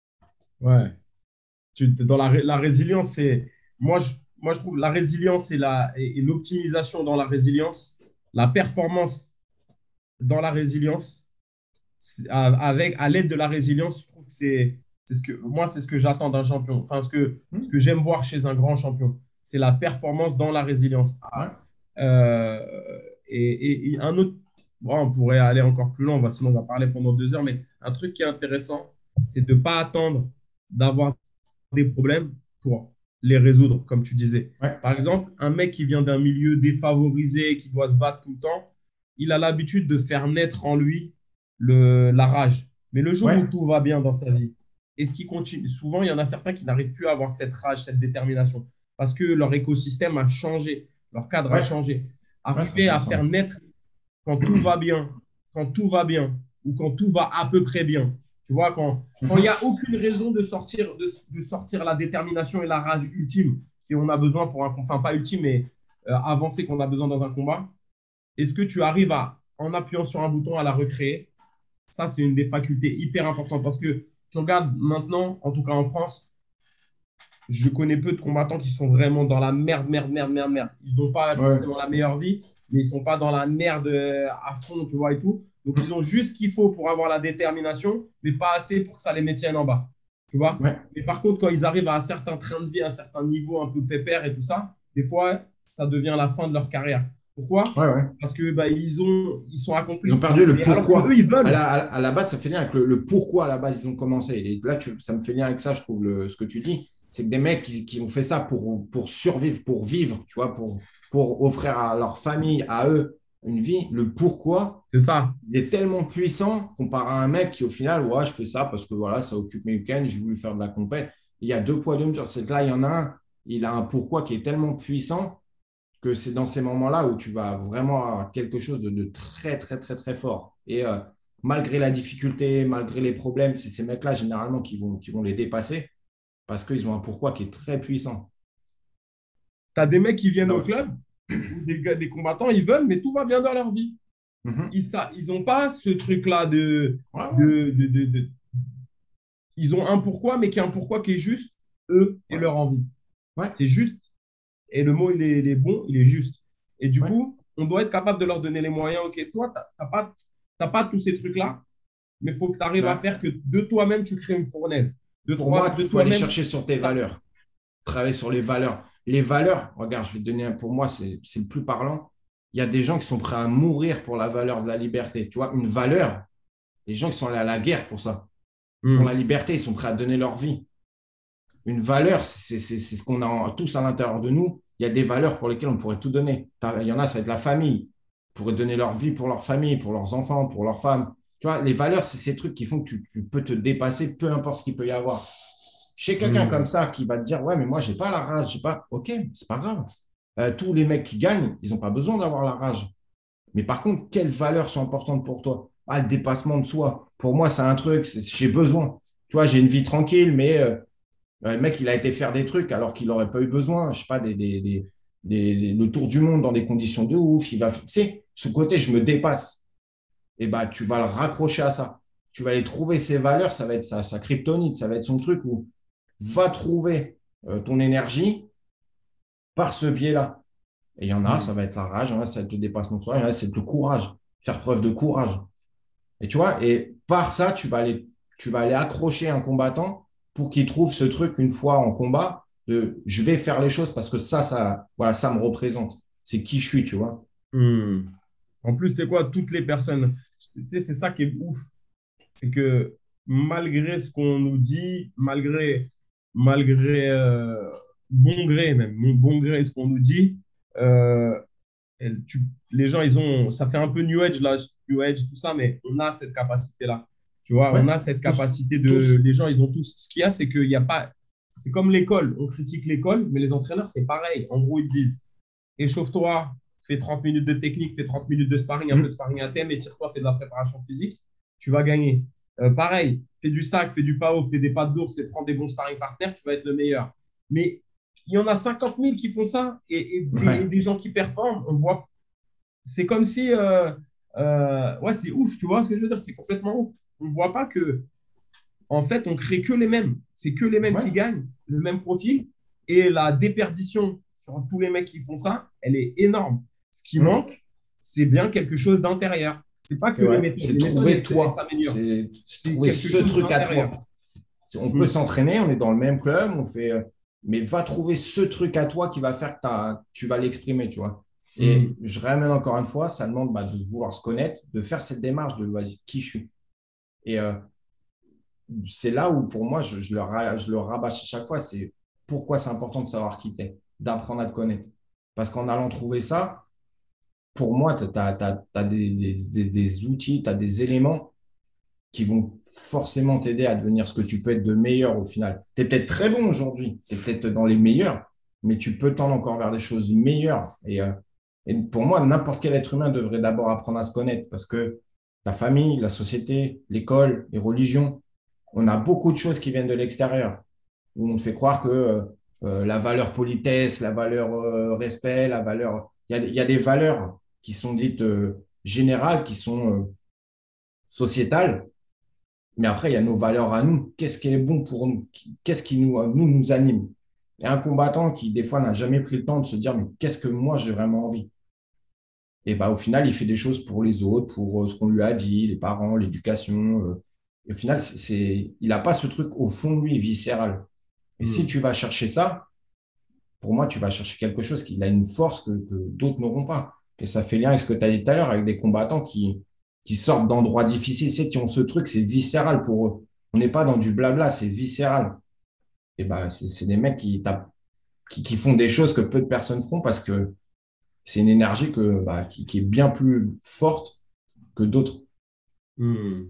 Ouais. Tu, dans la, ré- la résilience, c'est. Moi je, moi, je trouve la résilience et la, et, et l'optimisation dans la résilience, la performance dans la résilience, c'est- à- avec, à l'aide de la résilience, je trouve que c'est. C'est ce que, moi, c'est ce que j'attends d'un champion. Enfin, ce que, ce Hmm. que j'aime voir chez un grand champion. C'est la performance dans la résilience. Ouais, Euh, et, et- et un autre, bon, on pourrait aller encore plus loin, on va, sinon on va parler pendant deux heures, mais un truc qui est intéressant, c'est de ne pas attendre d'avoir des problèmes pour les résoudre, comme tu disais. ouais, Par exemple, un mec qui vient d'un milieu défavorisé, qui doit se battre tout le temps, il a l'habitude de faire naître en lui le, la rage. Mais le jour ouais, où tout va bien dans sa vie, et ce qui continue, souvent, il y en a certains qui n'arrivent plus à avoir cette rage, cette détermination, parce que leur écosystème a changé, leur cadre a ouais, changé. ouais, c'est Arriver à faire intéressant. naître quand tout va bien, quand tout va bien, ou quand tout va à peu près bien. Tu vois, quand quand il n'y Mhm. a aucune raison de sortir, de, de sortir la détermination et la rage ultime qu'on a besoin pour un combat, enfin pas ultime, mais euh, avancé qu'on a besoin dans un combat, est-ce que tu arrives à, en appuyant sur un bouton, à la recréer? Ça, c'est une des facultés hyper importantes parce que tu regardes maintenant, en tout cas en France, je connais peu de combattants qui sont vraiment dans la merde, merde, merde, merde, merde. Ils n'ont pas Ouais. forcément la meilleure vie, mais ils ne sont pas dans la merde euh, à fond, tu vois, et tout. Donc, ils ont juste ce qu'il faut pour avoir la détermination, mais pas assez pour que ça les maintienne en bas, tu vois. Ouais, Mais par contre, quand ils arrivent à un certain train de vie, à un certain niveau un peu pépère et tout ça, des fois, ça devient la fin de leur carrière. Pourquoi? ouais, ouais. Parce que bah, ils ont, ils sont Ils ont accomplis. perdu le Mais alors que eux, pourquoi. ils À veulent. la, à la- à la base, ça fait lien avec le, le pourquoi à la base ils ont commencé. Et là, tu- ça me fait lien avec ça, je trouve, le- ce que tu dis. C'est que des mecs qui, qui ont fait ça pour, pour survivre, pour vivre, tu vois, pour, pour offrir à leur famille, à eux, une vie. Le pourquoi, C'est ça. il est tellement puissant comparé à un mec qui, au final, ouais, je fais ça parce que voilà, ça occupe mes week-ends, j'ai voulu faire de la compète. Il y a deux poids, deux mesures. C'est que là, il y en a un, il a un pourquoi qui est tellement puissant que c'est dans ces moments-là où tu vas vraiment avoir quelque chose de, de très, très, très, très fort. Et euh, malgré la difficulté, malgré les problèmes, c'est ces mecs-là, généralement, qui vont, qui vont les dépasser parce qu'ils ont un pourquoi qui est très puissant. Tu as des mecs qui viennent Ah au ouais. club, ou des, gars- des combattants, ils veulent, mais tout va bien dans leur vie. Mhm. Ils ça, ils n'ont pas ce truc-là de, Ouais, ouais, de, de, de- de- Ils ont un pourquoi, mais qui est un pourquoi qui est juste eux et ouais, leur envie. ouais, C'est juste. Et le mot, il est, il est bon, il est juste. Et du ouais. coup, on doit être capable de leur donner les moyens. OK, toi, tu n'as pas, t'as pas tous ces trucs-là, mais il faut que tu arrives à Ben, faire que de toi-même, tu crées une fournaise. De, pour toi, moi, de il faut aller toi-même, chercher sur tes t'as- valeurs, travailler sur les valeurs. Les valeurs, regarde, je vais te donner un pour moi, c'est c'est le plus parlant. Il y a des gens qui sont prêts à mourir pour la valeur de la liberté. Tu vois, une valeur, les gens qui sont allés à la guerre pour ça. Pour la Hmm. liberté, ils sont prêts à donner leur vie. Une valeur, c'est c'est- c'est ce qu'on a en- tous à l'intérieur de nous. Il y a des valeurs pour lesquelles on pourrait tout donner. T'as- Il y en a, ça va être la famille. Ils pourraient donner leur vie pour leur famille, pour leurs enfants, pour leurs femmes. Tu vois, les valeurs, c'est ces trucs qui font que tu, tu peux te dépasser, peu importe ce qu'il peut y avoir. Chez quelqu'un comme Hmm. ça qui va te dire, ouais, mais moi, j'ai pas la rage, j'ai pas. Ok, c'est pas grave. Euh, tous les mecs qui gagnent, ils n'ont pas besoin d'avoir la rage. Mais par contre, quelles valeurs sont importantes pour toi? Ah, le dépassement de soi. Pour moi, c'est un truc, c'est- j'ai besoin. Tu vois, j'ai une vie tranquille, mais euh, Euh, le mec, il a été faire des trucs alors qu'il n'aurait pas eu besoin. Je sais pas, des, des, des- des- le tour du monde dans des conditions de ouf. Il va, tu sais, ce côté, je me dépasse. Et bah, tu vas le raccrocher à ça. Tu vas aller trouver ses valeurs, ça va être sa, sa kryptonite, ça va être son truc où va trouver euh, ton énergie par ce biais-là. Et il y en a, ça Mm. va être la rage, il y en a, ça va être le dépassement de soi, il y en a, c'est le courage, faire preuve de courage. Et tu vois, et par ça, tu vas aller, tu vas aller accrocher un combattant pour qu'il trouve ce truc une fois en combat de je vais faire les choses parce que ça, ça, voilà, ça me représente. C'est qui je suis, tu vois. Mm. En plus, c'est quoi, toutes les personnes, tu sais, c'est ça qui est ouf. C'est que malgré ce qu'on nous dit, malgré, malgré euh, bon gré même, mon bon gré ce qu'on nous dit, euh, elle- tu- les gens, ils ont, ça fait un peu New Age, là, New Age, tout ça, mais on a cette capacité-là. Tu vois, Ouais, on a cette tous, capacité de, tous. les gens, ils ont tous, ce qu'il y a, c'est qu'il n'y a pas, c'est comme l'école, on critique l'école, mais les entraîneurs, c'est pareil. En gros, ils disent, échauffe-toi, fais trente minutes de technique, fais trente minutes de sparring, un peu de Hum, sparring à thème, étire-toi, fais de la préparation physique, tu vas gagner. Euh, pareil, fais du sac, fais du pao, fais des pas d'ours et prends des bons sparring partenaires, tu vas être le meilleur. Mais il y en a cinquante mille qui font ça et, et des, et Ouais, des gens qui performent, on voit. C'est comme si. Euh, euh, ouais, c'est ouf, tu vois ce que je veux dire? C'est complètement ouf. On ne voit pas que, en fait, on crée que les mêmes. C'est que les mêmes qui ouais, gagnent, le même profil. Et la déperdition sur tous les mecs qui font ça, elle est énorme. Ce qui hum, manque, c'est bien quelque chose d'intérieur. C'est pas c'est que les vrai. méthodes. C'est Les méthodes, elles trouver elles toi. s'améliorent. C'est c'est C'est trouver quelque ce chose truc à toi. d'intérieur. C'est- On peut Mm. s'entraîner, on est dans le même club, on fait, euh, mais va trouver ce truc à toi qui va faire que t'as- tu vas l'exprimer, tu vois. Et Mm. je ramène encore une fois, ça demande bah, de vouloir se connaître, de faire cette démarche de vas-y, qui je suis. Et euh, c'est là où, pour moi, je, je le, ra- je le rabâche à chaque fois, c'est pourquoi c'est important de savoir qui t'es, d'apprendre à te connaître. Parce qu'en allant trouver ça, pour moi, tu as, des, des- des- des outils, tu as des éléments qui vont forcément t'aider à devenir ce que tu peux être de meilleur au final. Tu es peut-être très bon aujourd'hui, tu es peut-être dans les meilleurs, mais tu peux tendre encore vers des choses meilleures. Et, euh, et pour moi, n'importe quel être humain devrait d'abord apprendre à se connaître parce que ta famille, la société, l'école, les religions, on a beaucoup de choses qui viennent de l'extérieur, où on te fait croire que euh, euh, la valeur politesse, la valeur euh, respect, la valeur... Il y a, il y a des valeurs qui sont dites euh, générales, qui sont euh, sociétales, mais après, il y a nos valeurs à nous. Qu'est-ce qui est bon pour nous? Qu'est-ce qui nous, nous, nous anime? Et un combattant qui, des fois, n'a jamais pris le temps de se dire, mais qu'est-ce que moi, j'ai vraiment envie? Et bah, au final, il fait des choses pour les autres, pour euh, ce qu'on lui a dit, les parents, l'éducation. euh. Et au final, c'est, c'est- il n'a pas ce truc au fond de lui, viscéral. Et si Mm. tu vas chercher ça, pour moi, tu vas chercher quelque chose qui a une force que, que d'autres n'auront pas. Et ça fait lien avec ce que tu as dit tout à l'heure, avec des combattants qui, qui sortent d'endroits difficiles, tu sais, qui ont ce truc, c'est viscéral pour eux. On n'est pas dans du blabla, c'est viscéral. Et ben, c'est c'est des mecs qui, tapent- qui, qui font des choses que peu de personnes feront parce que c'est une énergie que, bah, qui, qui est bien plus forte que d'autres. Mm.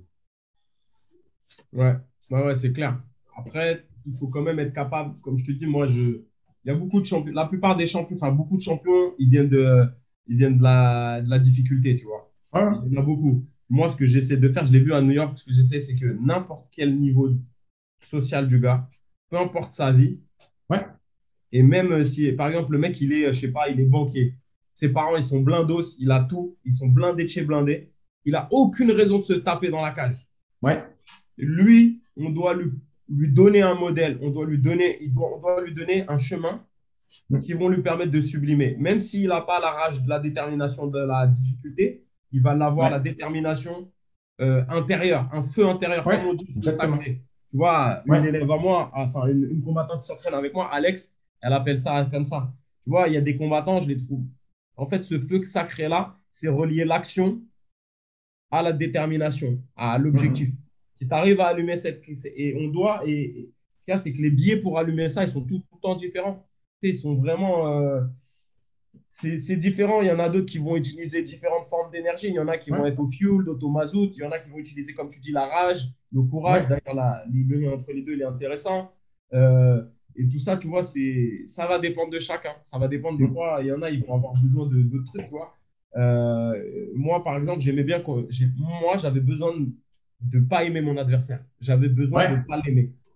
Ouais, ouais, ouais, c'est clair. Après, il faut quand même être capable, comme je te dis, moi, je, il y a beaucoup de champions, la plupart des champions, enfin, beaucoup de champions, ils viennent de, ils viennent de la, de la difficulté, tu vois. Ouais, Il y en a beaucoup. Moi, ce que j'essaie de faire, je l'ai vu à New York, ce que j'essaie, c'est que n'importe quel niveau social du gars, peu importe sa vie, ouais, et même si, par exemple, le mec, il est, je sais pas, il est banquier, ses parents, ils sont blindos, il a tout, ils sont blindés de chez blindés, il a aucune raison de se taper dans la cage. ouais. Lui, on doit lui, lui donner un modèle, on doit lui donner, il doit, on doit lui donner un chemin qui vont lui permettre de sublimer. Même s'il n'a pas la rage de la détermination de la difficulté, il va l'avoir la Ouais, détermination euh, intérieure, un feu intérieur, comme ouais, on dit, un feu exactement. sacré. Tu vois, une Ouais, élève à moi, enfin une, une combattante qui s'entraîne avec moi, Alex, elle appelle ça comme ça. Tu vois, il y a des combattants, je les trouve. En fait, ce feu sacré-là, c'est relier l'action à la détermination, à l'objectif. mhm. Si tu arrives à allumer cette. Et on doit. Et, et ce qu'il y a, c'est que les billets pour allumer ça, ils sont tout, tout le temps différents. Tu sais, ils sont vraiment. Euh, c'est c'est différent. Il y en a d'autres qui vont utiliser différentes formes d'énergie. Il y en a qui vont Ouais, être au fuel, au mazout. Il y en a qui vont utiliser, comme tu dis, la rage, le courage. ouais. D'ailleurs, la- le lien entre les deux, il est intéressant. Euh, et tout ça, tu vois, c'est, ça va dépendre de chacun. Ça va dépendre des Mm. fois. Il y en a, ils vont avoir besoin de d'autres trucs, tu vois. Euh, moi, par exemple, j'aimais bien quand moi, j'avais besoin de ne pas aimer mon adversaire. J'avais besoin de ne Ouais, pas l'aimer.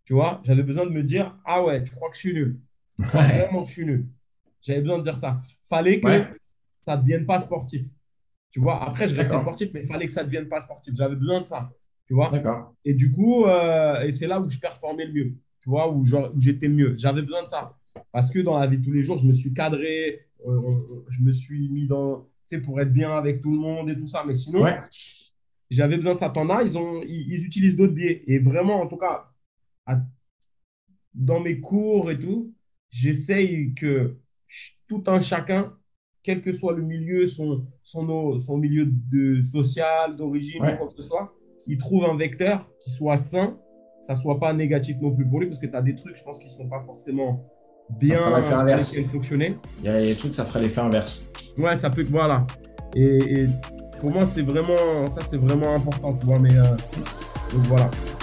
Tu vois, j'avais besoin de me dire, ah ouais, tu crois que je suis nul. Tu crois Ouais. vraiment que je suis nul. J'avais besoin de dire ça. Fallait que Ouais. ça ne devienne pas sportif. Tu vois, après, je restais D'accord. sportif, mais il fallait que ça ne devienne pas sportif. J'avais besoin de ça. Tu vois, D'accord. et du coup, euh, et c'est là où je performais le mieux. Tu vois, où, genre- où j'étais le mieux. J'avais besoin de ça. Parce que dans la vie de tous les jours, je me suis cadré, euh, on- on- je me suis mis dans, tu sais, pour être bien avec tout le monde et tout ça. Mais sinon, Ouais. j'avais besoin de ça. T'en as, ils, ont, ils, ils utilisent d'autres biais. Et vraiment, en tout cas, à- dans mes cours et tout, j'essaye que ch- tout un chacun, quel que soit le milieu, son, son, o- son milieu de social, d'origine ou Ouais. quoi que ce soit, il trouve un vecteur qui soit sain, que ça soit pas négatif non plus pour lui, parce que tu as des trucs, je pense, qui sont pas forcément Ça fera l'effet bien sur inverse. lesquels fonctionner. Il y a des trucs, ça ferait l'effet inverse. Ouais, ça peut, voilà. Et, et pour moi, c'est vraiment, ça, c'est vraiment important, tu vois, mais euh, donc voilà.